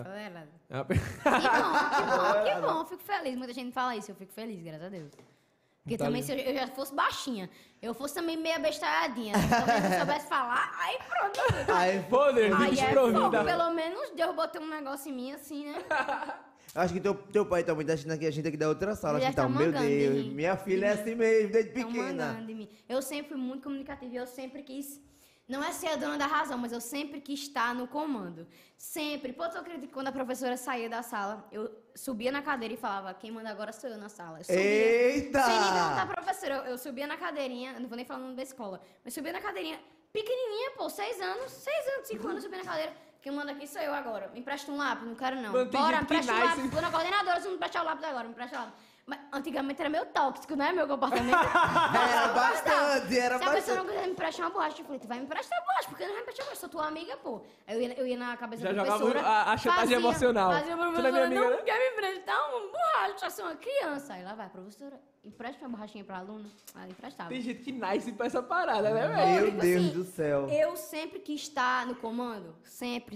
Que bom, eu fico feliz. Muita gente fala isso, eu fico feliz, graças a Deus. Porque também se eu já fosse baixinha, eu fosse também meia bestalhadinha, se eu não soubesse falar, aí pronto. Aí foda-se, desprovida. Pelo menos Deus botou um negócio em mim assim, né? Acho que teu pai também tá achando que a gente aqui da outra sala. Acho que tá, meu Deus, minha filha é assim mesmo, desde pequena. De mim. Eu sempre fui muito comunicativa e eu sempre quis... Não é ser a dona da razão, mas eu sempre quis estar no comando. Sempre. Pô, tu acredita que quando a professora saía da sala, eu subia na cadeira e falava, quem manda agora sou eu na sala. Eu subia, eita! Sem nem perguntar pra professora. Eu subia na cadeirinha, não vou nem falar o nome da escola, mas subia na cadeirinha, pequenininha, pô, 6 anos, 5 anos, subia na cadeira. Quem manda aqui sou eu agora. Me empresta um lápis? Não quero não. Bora, me empresta um lápis. Vou na coordenadora, se não me emprestar o lápis agora, me empresta o lápis. Mas antigamente era meio tóxico, não é meu comportamento? Era bastante. Se a pessoa não quiser me emprestar uma borracha, eu falei, tu vai me emprestar a borracha, porque eu não vai me emprestar a borracha, sou tua amiga, pô. Aí eu ia na cabeça da professora. Já jogava a chantagem emocional. Fazia a professora, não quer me emprestar uma borracha, sou uma criança. Aí lá vai, professora, empresta uma borrachinha pra aluna. Aí ela emprestava. Tem gente que nasce pra essa parada, né, velho? Meu Deus do céu. Eu sempre quis estar no comando. Sempre.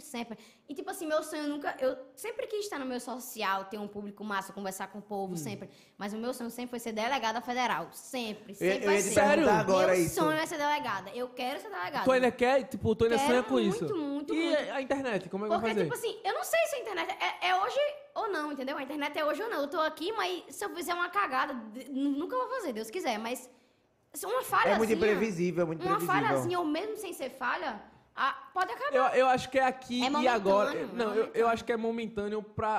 E tipo assim, meu sonho nunca... Eu sempre quis estar no meu social, ter um público massa, conversar com o povo, sempre. Mas o meu sonho sempre foi ser delegada federal. Sempre eu vai ia ser. te perguntar agora meu isso. Meu sonho é ser delegada. Eu quero ser delegada. Tu ainda quer? Tipo, tu ainda sonha com isso? Muito. E a internet, como é que vai fazer? Porque, tipo assim, eu não sei se a internet é hoje ou não, entendeu? A internet é hoje ou não. Eu tô aqui, mas se eu fizer uma cagada, nunca vou fazer, Deus quiser. Mas uma falhazinha... É muito imprevisível, Uma falhazinha, ou mesmo sem ser falha... pode acabar. Eu acho que é aqui e agora. Não, eu acho que é momentâneo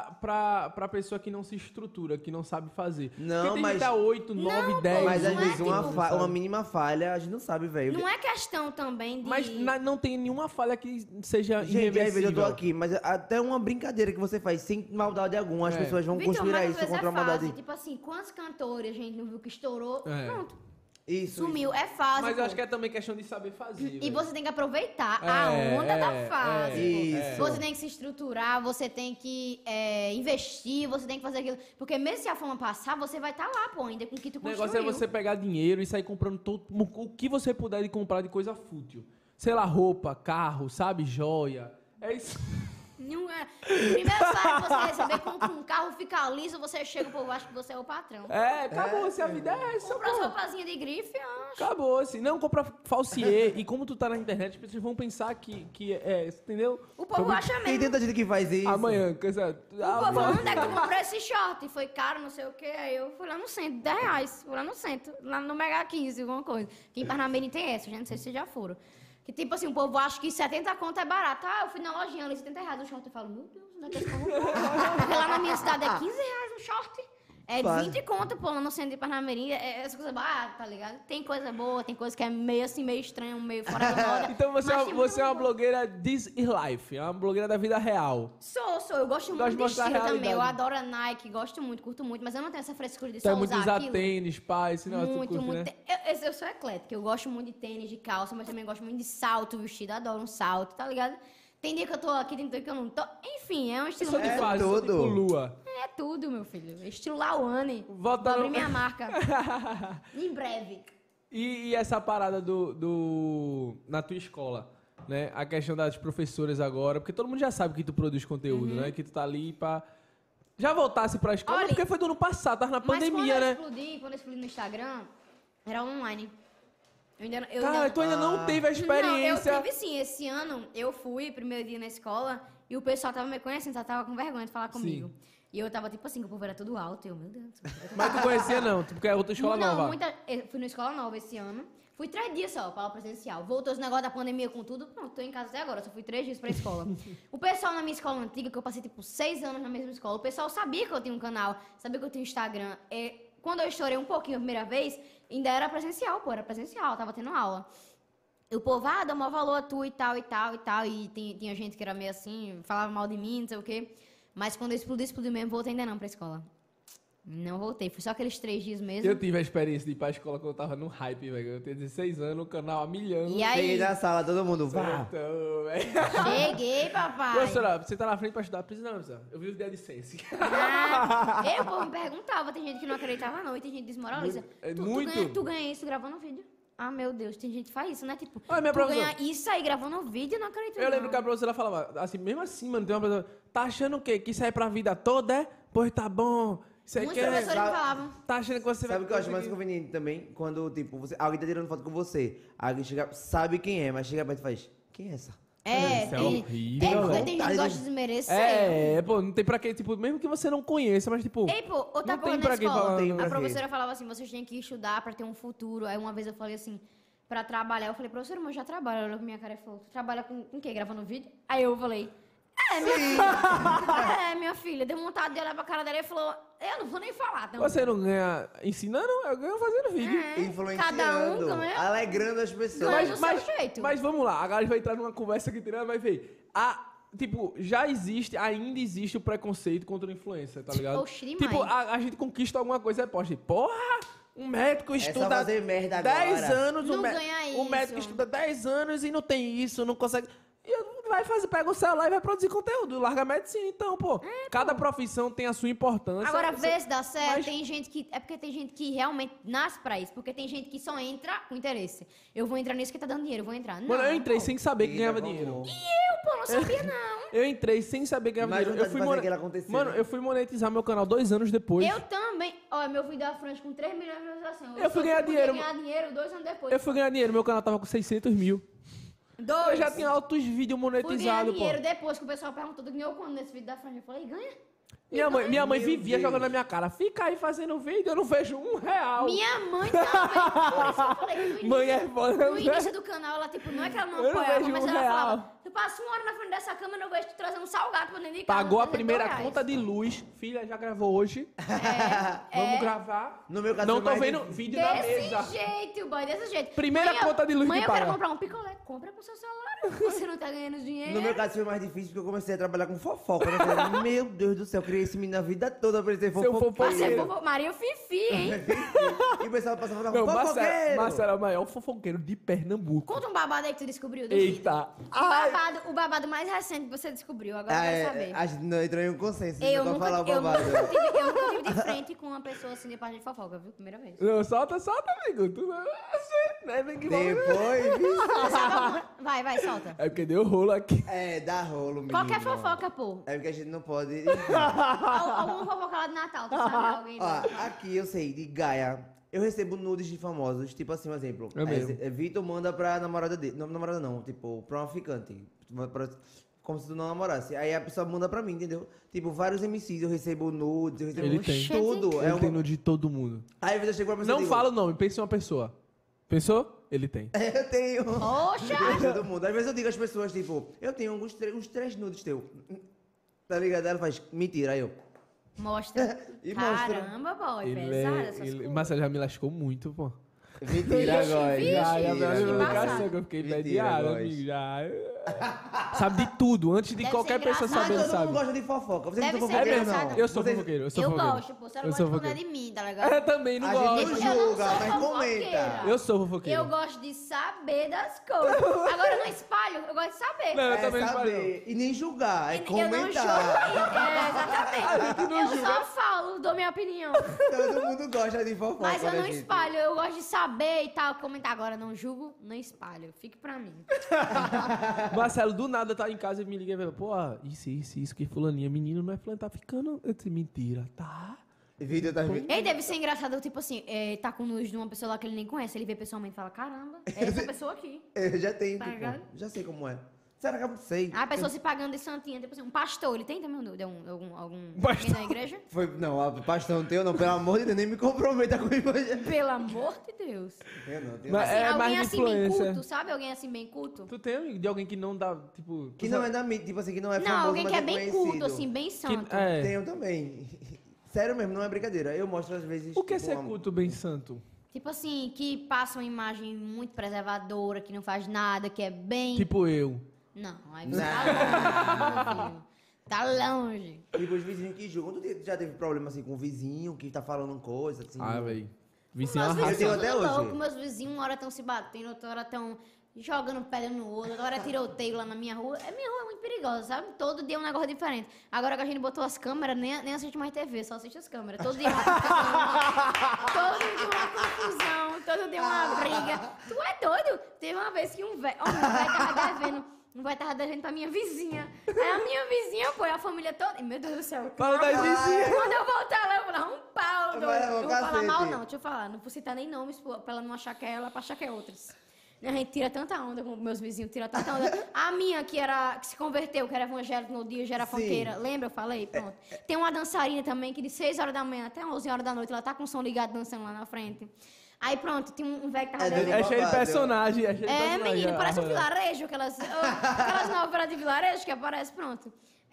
pra pessoa que não se estrutura, que não sabe fazer. Não, porque mas... tem 8, 9, 10... Mas às vezes uma mínima falha, a gente não sabe, velho. Não é questão também de... Mas não tem nenhuma falha que seja irreversível. Às vezes eu tô aqui, mas até uma brincadeira que você faz sem maldade alguma, as pessoas vão conspirar isso contra a maldade. Tipo assim, quantos cantores a gente não viu que estourou? Pronto. Isso. Sumiu, é fase. Mas eu acho que é também questão de saber fazer. E você tem que aproveitar a onda da fase. Isso. Você tem que se estruturar, você tem que investir, você tem que fazer aquilo. Porque mesmo se a fama passar, você vai estar lá, pô, ainda com o que tu construiu. O negócio é você pegar dinheiro e sair comprando o que você puder de comprar de coisa fútil. Sei lá, roupa, carro, sabe, joia. É isso. Não é. Primeiro salário que você receber, compra um carro, fica liso, você chega, pô, eu acho que você é o patrão. Acabou-se, a vida é essa, compra as roupazinhas de grife, acho. Acabou-se. Não, compra falsier. E como tu tá na internet, as pessoas vão pensar que entendeu? O povo acha mesmo. Tem tanta gente que faz isso. Amanhã, o povo, onde é que eu comprei esse short? Foi caro, não sei o quê. Aí eu fui lá no centro, R$10. Fui lá no centro, lá no Mega 15, alguma coisa. Aqui em Parnamirim tem essa, gente, não sei se vocês já foram. Que tipo assim, o povo acha que 70 conto é barato. Eu fui na lojinha ali, R$70 um short. Eu falo, meu Deus, onde é que esse povo porque lá na minha cidade é R$15 um short. É 20 conto, pô, lá no centro de Parnamirim. É essa coisa barata, tá ligado? Tem coisa boa, tem coisa que é meio assim, meio estranha, meio fora da moda. Então você é uma blogueira This is Life, é uma blogueira da vida real. Sou. Eu gosto muito de estilo também. Eu adoro a Nike, gosto muito, curto muito. Mas eu não tenho essa frescura de só usar aquilo. Muito usar tênis, pai, esse negócio muito, tu curte, muito. Né? Eu sou eclética. Eu gosto muito de tênis, de calça, mas também gosto muito de salto, vestido. Adoro um salto, tá ligado? Tem dia que eu tô aqui, tem dia que eu não tô. Enfim, é um estilo muito fácil, tipo lua. tudo, meu filho. Estilo Lauane. Volta Vou abrir no- minha marca. Em breve. E essa parada na tua escola, né? A questão das professoras agora, porque todo mundo já sabe que tu produz conteúdo, né? Que tu tá ali pra... Já voltasse pra escola, Olha, porque foi do ano passado, tava na pandemia, né? Quando eu explodi no Instagram, era online. Cara, tu ainda não teve a experiência. Não, eu tive sim. Esse ano, eu fui, primeiro dia na escola, e o pessoal tava me conhecendo, tava com vergonha de falar comigo. E eu tava tipo assim, que o povo era tudo alto, e eu, meu Deus. Mas tu conhecia não, porque é outra escola nova. Eu fui na escola nova esse ano. Fui 3 dias só, pra aula presencial. Voltou esse negócio da pandemia com tudo. Pronto, tô em casa até agora. Só fui 3 dias pra escola. O pessoal na minha escola antiga, que eu passei tipo 6 anos na mesma escola, o pessoal sabia que eu tinha um canal, sabia que eu tinha um Instagram. Quando eu estourei um pouquinho a primeira vez, ainda era presencial, era presencial, tava tendo aula. E o povo, dá maior valor a tu e tal, e tal, e tal. E tinha gente que era meio assim, falava mal de mim, não sei o quê. Mas quando eu explodi mesmo, voltei ainda não pra escola. Não voltei, fui só aqueles 3 dias mesmo. Eu tive a experiência de ir pra escola quando eu tava no hype, velho. Eu tinha 16 anos, o canal a milhão. E aí? Cheguei na sala, todo mundo, vá. Cheguei, papai. Professora, você tá na frente pra estudar? Precisa não, professora. Eu vi os dias de ciência. O povo me perguntava, tem gente que não acreditava não, e tem gente que desmoraliza. Tu ganha isso gravando vídeo? Ah, meu Deus, tem gente que faz isso, né? Tipo, minha tu ganha isso aí gravando vídeo, eu não acredito. Eu lembro que a professora falava, assim, mesmo assim, mano, tem uma professora, tá achando o quê? Que isso aí é pra vida toda, é? Pois tá bom. Isso aí Muitos professores me falavam. Tá achando que você Sabe o que eu acho mais conveniente também? Quando, tipo, alguém tá tirando foto com você, alguém chega, sabe quem é, mas chega perto e faz, quem é essa? Isso é horrível, porque né? tem gente que gosta de desmerecer. Pô, não tem pra quê, tipo, mesmo que você não conheça, mas tipo... Ei, pô, outra não coisa tem na pra quem escola, falar, a professora falava assim, vocês têm que estudar pra ter um futuro. Aí uma vez eu falei assim, pra trabalhar, eu falei, professora, mas eu já trabalho. Ela olhou pra minha cara e falou, tu trabalha com o quê? Gravando vídeo? Aí eu falei, minha filha. Deu vontade de olhar pra cara dela e falou, eu não vou nem falar. Então. Você não ganha ensinando, eu ganho fazendo vídeo. Influenciando, alegrando as pessoas. Mas vamos lá, agora a gente vai entrar numa conversa que tem nada, vai ver. Tipo, ainda existe o preconceito contra o influencer, tá ligado? Oxi, demais. Tipo, a gente conquista alguma coisa e posta, porra, um médico estuda fazer merda 10 agora. anos, Não ganha o médico estuda 10 anos e não tem isso, não consegue... E pega o celular e vai produzir conteúdo, larga a medicina, então, pô. Cada profissão tem a sua importância. Agora, vê se dá certo, tem gente que... É porque tem gente que realmente nasce pra isso, porque tem gente que só entra com interesse. Eu vou entrar nisso que tá dando dinheiro, eu vou entrar. Não, Mano, eu entrei pô. sem saber que ganhava dinheiro. E eu, pô, não sabia não. Eu entrei sem saber que ganhava dinheiro. Eu fui monetizar meu canal 2 anos depois. Eu também. Olha, meu vídeo da frente com 3 milhões de visualizações. Eu fui ganhar dinheiro. ganhar dinheiro 2 anos depois. Eu fui ganhar dinheiro, meu canal tava com 600 mil. Eu já tinha altos vídeos Fui ganhar monetizados, pô. dinheiro depois que o pessoal perguntou, tu ganhou quando nesse vídeo da frente? Eu falei, ganha. Minha mãe vivia jogando na minha cara. Fica aí fazendo vídeo, eu não vejo R$1. Minha mãe também. Por isso que eu falei que no início, Mãe é foda. no início do canal, ela, tipo, não é que ela não Eu não apoiava, vejo mas ela R$1. falava, tu passa 1 hora na frente dessa câmera, eu vejo tu trazendo um salgado pra dentro de casa. Pagou a R$300. primeira conta de luz. Filha, já gravou hoje. Vamos gravar. No meu caso, Não foi tô mais vendo difícil. vídeo na mesa. Desse jeito, boy, desse jeito. Primeira Mãe, conta de luz mãe, que eu quero paga. comprar um picolé. Compra com seu salário. Você não tá ganhando dinheiro. No meu caso foi mais difícil porque eu comecei a trabalhar com fofoca. Né? Eu falei, meu Deus do céu, eu criei esse menino a vida toda pra ele ser Seu fofoqueiro. Você é Maria Fifi, hein? E o pessoal passava falando, Não, fofoqueiro! Márcio era o maior fofoqueiro de Pernambuco. Conta um babado aí que tu descobriu do Eita. vídeo. O babado mais recente que você descobriu, agora eu quero saber. A gente não entrou em um consenso, Eu não nunca, falar o eu, babado. nunca tive, eu nunca tive de frente com uma pessoa assim de página de fofoca, viu? Primeira vez. Não, solta, amigo. Tu não é nem que Depois, Vai, solta. É porque deu rolo aqui. dá rolo, menino. Qualquer fofoca, pô. É porque a gente não pode... Alguma fofoca lá de Natal, tu sabe? Alguém. Ó, aqui eu sei, de Gaia, eu recebo nudes de famosos, tipo assim, um exemplo. É mesmo? Vitor manda pra namorada dele. Não, namorada não, tipo, pra uma ficante. Como se tu não namorasse. Aí a pessoa manda pra mim, entendeu? Tipo, vários MCs, eu recebo nudes, eu recebo Ele tem. tudo. Ele tem no de todo mundo. Aí às vezes eu chego pra pessoa Não e digo, fala o nome, pense em uma pessoa. Pensou? Ele tem. eu tenho. Poxa! Todo mundo. Às vezes eu digo às pessoas, tipo, eu tenho uns 3 nudes teus. Tá ligado? Ela faz, mentira, aí eu. Mostra. E mostra. Caramba, boy, pesada essas coisas. Mas já me lascou muito, pô. Mentira, agora. Já, a minha Mentira. educação que eu fiquei pé de Mentira, ar, Góis. amigo, já. Sabe de tudo, antes de Deve qualquer ser pessoa engraçado. saber, Todo sabe. mundo gosta de fofoca. Você Deve não ser é fofoqueiro, engraçado. não. Eu sou Vocês- fofoqueiro, eu sou Eu fofoqueiro. gosto, pô. Você não Eu pode sou esconder fofoqueiro. de mim, tá Eu ligado? também não A gosto. gente Eu não não julga, sou mas fofoqueira. comenta. Eu sou fofoqueiro. Eu gosto de saber das coisas. Agora eu não espalho, eu gosto de saber. Não, eu É também não espalho, saber. E nem julgar, é Eu não julgo. comentar. Exatamente. Eu só falo, dou minha opinião. Todo mundo gosta de fofoca. Mas eu né, não gente? espalho, eu gosto de saber e tal. Comentar agora, não julgo, não espalho. Fique pra mim. Marcelo, do nada tá em casa e me liga e fala, pô, isso que fulaninha, menino, não é fulano, tá ficando. Eu disse, mentira, tá? Vídeo das Ele deve ser engraçado, tipo assim, tá com nude de uma pessoa lá que ele nem conhece. Ele vê pessoalmente e fala, caramba, é essa pessoa aqui. Eu já tenho, Tá tipo, ligado? já sei como é. Será que eu não sei? A pessoa se pagando de santinha, tipo assim, um pastor, ele tem também nude? Algum Pastor. alguém da igreja? Foi, não, a pastor não tem, não, pelo amor de Deus, nem me comprometa com isso. Pelo amor de Deus. Eu não, tenho Mas não. é mais Alguém de assim bem influência. culto, sabe? Alguém assim bem culto? Tu tem amigo de alguém que não dá, tipo... Que não é da mídia, tipo assim, que não é Não, famoso, alguém mas que é é bem conhecido. culto, assim, bem santo. É. Tenho também. Sério mesmo, não é brincadeira. Eu mostro às vezes... O que é tipo, ser uma- culto bem santo? Tipo assim, que passa uma imagem muito preservadora, que não faz nada, que é bem... Tipo eu. Não, aí você tá longe, meu filho. Tá longe. Tipo, os vizinhos que julgam. Tu já teve problema assim com o vizinho que tá falando coisa assim? Ah, no- velho. Vizinho Meus arrasa. Eu tenho vizinhos até tudo hoje. louco, meus vizinhos uma hora estão se batendo, outra hora estão jogando pedra no outro, outra hora é tiroteio lá na minha rua. Minha rua é muito perigosa, sabe? Todo dia é um negócio diferente. Agora que a gente botou as câmeras, nem assiste mais TV, só assiste as câmeras. Todo dia é uma todo dia uma confusão, todo dia uma briga. Tu é doido? Teve uma vez que um velho tava devendo pra minha vizinha. Aí a minha vizinha foi a família toda. Meu Deus do céu. Fala das vizinhas. Quando eu voltar lá, eu vou dar um pau. doido. Vai, Eu vou falar cacete. mal, não. Deixa eu falar. Não vou citar nem nomes pra ela não achar que é ela, pra achar que é outras. A gente tira tanta onda com meus vizinhos, tira tanta onda. A minha, que se converteu, que era evangélica no dia, já era Sim. funkeira. Lembra? Eu falei? Pronto. Tem uma dançarina também, que de 6 horas da manhã até 11 horas da noite, ela tá com o som ligado dançando lá na frente. Aí pronto, tem um velho que tava doido. devendo. É cheio de personagem, é cheio de É, personagem. menino, parece um Ah, vilarejo, aquelas novelas de vilarejo que aparece, pronto.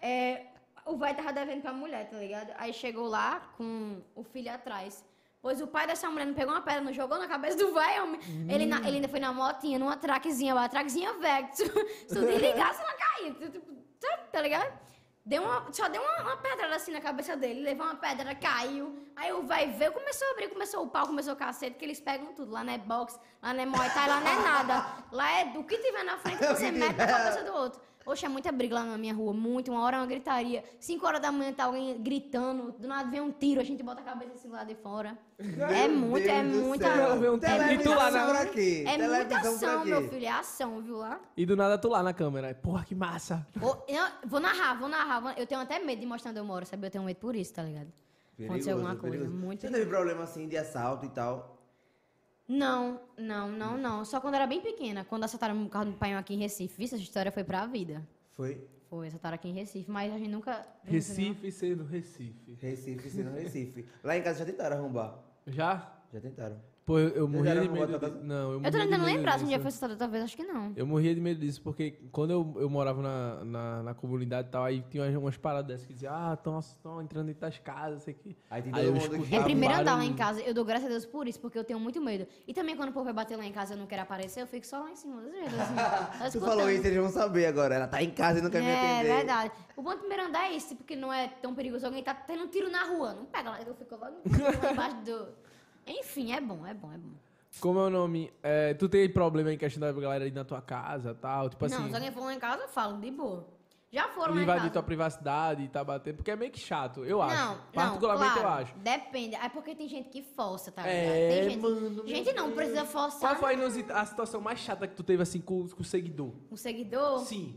O velho tava devendo pra mulher, tá ligado? Aí chegou lá com o filho atrás. Pois o pai dessa mulher não pegou uma pedra, não jogou na cabeça do velho. Ele ainda foi na motinha, numa traquezinha velha. Se tu desligasse, ela caía. Tá ligado? Só deu uma pedra assim na cabeça dele, levou uma pedra, caiu. Aí o velho veio, começou a abrir, começou o pau, começou o cacete, que eles pegam tudo. Lá não é boxe, lá não é muay thai, lá não é nada. Lá é do que tiver na frente, você mete na cabeça do outro. Oxe, é muita briga lá na minha rua, muito. Uma hora é uma gritaria. 5 horas da manhã tá alguém gritando, do nada vem um tiro, a gente bota a cabeça assim lá de fora. É muita. Ela vê um tiro e tu lá na... pra quê? É muita Televisão pra ação, quê? meu filho, é ação, viu lá? E do nada tu lá na câmera. Porra, que massa. Vou narrar. Eu tenho até medo de mostrar onde eu moro, sabe? Eu tenho medo por isso, tá ligado? Acontecer alguma coisa, Perigoso. muito Você teve problema assim de assalto e tal? Não. Só quando eu era bem pequena, quando assaltaram o carro do pai aqui em Recife. Isso, essa história foi pra vida. Foi? Foi, assaltaram aqui em Recife, mas a gente nunca... Recife sendo Recife. Recife, sendo Recife. Lá em casa já tentaram arrombar. Já? Já tentaram. Pô, eu morria já de arrumou medo. a tua casa? Não, Eu tô morria de tentando medo lembrar se um dia disso. foi assaltado outra vez, acho que não. Eu morria de medo disso, porque quando eu morava na comunidade e tal, aí tinha umas paradas dessas que diziam, estão entrando dentro das casas, sei que. Aí tem Aí todo eu mundo escutava que... É primeiro andar lá barulho. em casa, eu dou graças a Deus por isso, porque eu tenho muito medo. E também quando o povo vai bater lá em casa e eu não quero aparecer, eu fico só lá em cima, desse jeito, assim, só Tu escutando. falou isso, eles vão saber agora. Ela tá em casa e não quer me atender. É verdade. O bom do primeiro andar é esse, porque não é tão perigoso. Alguém tá tendo um tiro na rua, não pega lá, eu fico lá embaixo do... Enfim, é bom. Como é o nome? Tu tem problema em questão da galera ir na tua casa e tal? Tipo Não, assim, se alguém for lá em casa, eu falo, de boa. Já foram lá em invadir casa. tua privacidade e tá batendo, porque é meio que chato, eu acho. Não, Particularmente claro, eu acho. Depende. É porque tem gente que força, tá ligado? É, Tem gente, mano, gente meu não Deus. precisa Qual forçar. foi a situação mais chata que tu teve assim com o seguidor? Um seguidor? Sim.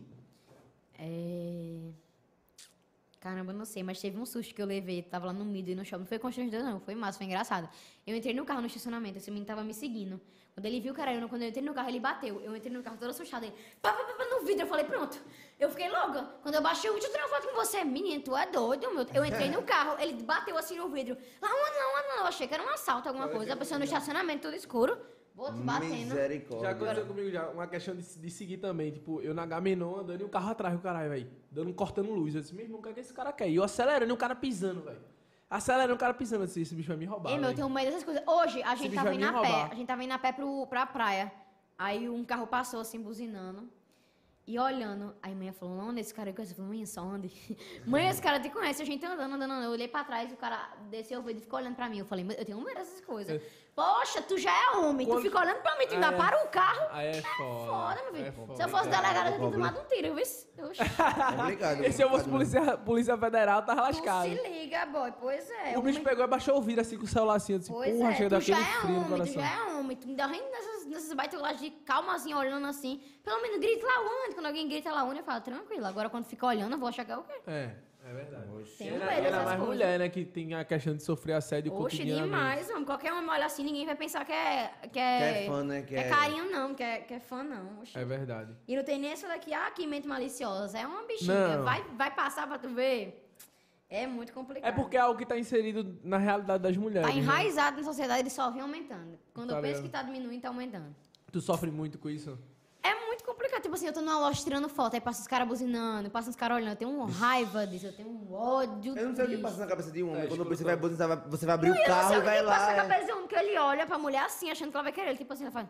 Caramba, eu não sei, mas teve um susto que eu levei. Tava lá no Mido e no shopping. Não foi constrangedor, não. Foi massa, foi engraçado. Eu entrei no carro no estacionamento. Esse menino tava me seguindo. Quando ele viu o cara, quando eu entrei no carro, ele bateu. Eu entrei no carro toda assustada. Ele, pá, no vidro. Eu falei, pronto. Eu fiquei louca. Quando eu baixei, deixa eu tirar uma foto com você. Menino, tu é doido, meu. Eu entrei no carro, ele bateu assim no vidro. Lá, não. Eu achei que era um assalto, alguma coisa. A pessoa no estacionamento, tudo escuro. Vou te batendo. Misericórdia. Já aconteceu comigo já, uma questão de seguir também. Tipo, eu na Gamenon andando e o carro atrás, o caralho, velho. Cortando luz. Eu disse, meu irmão, o que é que esse cara quer? E eu acelerando e o cara pisando, velho. Acelerando o cara pensando assim, esse bicho vai me roubar. Ei, meu, eu tenho medo dessas coisas. Hoje, a gente tava indo a pé. roubar. A gente tava indo a pé pra praia. Aí um carro passou, assim, buzinando. E olhando. Aí a mãe falou, não, esse cara conhece. Eu falei, mãe, só onde? Mãe, esse cara te conhece. A gente andando. Eu olhei pra trás, o cara desceu o vidro e ficou olhando pra mim. Eu falei, eu tenho medo dessas coisas. Poxa, tu já é homem. Tu fica olhando pra mim, tu ainda para o carro. Aí é foda. Meu filho. Se eu fosse delegado, eu tinha tomado um tiro, viu? Complicado. E se eu fosse polícia federal, tava lascado. Tu se liga, boy. Pois é. O bicho pegou e baixou o vidro assim com o celular assim. Eu disse, Pois porra, é, chega tu daquele já é frio no homem, coração. tu já é homem. Tu ainda vem nessas baitolagens de calma assim, olhando assim. Pelo menos grita lá onde. Quando alguém grita lá onde, eu falo, tranquilo. Agora quando fica olhando, eu vou achar que é o quê? É verdade. Tem um medo Era dessas mais coisas. mulher, né, que tem a questão de sofrer assédio Oxe, cotidianamente. demais, homem. Qualquer homem olha assim, ninguém vai pensar que é fã, né? carinho, não. Que é fã, não. Oxe. É verdade. E não tem nem essa daqui, que mente maliciosa. É uma bichinha. Não. Vai passar pra tu ver. É muito complicado. É porque é algo que tá inserido na realidade das mulheres. Tá né? enraizado na sociedade, ele só vem aumentando. Quando Tá eu penso ligado. que tá diminuindo, tá aumentando. Tu sofre muito com isso? É muito complicado. Tipo assim, eu tô numa loja tirando foto, aí passa os caras buzinando, passa os caras olhando. Eu tenho uma raiva disso, eu tenho um ódio Eu não sei o que disso. passa na cabeça de um homem. Quando escuta. você vai buzinar, você vai abrir o Eu não carro sei e o vai que passa na lá. cabeça de um, que ele olha pra mulher assim, achando que ela vai querer ele. Tipo assim, ela faz...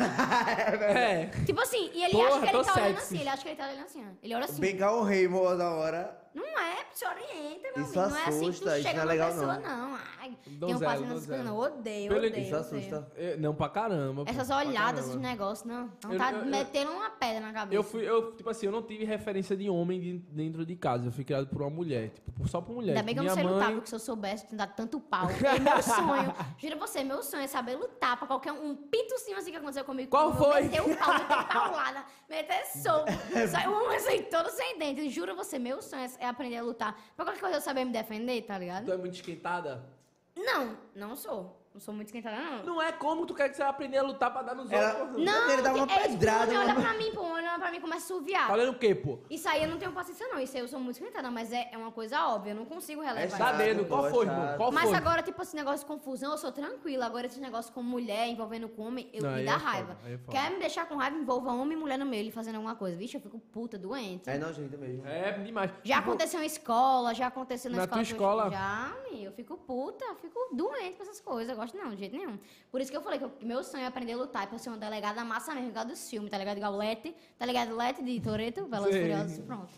É. Tipo assim, e ele Porra, acha que ele tô tá olhando sexy. assim, ele acha que ele tá olhando assim, ó. Ele olha assim. Bem Cal Rei, na hora. Não é, se orienta, meu Isso amigo. Não é assim que tu assusta, isso chega não é numa legal, pessoa, não. não. Ai, tem um Donzela, paciente nessas coisas, não. Odeio. Isso assusta. Não, pra caramba. Essas pra olhadas, caramba. esses negócios, não. Não Eu- tá eu- metendo uma pedra na cabeça. Tipo assim, eu não tive referência de homem dentro de casa. Eu fui criado por uma mulher, tipo, só por mulher. Ainda bem que eu não Minha sei lutar, mãe... porque se eu soubesse, eu tinha dado tanto pau. É meu sonho. Juro a você, meu sonho é saber lutar pra qualquer um pitocinho assim que aconteceu comigo. Qual foi? Meter o pau, meter paulada, meter soco. Sai um homem assim, todo sem dente. Juro a você, meu sonho é aprender a lutar. Pra qualquer coisa eu saber me defender, tá ligado? Tu é muito esquentada? Não sou. Não sou muito esquentada, não. Não é como tu quer que você vai aprender a lutar pra dar nos Ela- outros. Não, Ele dá uma é pedrada, olha uma- pra mim, pô, olha pra mim, começa a suviar. Tá olhando o quê, pô? Isso aí eu não tenho paciência, não. Isso aí eu sou muito esquentada, mas é uma coisa óbvia. Eu não consigo relevar É isso. Dá chato, dedo. Qual é foi, chato. irmão? Qual Mas foi? agora, tipo, esse negócio de confusão, eu sou tranquila. Agora, esse negócio com mulher, envolvendo com homem, Não, me aí dá é foda, raiva. aí é foda. Quer me deixar com raiva, envolva homem e mulher no meio, ele fazendo alguma coisa. Vixe, eu fico puta, doente. É nojento mesmo. É demais. Já Tipo, aconteceu em escola, já aconteceu na Na escola. tua escola? Já, eu fico puta, eu fico doente com essas coisas. Eu gosto não, de jeito nenhum. Por isso que eu falei que meu sonho é aprender a lutar, pra ser uma delegada massa mesmo, igual dos filmes, tá ligado? Igual o Lete, tá ligado? Lete de Toretto, Velas Sei. Furiosas, pronto.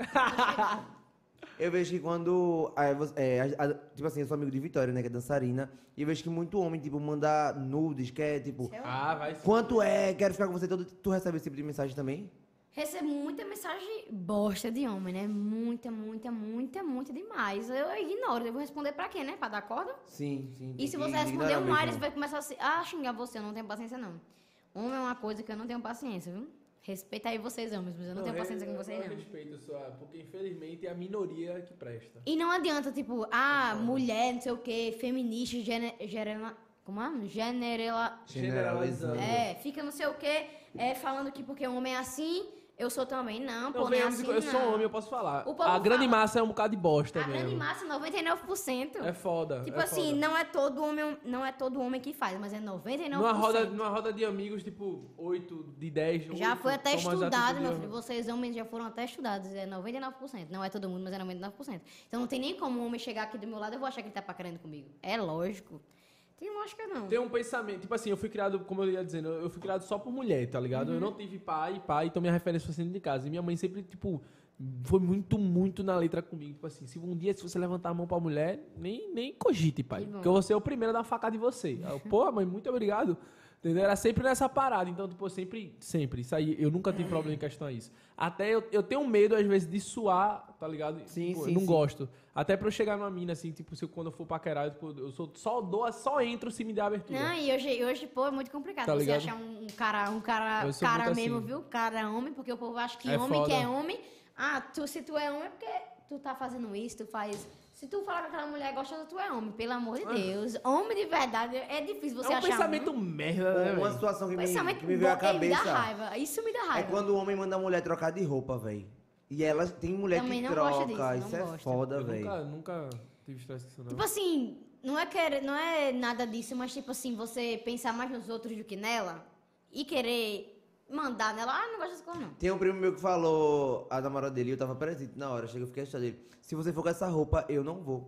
Eu vejo que quando. Tipo assim, eu sou amigo de Vitória, né? Que é dançarina. E eu vejo que muito homem, tipo, manda nudes, que é tipo. Ah, vai sim. Quanto é? Quero ficar com você todo. Tu recebe esse tipo de mensagem também? Recebo muita mensagem bosta de homem, né? Muita demais. Eu ignoro. Eu vou responder pra quê, né? Pra dar corda? Sim, sim. E se você responder um mais, eles vai começar a xingar você. Eu não tenho paciência, não. Homem é uma coisa que eu não tenho paciência, viu? Respeita aí vocês, homens, mas eu não tenho paciência com vocês, Eu não. respeito sua... Porque, infelizmente, é a minoria que presta. E não adianta, tipo, mulher, não sei o quê, feminista, como é? Generalizando. Fica não sei o quê, falando que porque o homem é assim, eu sou também. Não, pô, Não, não é vem, assim, eu sou não. homem, eu posso falar. O povo A grande fala. massa é um bocado de bosta A mesmo. grande massa, 99%. É foda. Tipo é assim, foda. não é todo homem que faz, mas é 99%. Numa roda de amigos, tipo, 8 de 10. Já 8 foi até tomam as estudado, atitudes meu de- filho. Vocês homens já foram até estudados. É 99%. Não é todo mundo, mas é 99%. Então não tem nem como um homem chegar aqui do meu lado e eu vou achar que ele tá paquerando comigo. É lógico. Tem lógica não. Tem um pensamento, tipo assim, eu fui criado, como eu ia dizendo, eu fui criado só por mulher, tá ligado? Uhum. Eu não tive pai, então minha referência foi sendo de casa. E minha mãe sempre, tipo, foi muito na letra comigo. Tipo assim, se um dia se você levantar a mão pra mulher, nem cogite, pai. Que bom. Porque eu vou ser o primeiro a dar uma facada em você. Aí eu, pô, mãe, muito obrigado. Entendeu? Era sempre nessa parada. Então, tipo, sempre. Isso aí, eu nunca tive problema em questão a isso. Até eu tenho medo, às vezes, de suar, tá ligado? Sim, Tipo, sim, eu não sim. gosto. Até pra eu chegar numa mina, assim, tipo, quando eu for paquerar, eu só entro se me der abertura. Não, e hoje, pô, é muito complicado Tá você ligado? achar um cara Eu sou muito mesmo, assim. viu? Cara homem, porque o povo acha que É homem que foda. é homem. Se tu é homem é porque tu tá fazendo isso, tu faz... Se tu falar com aquela mulher gostosa, tu é homem, pelo amor de Deus. Homem de verdade, é difícil você É um achar pensamento merda, né, Uma velho? situação que Pensamento me veio à me cabeça. dá raiva. Isso me dá É raiva. quando o homem manda a mulher trocar de roupa, velho. E ela tem mulher Também que não gosta troca. disso, não Isso é gosta. foda, Eu velho. nunca tive estresse com isso, não. Tipo assim, não é nada disso, mas tipo assim, você pensar mais nos outros do que nela e querer mandar nela, não gosto dessas coisas não. Tem um primo meu que falou a namorada dele, eu tava presente na hora, chega, eu fiquei achando dele. Se você for com essa roupa, eu não vou.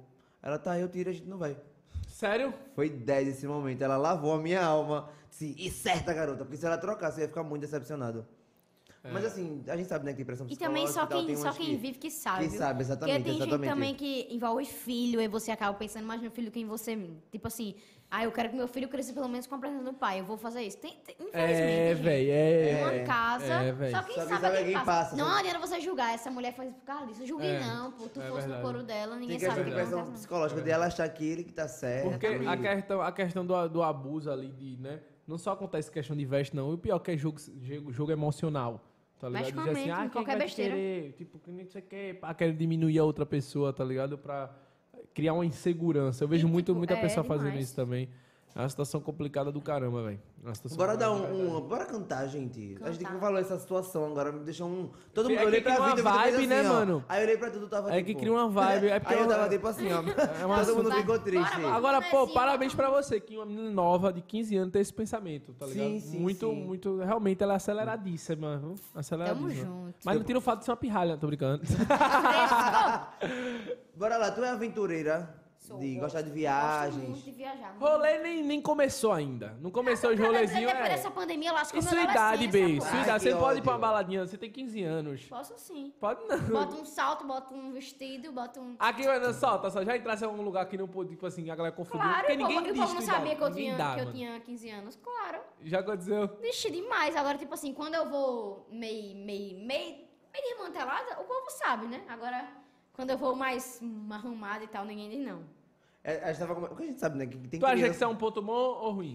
Ela tá, eu tiro, a gente não vai. Sério? Foi 10 esse momento. Ela lavou a minha alma. Disse, e certa, garota. Porque se ela trocasse, eu ia ficar muito decepcionado. Mas assim, a gente sabe, né, que tem pressão E psicológica. também só quem vive que sabe. Que viu? sabe, exatamente. Porque tem exatamente. gente também que envolve filho e você acaba pensando mais no filho que em você. Tipo assim, eu quero que meu filho cresça pelo menos com a presença do pai. Eu vou fazer isso. Infelizmente, velho. uma casa. véi. Só quem Só quem sabe sabe é quem quem passa, passa. Não sabe? adianta você julgar. Essa mulher faz por causa disso. Julgue não, pô. Tu fosse no coro dela, ninguém Tem sabe questão o de que pressão acontece. psicológica de ela achar que ele que tá certo. Porque a questão do abuso ali, né? Não só acontece questão de veste, não. E o pior que é jogo emocional. Tá ligado? Mexe com a Dizer mente, quem qualquer vai te besteira. querer, tipo, que nem sei o que, pra querer diminuir a outra pessoa, tá ligado? Pra criar uma insegurança. Eu vejo muita pessoa fazendo demais. isso também. É uma situação complicada do caramba, velho. Bora dar bora cantar, gente. A gente Cantar. falou essa situação agora, me deixou todo É mundo. que Eu olhei cria pra uma vida, eu vibe, fiz né, assim, ó. mano? Aí eu olhei pra tudo, tava É tipo... que cria uma vibe. É porque Aí eu tava tipo assim, ó. Todo mundo ficou triste. Bora, Agora, pô, Sim, parabéns pra você, que uma menina nova de 15 anos tem esse pensamento, tá ligado? Sim, muito, realmente ela é aceleradíssima, viu? Aceleradíssima. Tamo junto. Mas não tira o fato de ser uma pirralha, tô brincando. Bora lá, tu é aventureira? De gostar de Gosto muito viagens? de viajar. Rolê nem começou ainda. Não começou os rolezinhos. Depois dessa pandemia, lascou E meu sua idade, B? pô. Sua Ai, idade. que Você pode ir pra uma ódio. baladinha, você tem 15 anos. Posso sim. Pode não. Bota um salto, bota um vestido, bota um... Aqui, mano, solta, só já entrasse em algum lugar que não pôde, tipo assim, a galera confundiu. Claro, Porque e o ninguém povo diz não tua sabia idade. que eu Ninguém tinha, dá, que eu mano. tinha 15 anos. Claro. Já aconteceu? Vixe, demais. Agora, tipo assim, quando eu vou meio desmantelada, o povo sabe, né? Agora, quando eu vou mais arrumada e tal, ninguém diz não. A gente tava o que a gente sabe, né? Que tem Tu acha que criança- isso é um ponto bom ou ruim?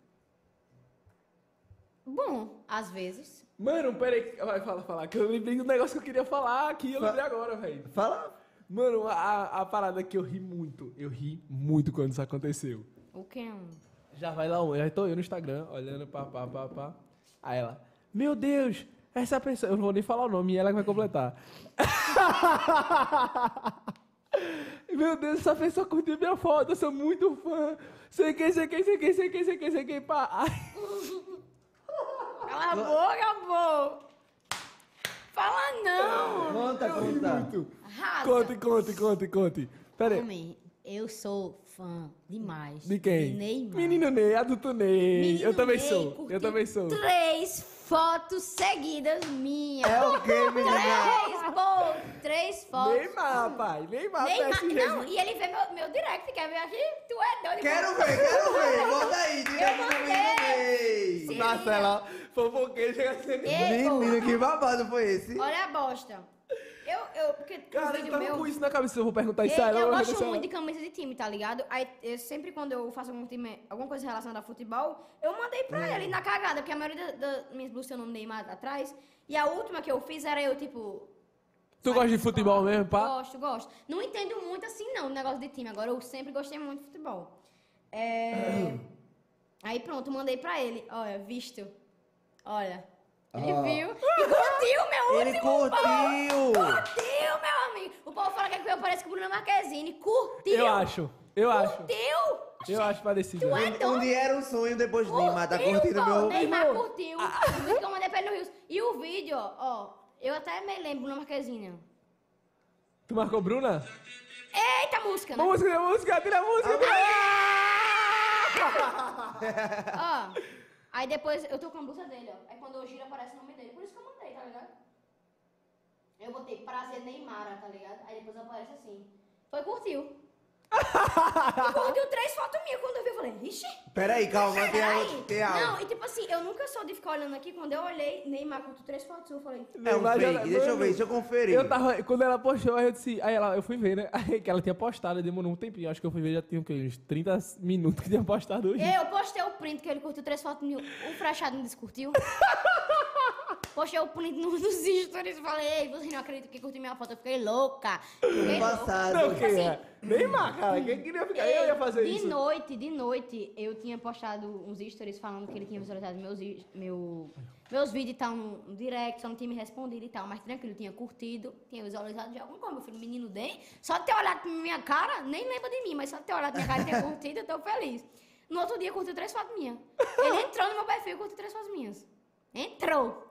Bom, às vezes. Mano, peraí, vai falar, que eu lembrei do negócio que eu queria falar aqui, eu lembrei agora, velho. Fala. Mano, a parada que eu ri muito quando isso aconteceu. O quê? Já vai lá, já tô eu no Instagram, olhando pá. Aí ela, meu Deus, essa pessoa, eu não vou nem falar o nome, e ela que vai completar. Meu Deus, essa pessoa curtiu minha foto, eu sou muito fã. Sei quem, pá. Ai, Cala a boca, pô! Fala não! Conta. Rasga. Conte. Pera aí. Homem, eu sou fã demais. De quem? Neymar. Menino Ney, adulto Ney. Menino Eu também Ney sou. curtiu Eu também sou. 3 fotos seguidas minhas. É o quê, menina? 3 fotos. Neymar, pai. Neymar, Neymar, PSG. não, e ele vê meu direct, quer ver aqui? Tu é doido. Quero ver. Bota aí, diga Eu aqui no mandei. menino. Marcela, fofoqueiro chega a ser... Ei, pô, Menino, que babado foi esse? olha a bosta. Porque Cara, o eu vídeo tava meu... com isso na cabeça, eu vou perguntar isso a ela. Eu vou gosto deixar ela. muito de camisa de time, tá ligado? Aí, sempre quando eu faço alguma coisa relacionada a futebol, eu mandei pra ele na cagada, porque a maioria das minhas blusas tem o nome Neymar atrás. E a última que eu fiz era eu, tipo... Tu gosta de futebol mesmo, pá? Gosto. Não entendo muito assim, não, no negócio de time. Agora, eu sempre gostei muito de futebol. Aí, pronto, mandei pra ele. Olha, visto. Olha. Ele viu e curtiu meu Ele último post. curtiu! Curtiu, meu amigo. O povo fala que eu pareço com o Bruno Marquezine. Curtiu. Eu acho. Curtiu. Eu acho parecido. Tu é né? doido. Um dia era um sonho, depois Neymar tá curtindo pô, meu... Neymar curtiu. O vídeo que eu mandei pra ele no Rios. E o vídeo, ó, eu até me lembro Bruno Marquezine. Tu marcou Bruna? Eita, música, né? Música, tira a música. Ó, aí depois eu tô com a blusa dele, ó. Aí quando eu giro aparece o nome dele. Por isso que eu mandei, tá ligado? Eu botei prazer Neymar, tá ligado? Aí depois aparece assim. Foi, curtiu. E curtiu 3 fotos minhas. Quando eu vi, eu falei, ixi. Peraí, calma, Peraí. tem algo. Não, e tipo assim, eu nunca sou de ficar olhando aqui. Quando eu olhei, Neymar curtiu 3 fotos, eu falei... É um fake, deixa eu ver, deixa eu conferir. Eu tava, quando ela postou, aí eu disse, eu fui ver, né? Aí que ela tinha postado, demorou um tempinho, acho que eu fui ver, já tinha o quê? Uns 30 minutos que tinha postado hoje. Eu postei o print que ele curtiu 3 fotos minhas. O Frachado não descurtiu. Postei o print nos stories e falei, ei, você não acredita que curtiu minha foto? Eu fiquei louca. Fiquei louca. Passado. Não, Tipo quem assim, é? Neymar, cara, quem queria ficar? Eu ia fazer de isso. De noite, eu tinha postado uns stories falando que ele tinha visualizado meus vídeos e tal no direct, só não tinha me respondido e tal, mas tranquilo, tinha curtido, tinha visualizado de algum como, meu filho, menino bem, só de ter olhado pra minha cara, nem lembra de mim, mas só de ter olhado pra minha cara e ter curtido, eu tô feliz. No outro dia, curtiu 3 fotos minhas. Ele entrou no meu perfil e curtiu 3 fotos minhas. Entrou.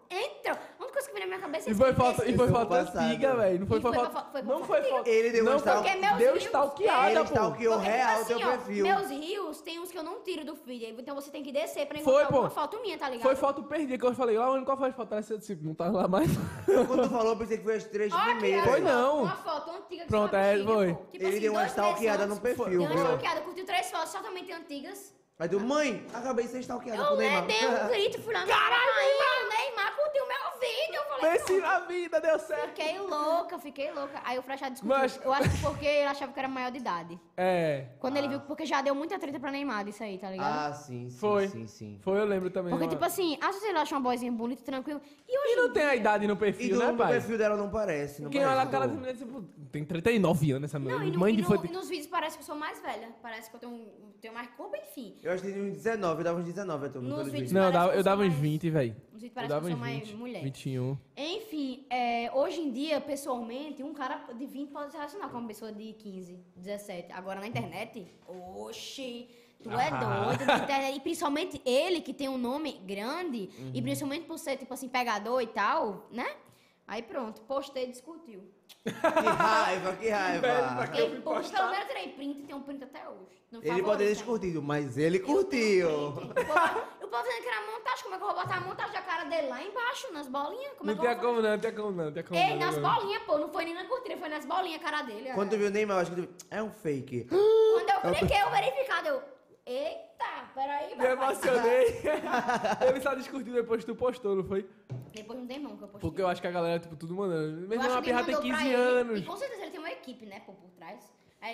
Entrou. A única coisa que veio na minha cabeça é E foi foto antiga, velho. Não foi foto. Não foi foto. Ele deu uma deu stalkeada, ele pô. stalkeou real assim, teu perfil. Meus rios tem uns que eu não tiro do feed. Então você tem que descer pra encontrar alguma foto minha, tá ligado? Foi foto perdida que eu falei. Lá, qual foi a foto? Parece que não tava lá mais. Quando tu falou, eu pensei que foi as 3 primeiras. Foi não. Uma foto antiga que pronto, foi. Tipo ele deu uma stalkeada no perfil, Deu viu? uma stalkeada, curtiu 3 fotos totalmente antigas. Aí tu, mãe, acabei de ser stalkeada Eu com o Neymar. dei um grito, fui lá no Caralho, o Neymar curtiu meu vídeo. Eu falei, Pense na vida, deu certo. Fiquei louca. Aí o Frachado discutiu. Eu acho que porque ele achava que era maior de idade. Quando ele viu, porque já deu muita treta pra Neymar isso aí, tá ligado? Ah, sim. Foi, eu lembro também. Porque, tipo assim, às vezes ele acha uma boizinha bonita, tranquilo. E hoje não tem a idade no perfil, né, pai? O perfil dela não parece. Quem olha a cara dessa menina, tipo, tem 39 anos essa mulher. E nos vídeos parece que eu sou mais velha. Parece que eu tenho mais corpo, enfim. Eu acho que tem uns 19, eu dava uns 19 até nos vídeos. Não, eu dava uns 20, velho. Nos vídeos parece que eu sou mais mulher. 21. Enfim, hoje em dia, pessoalmente, um cara de 20 pode se relacionar com uma pessoa de 15, 17. Agora na internet, oxi, tu é doido. Na internet, e principalmente ele, que tem um nome grande, e principalmente por ser, tipo assim, pegador e tal, né? Aí pronto, postei e discutiu. Que raiva. Pelo menos eu tirei print, tem um print até hoje. Ele poderia ter curtido, mas ele curtiu. O povo dizendo que era montagem, como é que eu vou botar a montagem da cara dele lá embaixo, nas bolinhas? Não tem como não. Ei, nas bolinhas, pô, não foi nem na curtida, foi nas bolinhas a cara dele. Quando tu viu o Neymar, eu acho que tu... é um fake. Quando eu cliquei o verificado, eita, peraí. Me emocionei. Ele só discutiu depois que tu postou, não foi? Depois não tem mão que eu postei. Porque eu acho que a galera, tipo, tudo mandando. Mesmo a uma pirra tem 15 anos. E com certeza ele tem uma equipe, né, por trás.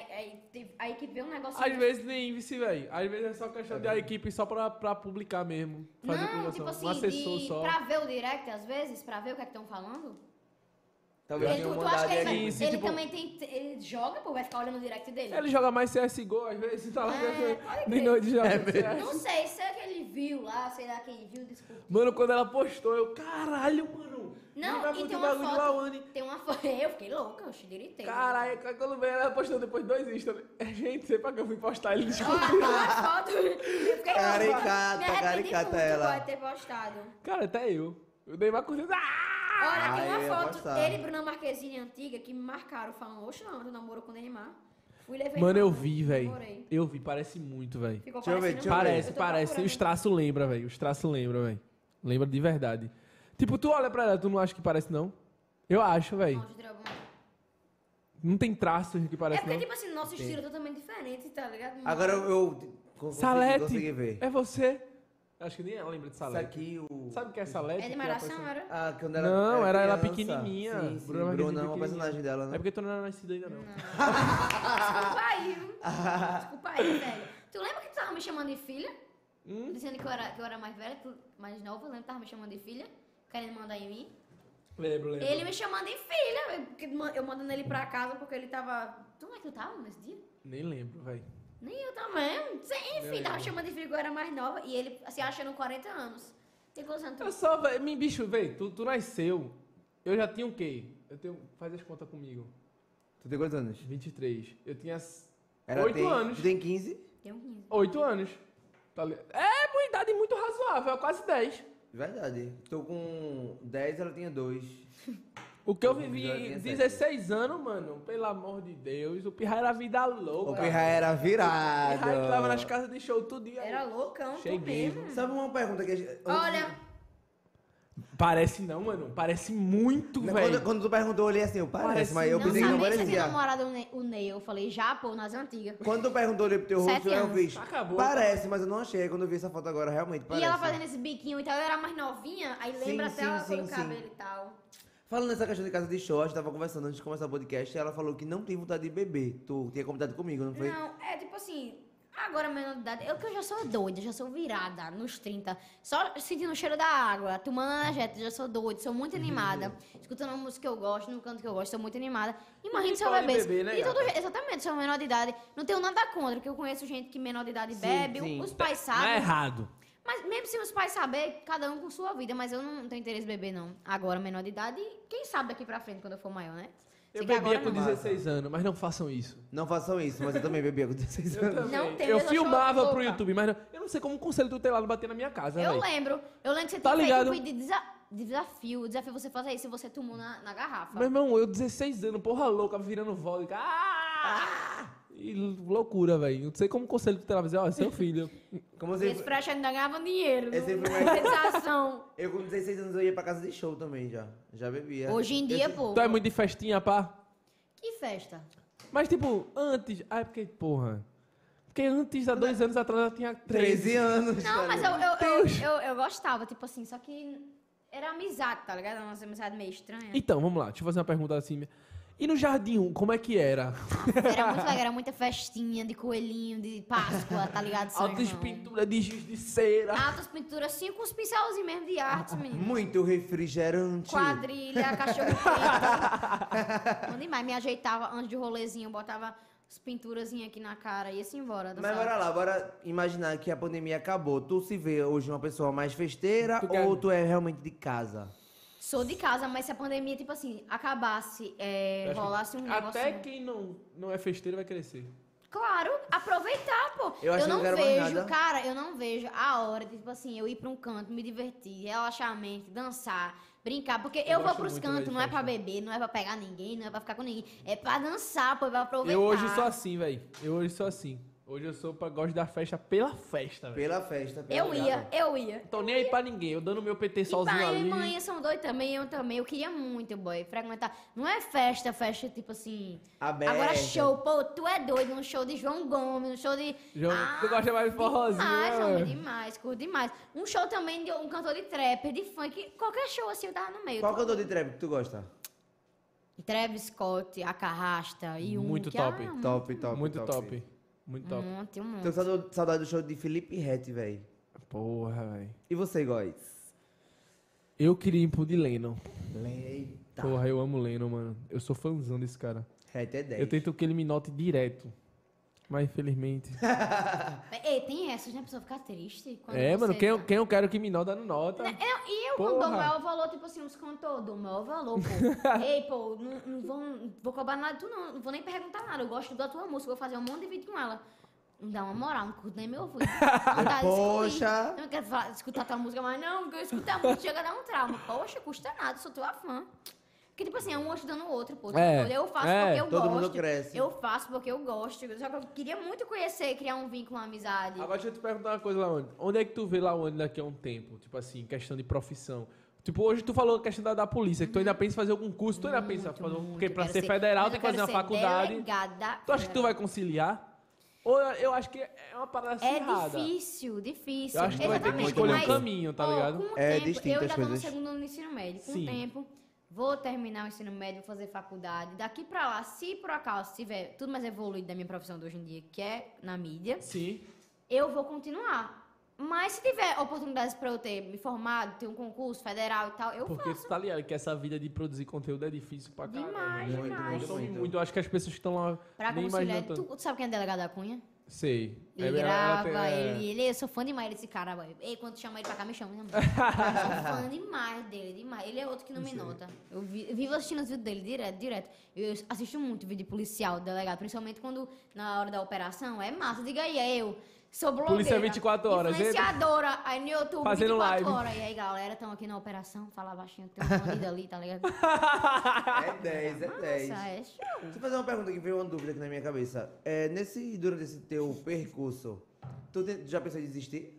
A equipe vê um negócio... Às vezes nem vice, velho. Às vezes é só questão de a equipe só pra publicar mesmo. Fazer publicação. Tipo assim, um assessor só. pra ver o direct, às vezes, pra ver o que é que estão falando. Talvez Tu acha que ele tipo... também tem... Ele joga, pô, vai ficar olhando o direct dele? Ele joga mais CSGO, às vezes, tá lá. Pode De noite joga. Não sei, será que ele viu lá, sei lá, que ele viu, desculpa. Mano, quando ela postou, eu, caralho, mano. Não, e tem uma foto, eu fiquei louca, eu direitei. Caralho, quando veio ela postou depois 2 Insta. Gente, sei pra que eu fui postar, ele descobriu. Uma foto, eu fiquei Caricata ela. Pode ter postado. Cara, até eu. Eu dei uma curtida. Olha, tem uma foto, ele e Bruna Marquezine antiga, que me marcaram, falando, oxe, não, tu namorou com o Neymar. Fui levar. Mano, eu vi, velho. Eu vi, parece muito, velho. Deixa eu ver. Parece. Os traços lembram, velho. Lembra de verdade. Tipo, tu olha pra ela, tu não acha que parece, não? Eu acho, velho. Não tem traços que parece, não? É porque, tipo assim, nosso estilo é totalmente diferente, tá ligado? Agora eu consegui ver. É você. Acho que nem ela lembra de Salete. Isso aqui, Sabe o que é Salete? É de Malhação, era? Ah, quando Não, era ela criança. pequenininha. Sim, Bruna é uma personagem dela, né? É porque tu não era nascido ainda, não. Desculpa aí, velho. Tu lembra que tu tava me chamando de filha? Dizendo que eu era mais velha, mais nova, lembra que tava me chamando de filha? Querendo mandar em mim? Lembro. Ele me chamando de filha, eu mandando ele pra casa porque ele tava... Tu não é que tu tava nesse dia? Nem lembro, velho. Nem eu também. Enfim, tava chamando de filha que eu era mais nova e ele, assim, achando 40 anos. Tem quantos anos? Eu só, velho, bicho, velho, tu nasceu, eu já tinha o quê? Faz as contas comigo. Tu tem quantos anos? 23. Eu tinha 8 anos. Tu tem 15? Tenho 15. 8 anos. É uma idade muito razoável, quase 10. Verdade. Tô com 10, ela tinha 2. O que eu vivi 16 anos, mano, pelo amor de Deus, o Pirra era vida louca. O Pirra era virado. O Pirra entrava nas casas de show todo dia. Era loucão, cheguei. mesmo. Sabe uma pergunta que a gente... Olha... Parece não, mano. Parece muito, velho. Quando tu perguntou, eu olhei assim, parece, mas eu pensei que não parecia. Não namorado o Ney, eu falei, já, pô, nas antigas. Quando tu perguntou, eu olhei pro teu rosto, eu fiz, acabou, parece, mas eu não achei. Quando eu vi essa foto agora, realmente parece. E ela fazendo esse biquinho e tal, eu era mais novinha, aí lembra até ela com o cabelo e tal. Falando nessa questão de casa de show, a gente tava conversando antes de começar o podcast, e ela falou que não tem vontade de beber. Tu tinha comentado comigo, não foi? Não, é tipo assim... Agora, menor de idade, eu que eu já sou doida, já sou virada nos 30. Só sentindo o cheiro da água, tomando energético, já sou doida, sou muito animada. Escutando a música que eu gosto, no canto que eu gosto, sou muito animada. Imagina se eu bebesse. Né, exatamente, sou menor de idade. Não tenho nada contra, porque eu conheço gente que menor de idade bebe, os pais sabem. Não é errado. Mas mesmo se os pais saberem, cada um com sua vida, mas eu não tenho interesse em beber, não. Agora, menor de idade, quem sabe daqui pra frente, quando eu for maior, né? Eu bebia com 16 anos, mas não façam isso. Não façam isso, mas eu também bebia com 16 anos. Não tem, eu filmava pro YouTube, mas eu não sei como o conselho tutelar não bater na minha casa, Eu véi. lembro que você Tá tinha ligado? feito um desafio. O desafio é você fazer isso se você tomou na garrafa. Meu irmão, eu 16 anos, porra louca, virando vodka. E loucura, velho. Não sei como o conselho tutelar vai dizer, ó, seu filho. Como você... Esse praxe ainda ganhava dinheiro. Esse Não foi- compensação. Eu com 16 anos eu ia pra casa de show também já. Já bebia. Hoje em dia, pô. Tu é muito de festinha, pá? Que festa? Mas, tipo, antes... Ah, é porque, porra... Porque antes, há 2 anos atrás, eu tinha 13 anos. Não, tá mas ligado? eu gostava, tipo assim, só que era amizade, tá ligado? Era uma amizade meio estranha. Então, vamos lá. Deixa eu fazer uma pergunta assim. E no Jardim 1, como é que era? Era muito legal, era muita festinha de coelhinho, de Páscoa, tá ligado? São Altas João. pinturas de giz de cera. Altas pinturas, assim, com os pincelzinhos mesmo de arte, menino. Muito refrigerante. Quadrilha, cachorro preto. Bom demais, me ajeitava antes de rolezinho, botava as pinturazinhas aqui na cara e ia assim embora. Mas bora lá, bora imaginar que a pandemia acabou. Tu se vê hoje uma pessoa mais festeira Tu quer- ou tu é realmente de casa? Sou de casa, mas se a pandemia, tipo assim, acabasse, rolasse um negócio... Até quem não é festeiro vai crescer. Claro, aproveitar, pô. Eu acho que não não quero mais vejo, nada. cara, eu não vejo a hora de, tipo assim, eu ir pra um canto, me divertir, relaxar a mente, dançar, brincar. Porque eu vou gosto pros muito, cantos, velho, de não é pra festa. beber, não é pra pegar ninguém, não é pra ficar com ninguém. É pra dançar, pô, é pra aproveitar. Eu hoje sou assim, velho. Eu hoje sou assim. Hoje eu gosto da festa pela festa, velho. Pela festa. Pela Eu ia. Não tô nem aí pra ninguém. Eu dando meu PT E sozinho pai e ali. mãe são doidos também, eu também. Eu queria muito, boy, frequentar. Não é festa tipo assim. Aberta. Agora show, pô, tu é doido, um show de João Gomes, um show de. Tu gosta mais de forrozinho, Demais, né, homem, mano? demais, curto demais. Um show também de um cantor de trap, de funk, qualquer show assim eu tava no meio. Qual cantor de trap que tu gosta? Travis Scott, Acarrasta e um. Muito que, top. Top. Muito top. Muito top. Um monte, um monte. Tenho saudade do show de Felipe Ret, velho. Porra, velho. E você, Góis? Eu queria ir pro de Lennon. Eita. Porra, eu amo Lennon, mano. Eu sou fãzão desse cara. Ret é 10. Eu tento que ele me note direto. Mas infelizmente. Ei, tem essas, né? A pessoa ficar triste. Quando Mano, você quem eu quero que me nota, não nota. E eu, Porra. quando dou maior valor, tipo assim, os cantores, dou maior valor, pô. Ei, pô, não vou cobrar nada de tu, não vou nem perguntar nada. Eu gosto da tua música, vou fazer um monte de vídeo com ela. Não dá uma moral, não curto nem meu ouvido. Poxa. Eu não quero escutar tua música, mas não, porque eu escutar a música chega a dar um trauma. Poxa, custa nada, sou tua fã. Porque, tipo assim, é um ajudando o outro, pô. Eu faço porque eu todo gosto. mundo cresce. Eu faço porque eu gosto. Só que eu queria muito conhecer, criar um vínculo, uma amizade. Agora deixa eu te perguntar uma coisa lá onde. Onde é que tu vê lá onde daqui a um tempo? Tipo assim, questão de profissão. Tipo, hoje tu falou a questão da polícia, que tu ainda pensa em fazer algum curso, tu ainda pensa, porque pra Quero ser federal tem que fazer uma quero ser faculdade. delegada. Tu acha que tu vai conciliar? Ou eu acho que é uma parada É acirrada. difícil. Eu acho que tu vai ter que escolher um caminho, tá ligado? Com o É tempo, distinto eu as ainda tô no coisas. segundo ano do ensino médio. Com Sim. o tempo, vou terminar o ensino médio, vou fazer faculdade. Daqui pra lá, se por acaso tiver tudo mais evoluído da minha profissão de hoje em dia, que é na mídia, Sim. eu vou continuar. Mas se tiver oportunidades pra eu ter me formado, ter um concurso federal e tal, eu Porque faço. tu tá ligado que essa vida de produzir conteúdo é difícil pra caralho. Demais, né? demais. Eu acho que as pessoas que estão lá Pra nem conciliar. imaginam tanto. Tu sabe quem é delegado da Cunha? Sei. Ele ela grava, tem- eu sou fã demais desse cara, boy. Ei, quando tu chama ele pra cá, me chama, né, mano? Eu sou fã demais dele, demais. Ele é outro que não me nota. Eu vivo assistindo os vídeos dele direto. Eu assisto muito vídeo policial, delegado, principalmente quando na hora da operação. É massa, diga aí, é eu. Sou blogueira. Polícia 24 horas, Influenciadora, aí no YouTube, Fazendo 24 live. horas. E aí, galera, estão aqui na operação, fala baixinho, tem um bandido ali, tá ligado? É 10, é 10. Nossa, é show. Deixa eu fazer uma pergunta que veio uma dúvida aqui na minha cabeça. Durante esse teu percurso, tu já pensou em desistir?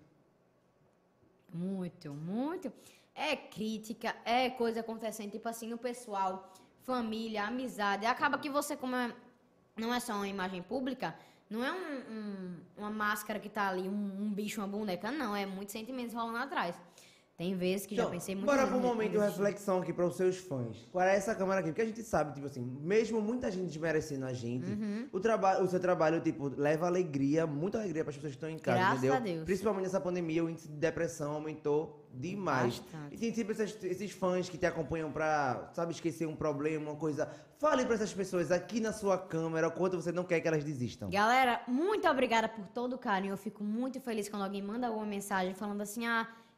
Muito, muito. É crítica, é coisa acontecendo, tipo assim, no pessoal, família, amizade. Acaba que você, não é só uma imagem pública, não é uma máscara que tá ali, um bicho, uma boneca, não. É muitos sentimentos rolando atrás. Tem vezes que já pensei muito. Bora pro momento de reflexão aqui para os seus fãs. Qual é essa câmera aqui? Porque a gente sabe, tipo assim, mesmo muita gente desmerecendo a gente, o seu trabalho, tipo, leva alegria, muita alegria para as pessoas que estão em casa, Graças entendeu? a Deus. Principalmente nessa pandemia, o índice de depressão aumentou demais. Bastante. E tem sempre esses fãs que te acompanham pra, sabe, esquecer um problema, uma coisa. Fale para essas pessoas aqui na sua câmera o quanto você não quer que elas desistam. Galera, muito obrigada por todo o carinho. Eu fico muito feliz quando alguém manda uma mensagem falando assim,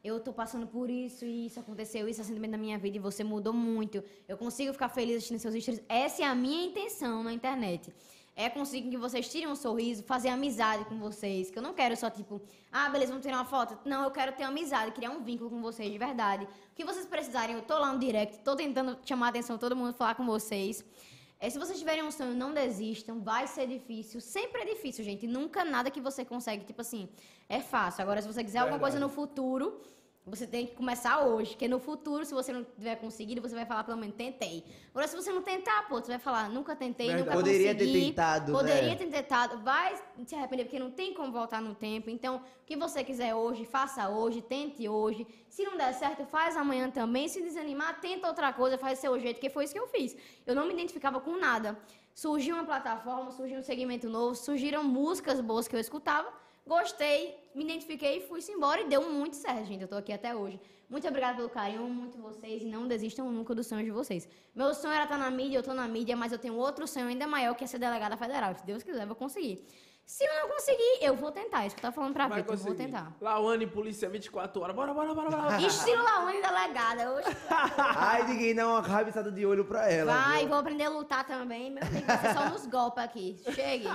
eu tô passando por isso e isso aconteceu, isso assim da minha vida e você mudou muito. Eu consigo ficar feliz assistindo seus stories. Essa é a minha intenção na internet. É conseguir que vocês tirem um sorriso, fazer amizade com vocês. Que eu não quero só, tipo, beleza, vamos tirar uma foto. Não, eu quero ter amizade, criar um vínculo com vocês de verdade. O que vocês precisarem, eu tô lá no direct, tô tentando chamar a atenção de todo mundo, falar com vocês. Se vocês tiverem um sonho, não desistam. Vai ser difícil. Sempre é difícil, gente. Nunca nada que você consegue, tipo assim, é fácil. Agora, se você quiser alguma coisa no futuro... Você tem que começar hoje, porque no futuro, se você não tiver conseguido, você vai falar, pelo menos, tentei. Agora, se você não tentar, você vai falar, nunca tentei, nunca consegui. Poderia ter tentado, Poderia ter tentado. Vai se arrepender, porque não tem como voltar no tempo. Então, o que você quiser hoje, faça hoje, tente hoje. Se não der certo, faz amanhã também. Se desanimar, tenta outra coisa, faz do seu jeito, que foi isso que eu fiz. Eu não me identificava com nada. Surgiu uma plataforma, surgiu um segmento novo, surgiram músicas boas que eu escutava. Gostei, me identifiquei, fui-se embora e deu muito certo, gente. Eu tô aqui até hoje. Muito obrigada pelo carinho, muito vocês. E não desistam nunca dos sonhos de vocês. Meu sonho era estar na mídia, eu tô na mídia, mas eu tenho outro sonho ainda maior, que é ser delegada federal. Se Deus quiser, eu vou conseguir. Se eu não conseguir, eu vou tentar. Isso que eu tô falando pra Vitor, eu vou tentar. Lawane, polícia 24 horas. Bora. Estilo Lawane, delegada. Ai, ninguém dá uma cabeçada de olho pra ela. Vai, viu? Vou aprender a lutar também. Meu Deus, vai ser só nos golpes aqui. Chegue.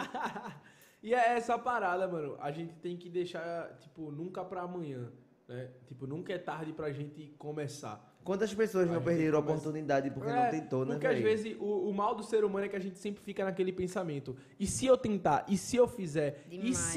E é essa parada, mano. A gente tem que deixar, tipo, nunca pra amanhã, né? Tipo, nunca é tarde pra gente começar. Quantas pessoas não perderam a oportunidade porque não tentou, né, porque às vezes o mal do ser humano é que a gente sempre fica naquele pensamento. E se eu tentar? E se eu fizer? Demais.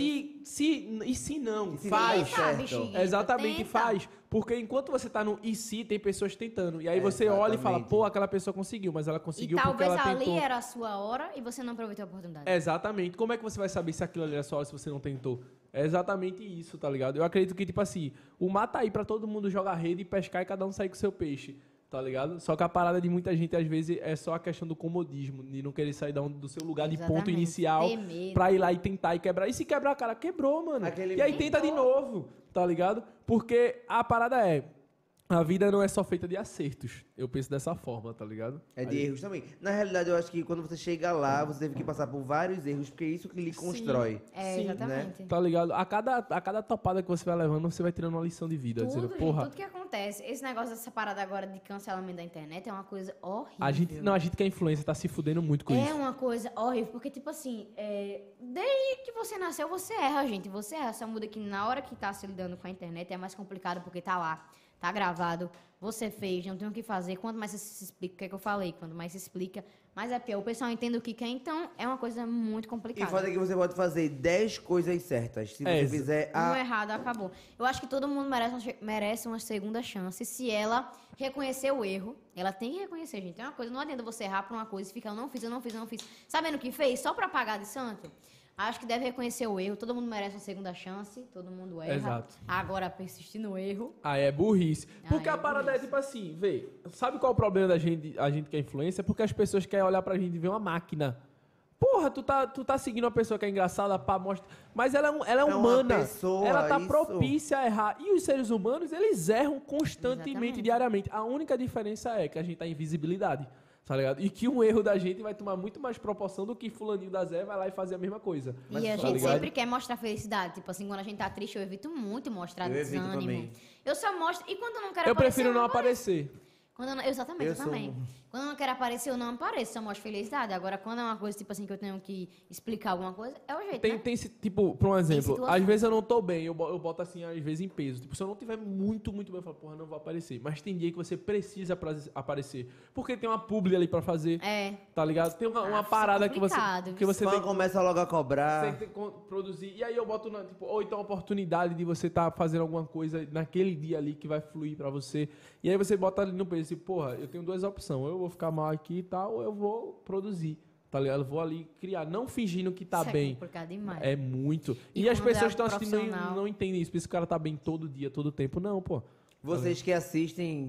E se não? E se faz. não der certo? Exatamente, tenta. faz. Porque enquanto você tá no e se, tem pessoas tentando. E aí você olha e fala, pô, aquela pessoa conseguiu, mas ela conseguiu porque ela tentou. E talvez ali era a sua hora e você não aproveitou a oportunidade. Exatamente. Como é que você vai saber se aquilo ali era sua hora se você não tentou? É exatamente isso, tá ligado? Eu acredito que, tipo assim, o mar tá aí pra todo mundo jogar rede e pescar e cada um sair com o seu peixe. Tá ligado? Só que a parada de muita gente, às vezes, é só a questão do comodismo, de não querer sair do seu lugar de ponto inicial pra ir lá e tentar e quebrar. E se quebrar, cara, quebrou, mano. E aí tenta de novo, tá ligado? Porque a parada é... A vida não é só feita de acertos. Eu penso dessa forma, tá ligado? É de erros também. Na realidade, eu acho que quando você chega lá, você teve que passar por vários erros, porque é isso que lhe constrói. Exatamente. Né? Tá ligado? A cada topada que você vai levando, você vai tirando uma lição de vida. Tudo, dizendo, porra... tudo que acontece. Esse negócio dessa parada agora de cancelamento da internet é uma coisa horrível. A gente que é influencer tá se fudendo muito com isso. É uma coisa horrível, porque, tipo assim, desde que você nasceu, você erra, gente. Você erra. Só muda que na hora que tá se lidando com a internet é mais complicado, porque tá lá. Tá gravado, você fez, não tem o que fazer. Quanto mais você se explica, o que é que eu falei? Quanto mais se explica, mais é pior. O pessoal entende o que quer, então é uma coisa muito complicada. E foda que você pode fazer 10 coisas certas. Se você fizer um errado, acabou. Eu acho que todo mundo merece uma segunda chance. Se ela reconhecer o erro, ela tem que reconhecer, gente. É uma coisa, não adianta você errar por uma coisa e ficar, eu não fiz. Sabendo o que fez? Só pra pagar de santo? Acho que deve reconhecer o erro. Todo mundo merece uma segunda chance. Todo mundo erra. Exato. Agora, persistir no erro... Ah, é burrice. Porque a parada burrice. é tipo assim, vê. Sabe qual é o problema da gente, a gente que é influência? Porque as pessoas querem olhar pra gente e ver uma máquina. Porra, tu tá seguindo uma pessoa que é engraçada, pá, mostra... Mas ela é humana. Pessoa, ela tá isso. propícia a errar. E os seres humanos, eles erram constantemente, Exatamente. diariamente. A única diferença é que a gente tá em visibilidade. Tá ligado? E que um erro da gente vai tomar muito mais proporção do que fulaninho da Zé vai lá e fazer a mesma coisa. E a gente sempre quer mostrar felicidade. Tipo assim, quando a gente tá triste, eu evito muito mostrar desânimo. Também. Eu só mostro... E quando eu não quero Eu aparecer... prefiro não aparecer. Quando eu não... Exatamente, eu também. sou- Quando eu não quero aparecer, eu não apareço. Só mostro felicidade. Agora, quando é uma coisa, tipo assim, que eu tenho que explicar alguma coisa, é o jeito, né? Tem esse, tipo, por um exemplo, situação. às vezes eu não tô bem, eu boto assim, às vezes em peso. Tipo, se eu não tiver muito bem, eu falo, porra, não vou aparecer. Mas tem dia que você precisa aparecer. Porque tem uma publi ali pra fazer. Tá ligado? Tem uma parada que você Fã tem que... começa logo a cobrar. Você tem que produzir. E aí eu boto, tipo, ou então a oportunidade de você estar fazendo alguma coisa naquele dia ali que vai fluir pra você. E aí você bota ali no peso, assim, porra, eu tenho duas opções. Ou eu vou ficar mal aqui e tal, ou eu vou produzir. Tá ligado? Eu vou ali criar, não fingindo que tá Isso bem. É complicado demais. É muito. E E as quando é pessoas que estão algo assistindo profissional? não entendem isso. Por isso que o cara tá bem todo dia, todo tempo. Não, pô. Vocês que assistem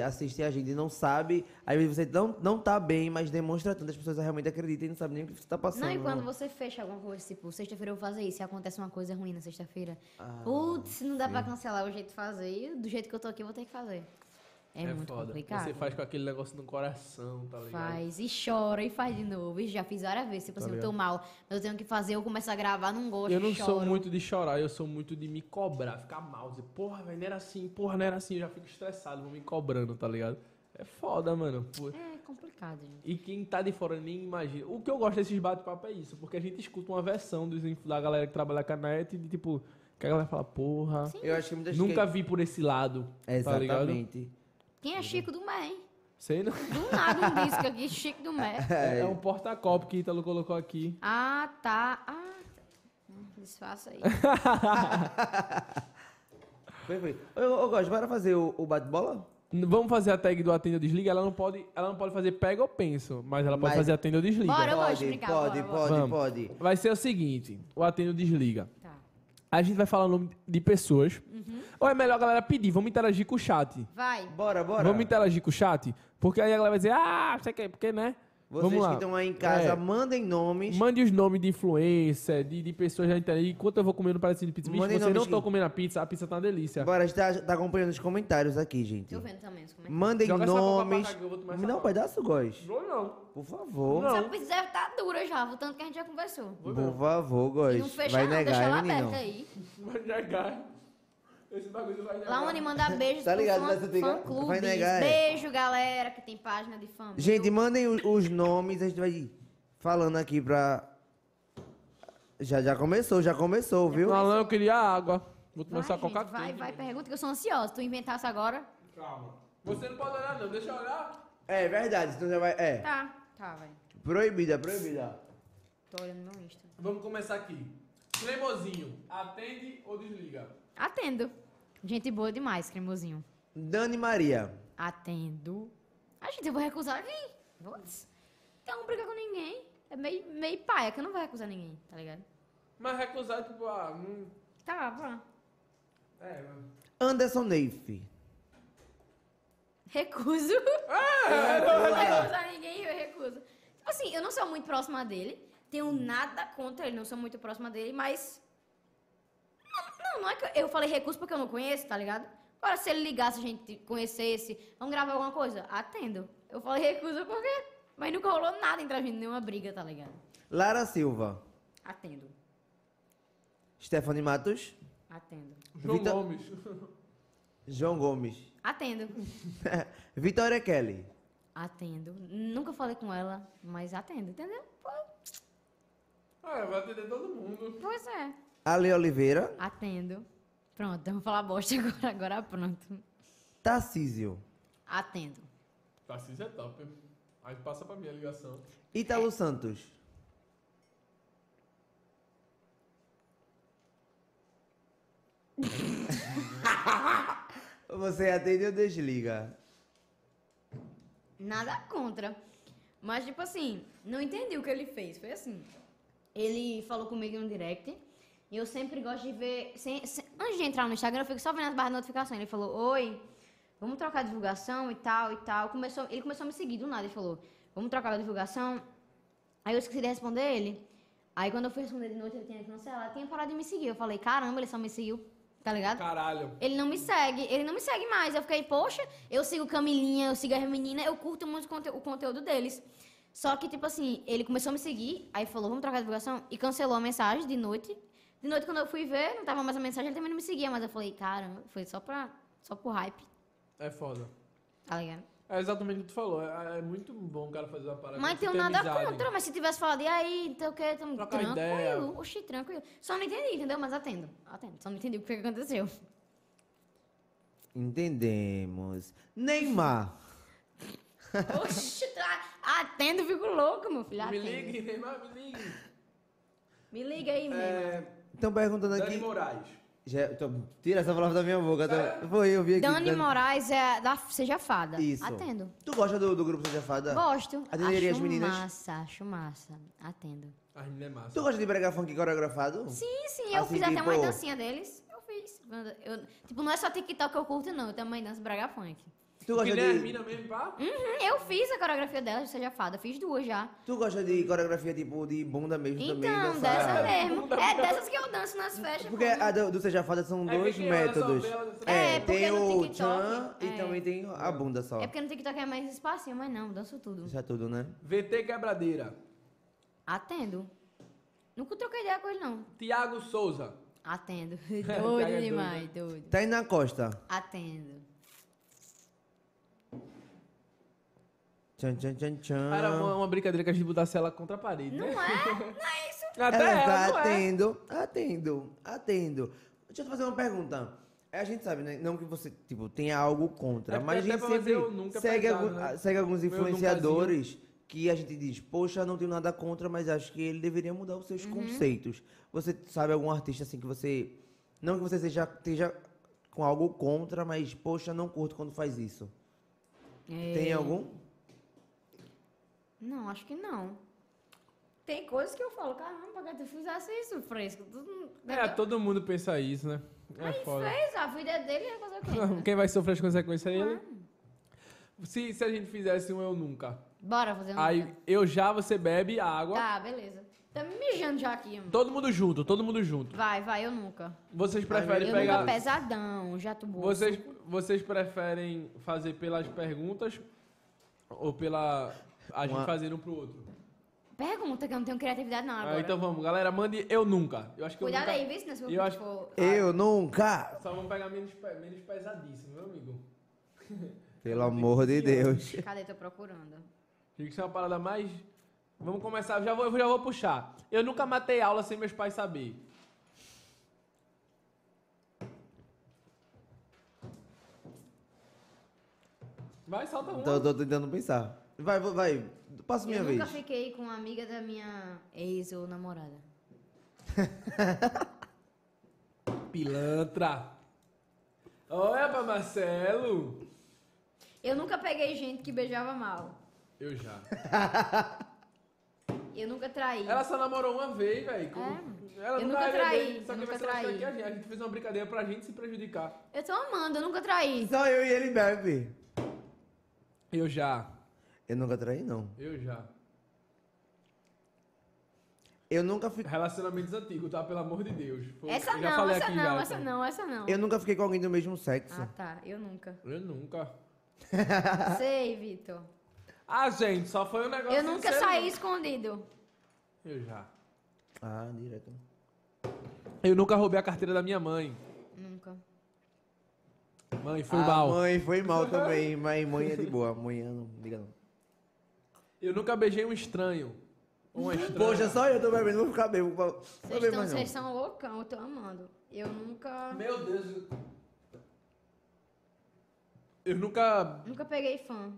a gente e não sabem, às vezes você não tá bem, mas demonstra tanto, as pessoas realmente acreditam e não sabem nem o que você tá passando. Não, e quando você fecha alguma coisa, tipo, sexta-feira eu vou fazer isso, e acontece uma coisa ruim na sexta-feira. Putz, não dá pra cancelar o jeito de fazer. E do jeito que eu tô aqui, eu vou ter que fazer. É muito foda. complicado. Você faz com aquele negócio no coração, tá ligado? Faz e chora e faz de novo. E já fiz várias vezes. Tipo assim, eu tô mal, mas eu tenho que fazer, eu começo a gravar, não gosto, Eu não choro. sou muito de chorar, eu sou muito de me cobrar, ficar mal, dizer, porra, velho, não era assim, porra, não era assim, eu já fico estressado, vou me cobrando, tá ligado? É foda, mano. Pô. É complicado, gente. E quem tá de fora nem imagina. O que eu gosto desses bate-papo é isso, porque a gente escuta uma versão da galera que trabalha com a net, de tipo, que a galera fala, porra, Sim. Eu acho que muita nunca vi por esse lado, tá ligado? Exatamente. Quem é Chico do Mé, hein? Sei não. Do nada um disco aqui, Chico do Mé. É um porta-copo que Ítalo colocou aqui. Ah, tá. Desfaça aí. Perfeito. Eu gosto, bora fazer o bate-bola? Vamos fazer a tag do atende ou desliga? Ela não pode fazer pega ou penso, mas ela pode Mas- fazer atende ou desliga. Bora. Eu gosto de Pode, brincar, pode, bora, pode, Vamos. pode. Vai ser o seguinte, o atende ou desliga. Tá. A gente vai falar o nome de pessoas. Ou é melhor a galera pedir, vamos interagir com o chat. Vai. Bora, bora. Vamos interagir com o chat? Porque aí a galera vai dizer, sei que, porque, né? Vocês vamos lá. que estão aí em casa, É. mandem nomes. Mande os nomes de influencer, de pessoas da internet. Enquanto eu vou comendo parecendo de pizza. Bicho, Mandem vocês não nomes estão que- comendo a pizza tá uma delícia. Bora, a gente tá acompanhando os comentários aqui, gente. Tô vendo também os comentários. Mandem Joga essa coca pra nomes. cá que eu vou tomar essa Não, coca. pedaço gosto. Vou não. Por favor. Não. Essa pizza deve estar dura já, o tanto que a gente já conversou. Vou Por não. favor, E não gosto. fecha Vai não, deixa negar, ela hein, menino? aberta aí. Vai negar. Esse bagulho vai negar. Laone manda beijos Tá ligado, pro mas você tem que- fã-clube. vai negar, é. Beijo, galera, que tem página de fã. Gente, mandem os nomes, a gente vai falando aqui pra... Já começou, viu? Alan, eu queria água. Vou tomar Vai, essa gente, coca vai, quente. vai, pergunta que eu sou ansiosa. Se tu inventasse agora... Calma. Você não pode olhar não, deixa eu olhar. É verdade, senão já vai... É, Tá, vai. proibida. Tô olhando no Insta. Vamos começar aqui. Cremosinho, atende ou desliga? Atendo. Gente boa demais, cremosinho. Dani Maria. Atendo. A gente, eu vou recusar aqui. Putz. Então não briga com ninguém. É meio paia, que eu não vou recusar ninguém, tá ligado? Mas recusar, tipo, não... Tá, vá. mano. Anderson Neif. Recuso. Eu não vou recusar ninguém, eu recuso. Tipo assim, eu não sou muito próxima dele. Tenho nada contra ele, não sou muito próxima dele, mas... Não é que eu falei recurso porque eu não conheço, tá ligado? Agora, se ele ligasse, a gente conhecesse, vamos gravar alguma coisa? Atendo. Eu falei recusa porque... Mas nunca rolou nada entre a gente, nenhuma briga, tá ligado? Lara Silva. Atendo. Stephanie Matos. Atendo. João Vitor- Gomes. João Gomes. Atendo. Vitória Kelly. Atendo. Nunca falei com ela, mas atendo, entendeu? Pô, Vai atender todo mundo. pois é. Ale Oliveira. Atendo. Pronto, vamos falar bosta agora pronto. Tarcísio. Atendo. Tarcísio é top. Aí passa pra mim a ligação. Ítalo Santos. Você atende ou desliga? Nada contra. Mas, tipo assim, não entendi o que ele fez. Foi assim. Ele falou comigo no direct. E eu sempre gosto de ver... antes de entrar no Instagram, eu fico só vendo as barras de notificação. Ele falou, oi, vamos trocar a divulgação e tal, e tal. Ele começou a me seguir do nada. Ele falou, vamos trocar a divulgação. Aí eu esqueci de responder ele. Aí quando eu fui responder de noite, ele tinha cancelado. Ele tinha parado de me seguir. Eu falei, caramba, ele só me seguiu, tá ligado? Caralho. Ele não me segue mais. Eu fiquei, poxa, eu sigo Camilinha, eu sigo as meninas, eu curto muito o conteúdo deles. Só que, tipo assim, ele começou a me seguir, aí falou, vamos trocar a divulgação, e cancelou a mensagem de noite. De noite, quando eu fui ver, não tava mais a mensagem, ele também não me seguia, mas eu falei, caramba, foi só pro hype, É foda. tá ligado? É exatamente o que tu falou. É muito bom o cara fazer uma parada. Mas você tenho ter nada amizade. contra, mas se tivesse falado, e aí, então o que? Trocar ideia. Tranquilo, oxi, tranquilo. Só não entendi, entendeu? Mas atendo. Só não entendi o que foi que aconteceu. Entendemos. Neymar. Oxi, atendo, fico louco, meu filho. Me Atendo. ligue, Neymar, me ligue. Me liga aí, mesmo. Estão perguntando Dani aqui. Moraes. Tira essa palavra da minha boca. Foi, eu vi aqui. Dani Moraes é da Seja Fada. Isso. Atendo. Tu gosta do grupo Seja Fada? Gosto. Atenderia as Acho meninas? acho massa. Atendo. A menina é massa. Tu gosta de brega funk coreografado? Sim, eu Assim, fiz até tipo- uma dancinha deles. Eu fiz. Tipo, não é só TikTok que eu curto, não. Eu também danço brega funk. Tu gosta Guilherme de... mesmo, pá? Eu fiz a coreografia dela de Seja Fada, fiz 2 já. Tu gosta de coreografia tipo de bunda mesmo também? Então, dessa mesmo. É dessas que eu danço nas festas. Porque a do Seja Fada são dois que olha só métodos. dela, porque tem no o TikTok, chan e também tem a bunda só. É porque no TikTok é mais espacinho, mas não, danço tudo. Isso é tudo, né? VT Quebradeira. Atendo. Nunca troquei ideia com ele, não. Tiago Souza. Atendo. Thiago Doido é demais, doido. Tainá Costa. Atendo. Tchan, tchan, tchan, tchan. Era uma brincadeira que a gente botasse ela contra a parede, Não né? é isso. Até Ela ela, tá não é. atendo. Deixa eu te fazer uma pergunta. A gente sabe, né? Não que você, tipo, tenha algo contra, É mas a porque gente até pra sempre fazer o nunca é segue, pesado, né? segue alguns Meu influenciadores que a gente diz, poxa, não tenho nada contra, mas acho que ele deveria mudar os Uhum. seus conceitos. Você sabe algum artista assim que você... Não que você esteja com algo contra, mas, poxa, não curto quando faz isso. Tem algum? Não, acho que não. Tem coisas que eu falo, caramba, que tu fizesse isso, fresco. Todo mundo pensa isso, né? É Aí foda. fez, a vida é dele, vai fazer o quê? Quem vai sofrer as consequências é ele. Se a gente fizesse um Eu Nunca. Bora fazer um. Aí, eu já, você bebe água. Tá, beleza. Tá me mijando já aqui, mano. Todo mundo junto. Vai, eu nunca. Vocês preferem Eu pegar... nunca pesadão, já tu boa. Vocês preferem fazer pelas perguntas ou pela... A gente fazendo um pro outro? Pergunta, que eu não tenho criatividade não agora. Então vamos, galera, mande Eu Nunca. Eu acho que Cuidado eu nunca... aí, vê se não Eu acho- for... Eu nunca! Só vamos pegar menos pesadíssimo, meu amigo. Pelo amor de Deus. Cadê? Tô procurando. Tinha que ser uma parada mais... Vamos começar, eu já vou puxar. Eu nunca matei aula sem meus pais saber. Vai, solta uma. Tô tentando pensar. Vai. Passa minha Eu vez. nunca fiquei com uma amiga da minha ex ou namorada. Pilantra. Olha pra Marcelo. Eu nunca peguei gente que beijava mal. Eu já. Eu nunca traí. Ela só namorou uma vez, velho. Ela Eu não nunca vai traí, beber, só eu que nunca vai ser lascar traí. aqui a gente fez uma brincadeira pra gente se prejudicar. Eu tô amando, eu nunca traí. Só eu e ele bebe. Eu já. Eu nunca traí, não. Eu já. Eu nunca fiquei. Relacionamentos antigos, tá? Pelo amor de Deus. Essa já não, falei essa aqui não, já, essa então. não, essa não. Eu nunca fiquei com alguém do mesmo sexo. Ah, tá, eu nunca. Eu nunca. Sei, Vitor. Ah, gente, só foi um negócio... Eu nunca de ser- saí escondido. Eu já. Ah, direto. Eu nunca roubei a carteira da minha mãe. Nunca. Mãe, foi A mal. mãe foi mal também, mas mãe é de boa. Mãe não liga não. Eu nunca beijei um estranho. Uma estranha. Poxa, só eu tô bebendo, vou ficar bem. Vou beber mais não. Vocês são loucão, eu tô amando. Eu nunca... Meu Deus. Eu nunca... Nunca peguei fã.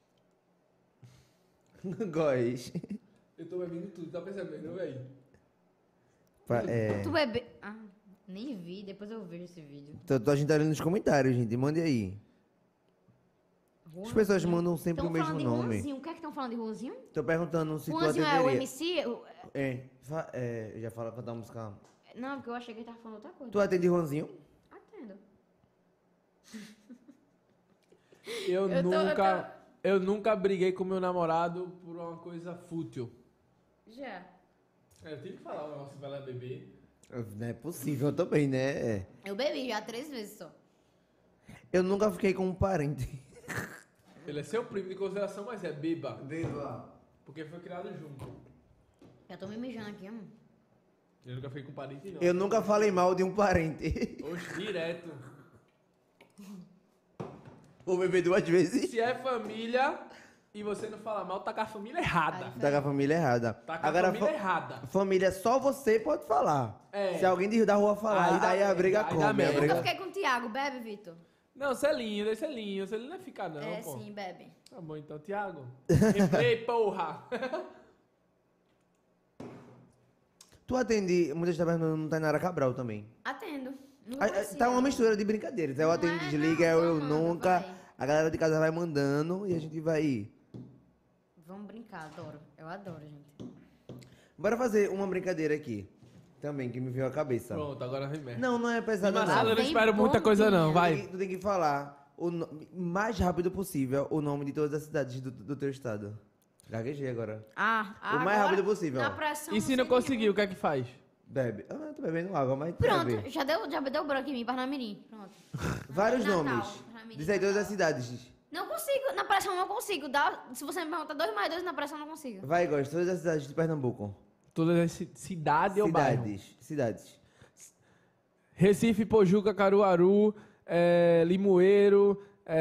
Gosto. Eu tô bebendo tudo, tá percebendo, velho? Tu bebe... Ah, nem vi, depois eu vejo esse vídeo. A gente tá lendo nos comentários, gente. Mande aí. As pessoas mandam sempre o mesmo nome. Juanzinho. O que é que estão falando de Juanzinho? Tô perguntando se tu Juanzinho atenderia. é o MC? Já fala cantar a música. Não, porque eu achei que ele tava falando outra coisa. Tu atende Juanzinho? Atendo. Eu nunca briguei com meu namorado por uma coisa fútil. Já. Eu tenho que falar um negócio pra ela beber. Não é possível também, né? Eu bebi já 3 vezes só. Eu nunca fiquei com um parente. Ele é seu primo de consideração, mas é beba. Beba. Porque foi criado junto. Já tô me mijando aqui, mano. Eu nunca fiquei com parente, não. Eu nunca falei mal de um parente. Oxe, direto. Vou beber 2 vezes. Se é família e você não fala mal, tá com a família errada. Tá com a família errada. Tá com a família errada. Família, só você pode falar. É. Se alguém da rua falar, aí a briga aí dá come. A merda. Eu briga... nunca fiquei com o Thiago. Bebe, Vitor. Não, você é lindo, esse é lindo. Você não é ficar, não, É, pô. sim, bebe. Tá bom, então, Thiago. Ei, porra! Tu atende, muita gente tá perguntando no Tainara Cabral também. Atendo. Nunca conheci Tá uma ela. mistura de brincadeiras. Eu Não atendo, é, desliga, não, eu tô amando, nunca. vai. A galera de casa vai mandando e a gente vai. Vamos brincar, adoro. Eu adoro, gente. Bora fazer uma brincadeira aqui. Também, que me veio à cabeça. Pronto, agora vem merda. Não é pesado, Marcelo, eu não. não Vem espero muita coisa, não. bombinha. Vai. Tu tem que falar mais rápido possível o nome de todas as cidades do teu estado. Gaguejei agora. O mais rápido possível. Na pressão, E se não conseguir, o que é que faz? Bebe. Tô bebendo água, mas Pronto, bebe. já deu branco em mim, Parnamirim. Pronto. Vários Natal, nomes. Parnamirim, Diz aí todas as Natal. cidades. Não consigo, na pressão não consigo. Se você me perguntar 2 mais 2, na pressão não consigo. Vai, Góis, todas as cidades de Pernambuco. Todas as cidades ou bairro? Cidades. Recife, Pojuca, Caruaru, Limoeiro,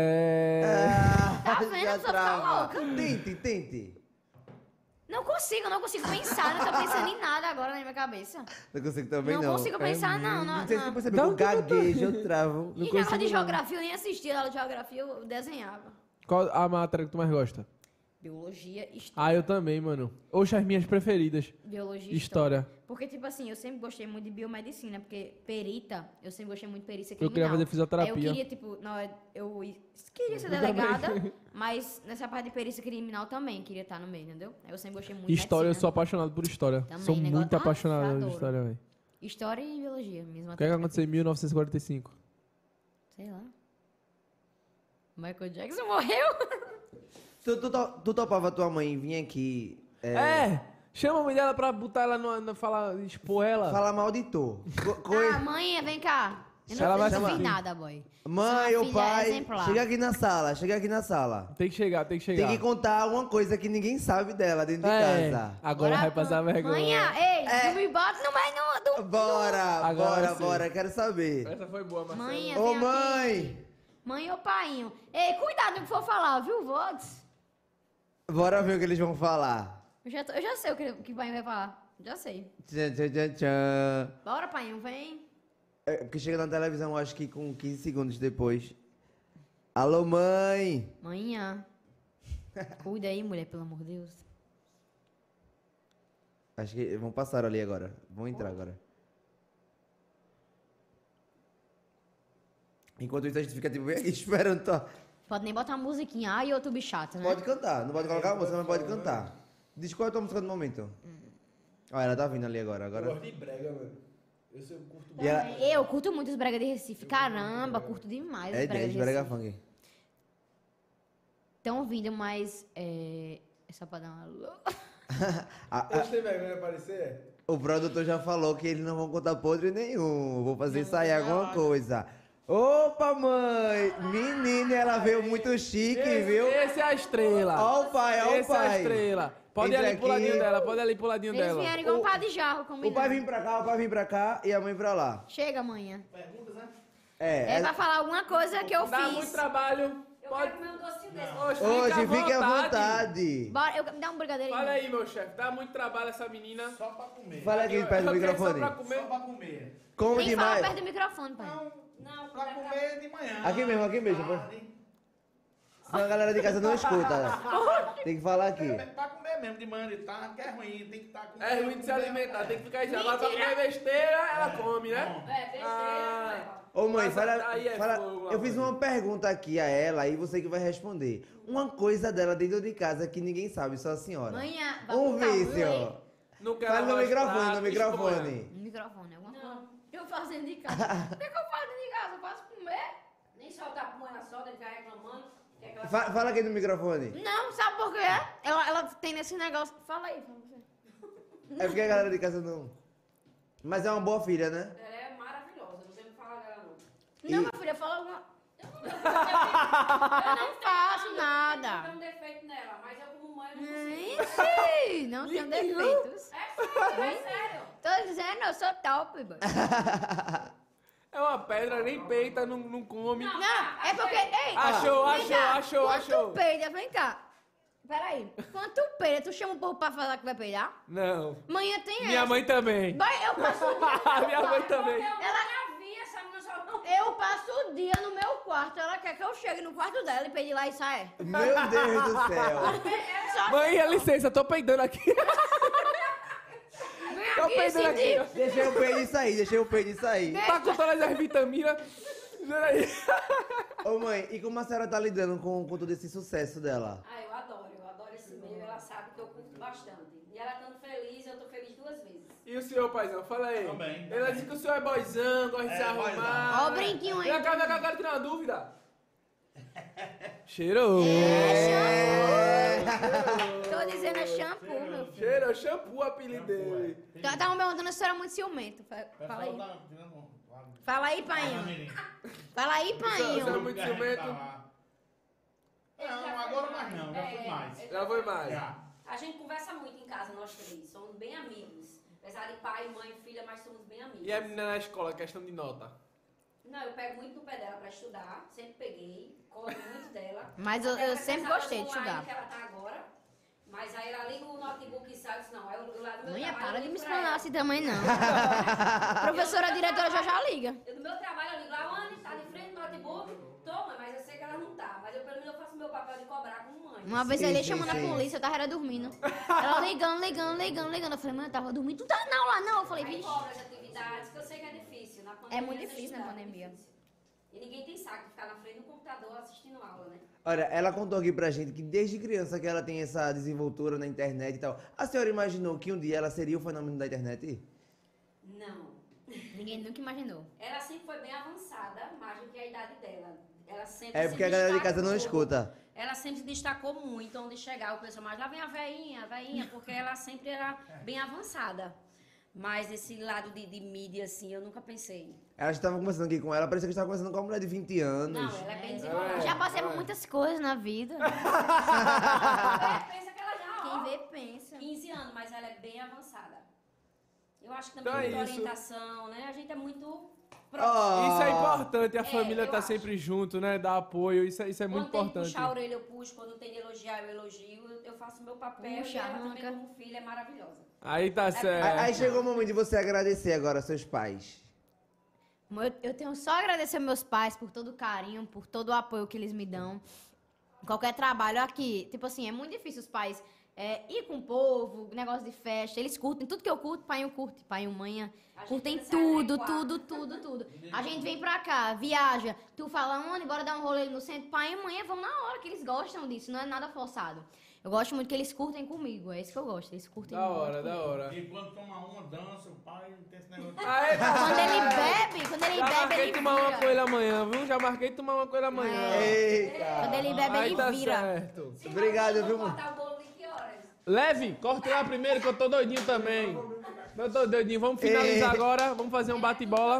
Tá vendo? já Eu só trava. fico louca. Tente. Não consigo pensar. Não tô pensando em nada agora na minha cabeça. Não consigo também, não. Não consigo pensar, não. Não sei se você Não. percebeu, eu gaguejo, eu travo. E negócio de geografia, eu nem assistia aula de geografia, eu desenhava. Qual a matéria que tu mais gosta? Biologia, história. Ah, eu também, mano. Oxe, as minhas preferidas. Biologia e História. Porque, tipo assim, eu sempre gostei muito de biomedicina, porque perita, eu sempre gostei muito de perícia Eu criminal. queria fazer fisioterapia. Aí eu queria, tipo, eu queria ser delegada, mas nessa parte de perícia criminal também queria estar no meio, entendeu? Aí eu sempre gostei muito de História, eu medicina. sou apaixonado por história. Também, sou negócio- muito Ah, apaixonado por adoro. história, velho. História e biologia, mesmo. O que é que aconteceu em 1945? Sei lá. Michael Jackson morreu? Tu topava tua mãe vir aqui... Chama a mãe dela pra botar ela expor ela. Falar mal de tu. Ah, mãe, vem cá. Eu Ela vai não chamar. fiz nada, boy. Mãe Sou ou uma filha pai, exemplar. chega aqui na sala. Tem que chegar. Tem que contar uma coisa que ninguém sabe dela dentro de casa. Agora vai passar vergonha. Manhã, ei, não me bota no meio do... Bora, sim. bora, quero saber. Essa foi boa, Marcelo. Mãe, Ô, vem aqui. mãe! Mãe ou painho. Ei, cuidado no que for falar, viu, Vox? Bora ver o que eles vão falar. Eu já sei o que o painho vai falar. Já sei. Tchan. Bora, painho, vem. É porque chega na televisão, acho que com 15 segundos depois. Alô, mãe! Manhã. Cuida aí, mulher, pelo amor de Deus. Acho que vão passar ali agora. Vão entrar agora. Enquanto isso, a gente fica tipo bem aqui esperando. Tá? Pode nem botar uma musiquinha. Ai, YouTube chato, né? Pode cantar, não pode colocar a música, mas pode cantar. Diz qual é a tua música do momento. Olha, ela tá vindo ali agora. de brega, mano. Eu curto E ela- Eu curto muito os brega de Recife. Caramba, curto demais os É brega 10, de brega Recife. funk. Estão vindo, mas é só pra dar uma... Hoje tem vergonha de aparecer? O produtor já falou que eles não vão contar podre nenhum. Vou fazer sair alguma coisa. Opa, mãe! Menina, ela veio muito chique, viu? Esse é a estrela. Ó o pai, ó o Esse é a pai. estrela. Pode ir Entra ali pro ladinho aqui. dela, pode ir ali pro ladinho Eles dela. vieram igual um par de jarro comigo. O pai vem pra cá e a mãe pra lá. Chega amanhã. É, É pra falar alguma coisa que eu Dá fiz. muito trabalho. Eu Pode... quero comer um docinho desse. hoje fique à vontade. Bora, me dá um brigadeirinho. Fala aí, meu chefe. Dá muito trabalho essa menina. Só pra comer. Fala aqui perto do Eu quero microfone. Só pra comer. Só pra comer. Come Nem fala demais. perto do microfone, pai. Não, pra comer de manhã. Aqui mesmo, pô. tarde. Senão a galera de casa não escuta. Tem que falar aqui. Pra comer mesmo, de manhã, de tarde, que é ruim, tem que estar com É ruim de se alimentar, tem que ficar aí. Agora pra comer besteira, ela come, né? É, besteira. Ô mãe, Mas fala, aí é fala- fogo, eu fiz mãe. uma pergunta aqui a ela e você que vai responder. Uma coisa dela dentro de casa que ninguém sabe, só a senhora. Manhã, vai Um botar vício. Não quero Fala no lavar os microfone, pratos, no microfone. No microfone, alguma coisa. Eu faço dentro de casa. O que eu faço dentro de casa? Eu faço comer. Nem soltar a moeda só, deve ficar reclamando. Que é aquela... Fala aqui no microfone. Não, sabe por quê? Ela tem nesse negócio. Fala aí, fala você. É porque a galera de casa não. Mas é uma boa filha, né? Ela é maravilhosa, não sei me falar dela não. Não, E- minha filha, fala alguma. Eu não faço nada. Não tem um defeito nela, mas eu como mãe eu não consigo. Ixi, não tenho defeitos. É sério. Tô dizendo, eu sou top, boy. É uma pedra, nem peita, não come. Não, é porque. Ei, Achou, vem cá. achou. Quando tu peida, vem cá. Peraí. Quando tu peida, tu chama o povo pra falar que vai peidar? Não. Manhã tem Minha essa. mãe também. Vai, eu passo o dia. Minha mãe também. Eu já vi essa menina só não. Eu passo o dia no meu quarto. Ela quer que eu chegue no quarto dela e peide lá e saia. Meu Deus do céu. Só Mãe, licença, tô peidando aqui. vem Tô aqui peidando aqui. sentir. ó. Deixei o peito sair. Tá com todas as vitaminas. Peraí. Ô mãe, e como a senhora tá lidando com todo esse sucesso dela? Ah, eu adoro esse meio, ela sabe que eu curto bastante. E ela estando feliz, eu tô feliz 2 vezes. E o senhor, paizão? Fala aí. Também. Ela disse que o senhor é boizão, gosta de se arrumar. Ó o brinquinho aí. Vem cá, eu quero tirar uma dúvida. Cheirou. Tô dizendo é shampoo, meu filho. Cheirou, shampoo o apelido dele. Tava me perguntando se você era muito ciumento. Fala aí. Fala aí, painho. Fala aí, Você era painho. muito ciumento? Não, agora mais não, já foi mais. Já foi mais. Já. A gente conversa muito em casa, nós três. Somos bem amigos. Apesar de pai, mãe, filha, mas somos bem amigos. E a menina na escola, questão de nota? Não, eu pego muito no pé dela pra estudar. Sempre peguei. Cobro muito dela. Mas Até eu pra sempre essa gostei de online estudar. que ela tá agora. Mas aí ela liga o notebook e sai e diz, não, é o lado do meu Não ia trabalho. para eu de me ligo pra explanar ela. assim também, não. Professora, diretora já liga. Eu, no meu trabalho, eu ligo lá, Anne, tá de frente do notebook? Toma, mas eu sei que ela não tá. Mas eu, pelo menos, eu faço meu papel de cobrar como mãe. Uma vez Sim, ele sim, chamando a sim. polícia, eu tava dormindo. Ela ligando. Eu falei, mãe, eu tava dormindo. Tu tá na aula, não? Eu falei, Aí vixe. cobra as atividades, que eu sei que é difícil. Na pandemia, É muito essa difícil na atividade é pandemia. difícil. E ninguém tem saco de ficar na frente do computador assistindo aula, né? Olha, ela contou aqui pra gente que desde criança que ela tem essa desenvoltura na internet e tal. A senhora imaginou que um dia ela seria o fenômeno da internet? Não. Ninguém nunca imaginou. Ela sempre foi bem avançada, mais do que a idade dela. Ela sempre É se porque a galera de casa não destacou. escuta. Ela sempre se destacou muito, onde chegava o pessoal mais, lá vem a veinha, porque ela sempre era bem avançada. Mas esse lado de mídia, assim, eu nunca pensei. Ela estava conversando aqui com ela, parecia que estava conversando com uma mulher de 20 anos. Não, ela é bem desenvolvida. Já passei por muitas coisas na vida. Pensa que ela já, Quem ó, vê, pensa. 15 anos, mas ela é bem avançada. Eu acho que também Então é muita isso. orientação, né? A gente é muito Ó, Isso é importante, a família eu tá acho. sempre junto, né? Dar apoio, isso é muito Quando tem que importante. puxar a orelha, eu puxo. Quando tem de elogiar, eu elogio. Eu faço o meu papel. Puxa, e ela arranca. também, como filha, é maravilhosa. Aí tá certo. Aí chegou o momento de você agradecer agora aos seus pais. Eu tenho só a agradecer aos meus pais por todo o carinho, por todo o apoio que eles me dão. Qualquer trabalho aqui, tipo assim, é muito difícil os pais ir com o povo, negócio de festa. Eles curtem tudo que eu curto, pai curte, pai e mãe A gente curtem não sai tudo, nem tudo. A gente vem pra cá, viaja, tu fala, onde, bora dar um rolê no centro. Pai e mãe vão na hora, que eles gostam disso, não é nada forçado. Eu gosto muito que eles curtem comigo, é isso que eu gosto, eles curtem Da muito hora, comigo. da hora. E quando toma uma, dança, o pai não tem esse negócio. Aí, tá Quando certo. ele bebe, Já marquei ele tomar uma vira. com ele amanhã, viu? Já marquei tomar uma com ele amanhã. Eita! Quando ele bebe, Aí ele tá vira. certo. Se Obrigado, nós viu, vamos mano? cortar o bolo de que horas? Leve, corte lá primeiro que eu tô doidinho também. Eu tô doidinho. Vamos finalizar Ei. agora, vamos fazer um bate-bola.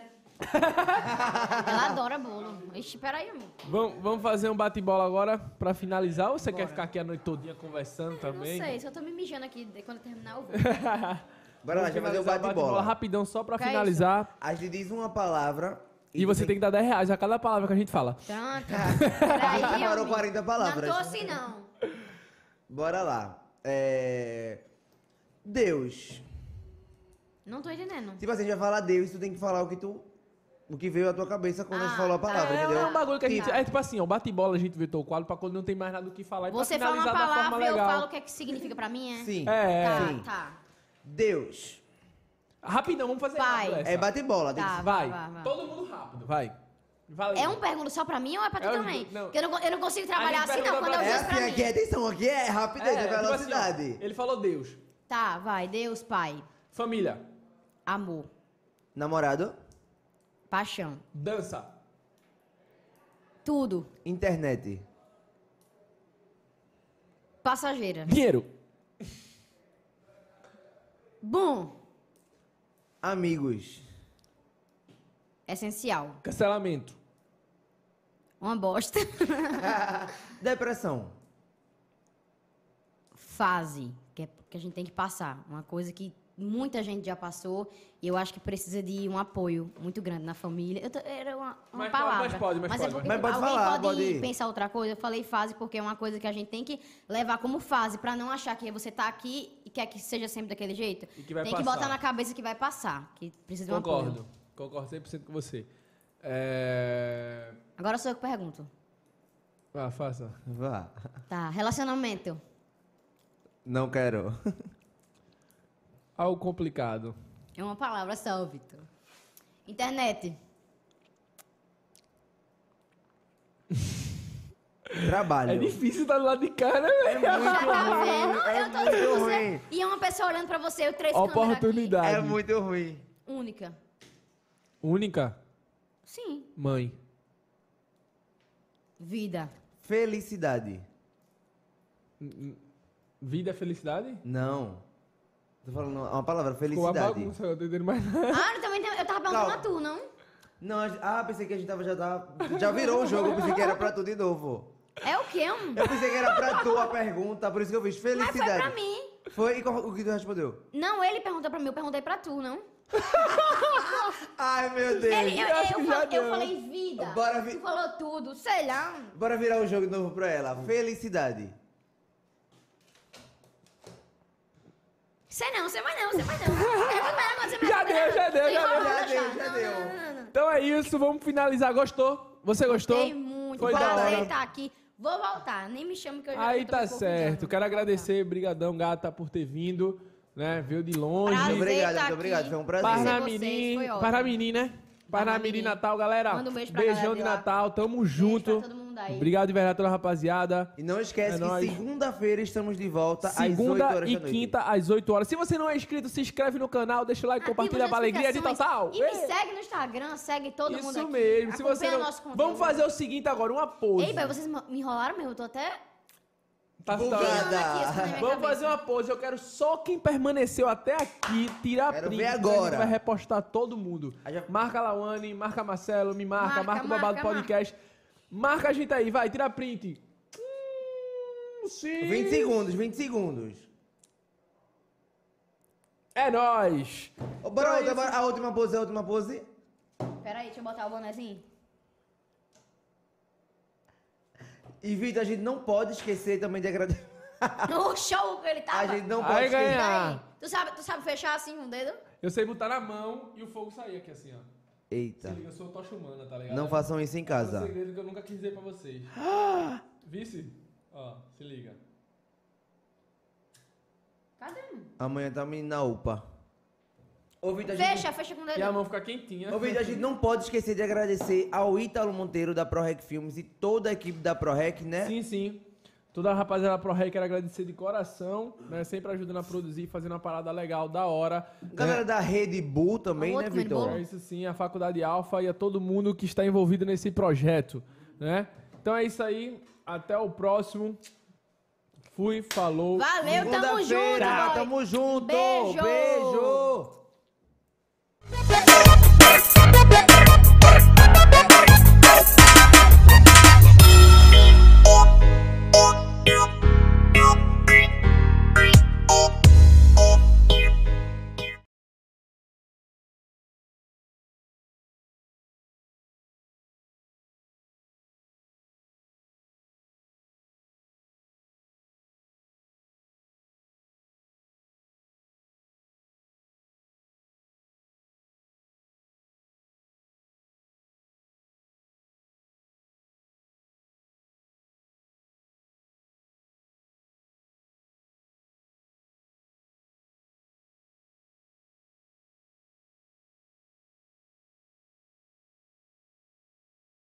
Ela adora bolo. Ixi, peraí, amigo. Vamos fazer um bate-bola agora pra finalizar ou você quer ficar aqui a noite todinha conversando Não também? sei, só tô me mijando aqui, quando eu terminar eu vou. Bora lá, a gente vai fazer o bate-bola. rapidão só pra Que é finalizar. A gente diz uma palavra E você tem que dar R$10 a cada palavra que a gente fala. Pronto. Peraí, Preparou amigo. 40 palavras. Não tô assim, não. Bora lá. Deus. Não tô entendendo. Tipo assim, a gente vai falar Deus, tu tem que falar o que veio à tua cabeça quando a gente Ah, falou a tá. palavra, É entendeu? um bagulho que a gente. Tá. É tipo assim, ó, bate-bola, a gente vetou o quadro pra quando não tem mais nada do que falar e Você pra fala uma finalizar da forma palavra e eu legal. falo o que é que significa pra mim, é? Sim. Tá, Sim. tá. Deus. Rapidão, vamos fazer Pai. rápido essa. É bate-bola. tem que- Tá. Vai. vai. Todo mundo rápido, vai. Valeu. É um pergunta só pra mim ou é pra tu É, também? não. Porque eu não consigo trabalhar gente assim, não, pergunta quando eu pra- É fiz pra assim, mim. aqui, atenção, aqui é rapidez, é tipo assim, ó, velocidade. ele falou Deus. Tá, vai. Deus, Pai. Família. Amor. Namorado, Paixão. Dança. Tudo. internet, Passageira. Dinheiro. Bom. amigos, Essencial. Cancelamento. Uma bosta. depressão, Fase. Que a gente tem que passar. Uma coisa que muita gente já passou e eu acho que precisa de um apoio muito grande na família. Era uma Mas palavra. pode. É porque Mas pode alguém falar, pode pode ir. pensar outra coisa. Eu falei fase porque é uma coisa que a gente tem que levar como fase pra não achar que você tá aqui e quer que seja sempre daquele jeito. E que vai tem que passar. botar na cabeça que vai passar, que precisa de um Concordo. apoio. Concordo 100% com você. Agora sou eu que pergunto. Ah, faça. vá. Tá, relacionamento. Não quero. Algo complicado. É uma palavra só, Vitor. Internet. Trabalho. É difícil estar do lado de cá, né, velho? Tá vendo? É Eu tô dizendo muito você. ruim. E é uma pessoa olhando pra você, eu três câmeras Oportunidade. É muito ruim. aqui. Única. Única. Sim. Mãe. Vida. Felicidade. Vida é felicidade? Não. Tô falando uma palavra, Ficou uma felicidade. bagunça, eu tô entendendo mais. Eu tava perguntando Calma. a tu, não? Não, pensei que a gente já virou o jogo, eu pensei que era pra tu de novo. É o quê? Eu pensei que era pra tu a pergunta, por isso que eu fiz Mas felicidade. foi pra mim. Foi? E o que tu respondeu? Não, ele perguntou pra mim, eu perguntei pra tu, não? Ai, meu Deus. Eu falei vida. Bora Tu falou tudo, sei lá. Bora virar o jogo de novo pra ela. Felicidade. Sei não, você vai não. Já deu. Já deu. Então é isso, vamos finalizar. Gostou? Você gostou? Gostei muito. Foi da Prazer hora. estar aqui. Vou voltar, nem me chama que eu já Aí tô tá me certo. convidando. Quero agradecer, brigadão, gata, por ter vindo, né? Veio de longe. Prazer. Obrigado, tá muito obrigado. aqui. Foi um prazer. Parnamirim, Vocês, foi ótimo. Parnamirim, né? Parnamirim Natal, galera. Manda um beijo pra Beijão galera de de lá. Natal, tamo Beijo junto. pra todo mundo aí. Obrigado de verdade, toda a rapaziada. E não esquece É que nóis. segunda-feira estamos de volta às 8 Segunda horas e da noite. quinta às 8 horas. Se você não é inscrito, se inscreve no canal, deixa o like, compartilha Ativa pra as alegria de notificações. total. E me segue no Instagram, segue todo mundo Isso aqui. mesmo. Se você Acompanha não... nosso conteúdo. Vamos fazer o seguinte agora, uma pose. Ei, pai, vocês me enrolaram mesmo, eu tô até... Tá Bugada. Aqui, assim, na minha Vamos cabeça. fazer uma pose. Eu quero só quem permaneceu até aqui tirar Quero print. ver porque A agora. gente vai repostar todo mundo. Aí já- Marca a Lawane, marca Marcelo, me marca o Babado marca. Podcast. Marca a gente aí, vai, tira print. Sim. 20 segundos. É nóis. Bora, Então é a última pose. Pera aí, deixa eu botar o bonezinho. E, Vitor, a gente não pode esquecer também de agradecer. O show que ele tava. A gente não pode Aí esquecer. ganhar. Peraí, tu sabe fechar assim com o dedo? Eu sei botar na mão e o fogo sair aqui assim, ó. Eita. Se liga, eu sou tocha humana, tá ligado? Não façam isso em É um casa. segredo que eu nunca quis dizer pra vocês. Vice? Ó, se liga. Cadê? Amanhã tá indo na UPA. Ô, Vitor, Fecha com o E a dedo. mão fica quentinha. Ô, Vitor, a gente não pode esquecer de agradecer ao Ítalo Monteiro da ProRec Filmes e toda a equipe da ProRec, né? Sim, sim. Toda a rapaziada da ProRec quero agradecer de coração, né? Sempre ajudando a produzir, fazendo uma parada legal, da hora. Galera da Rede Bull também, O né, outro comendo Vitor? bolo. É isso sim, a Faculdade Alfa e a todo mundo que está envolvido nesse projeto, né? Então é isso aí, até o próximo. Fui, falou. Valeu, tamo junto, Segunda-feira, boy. tamo junto. Beijo. Beijo.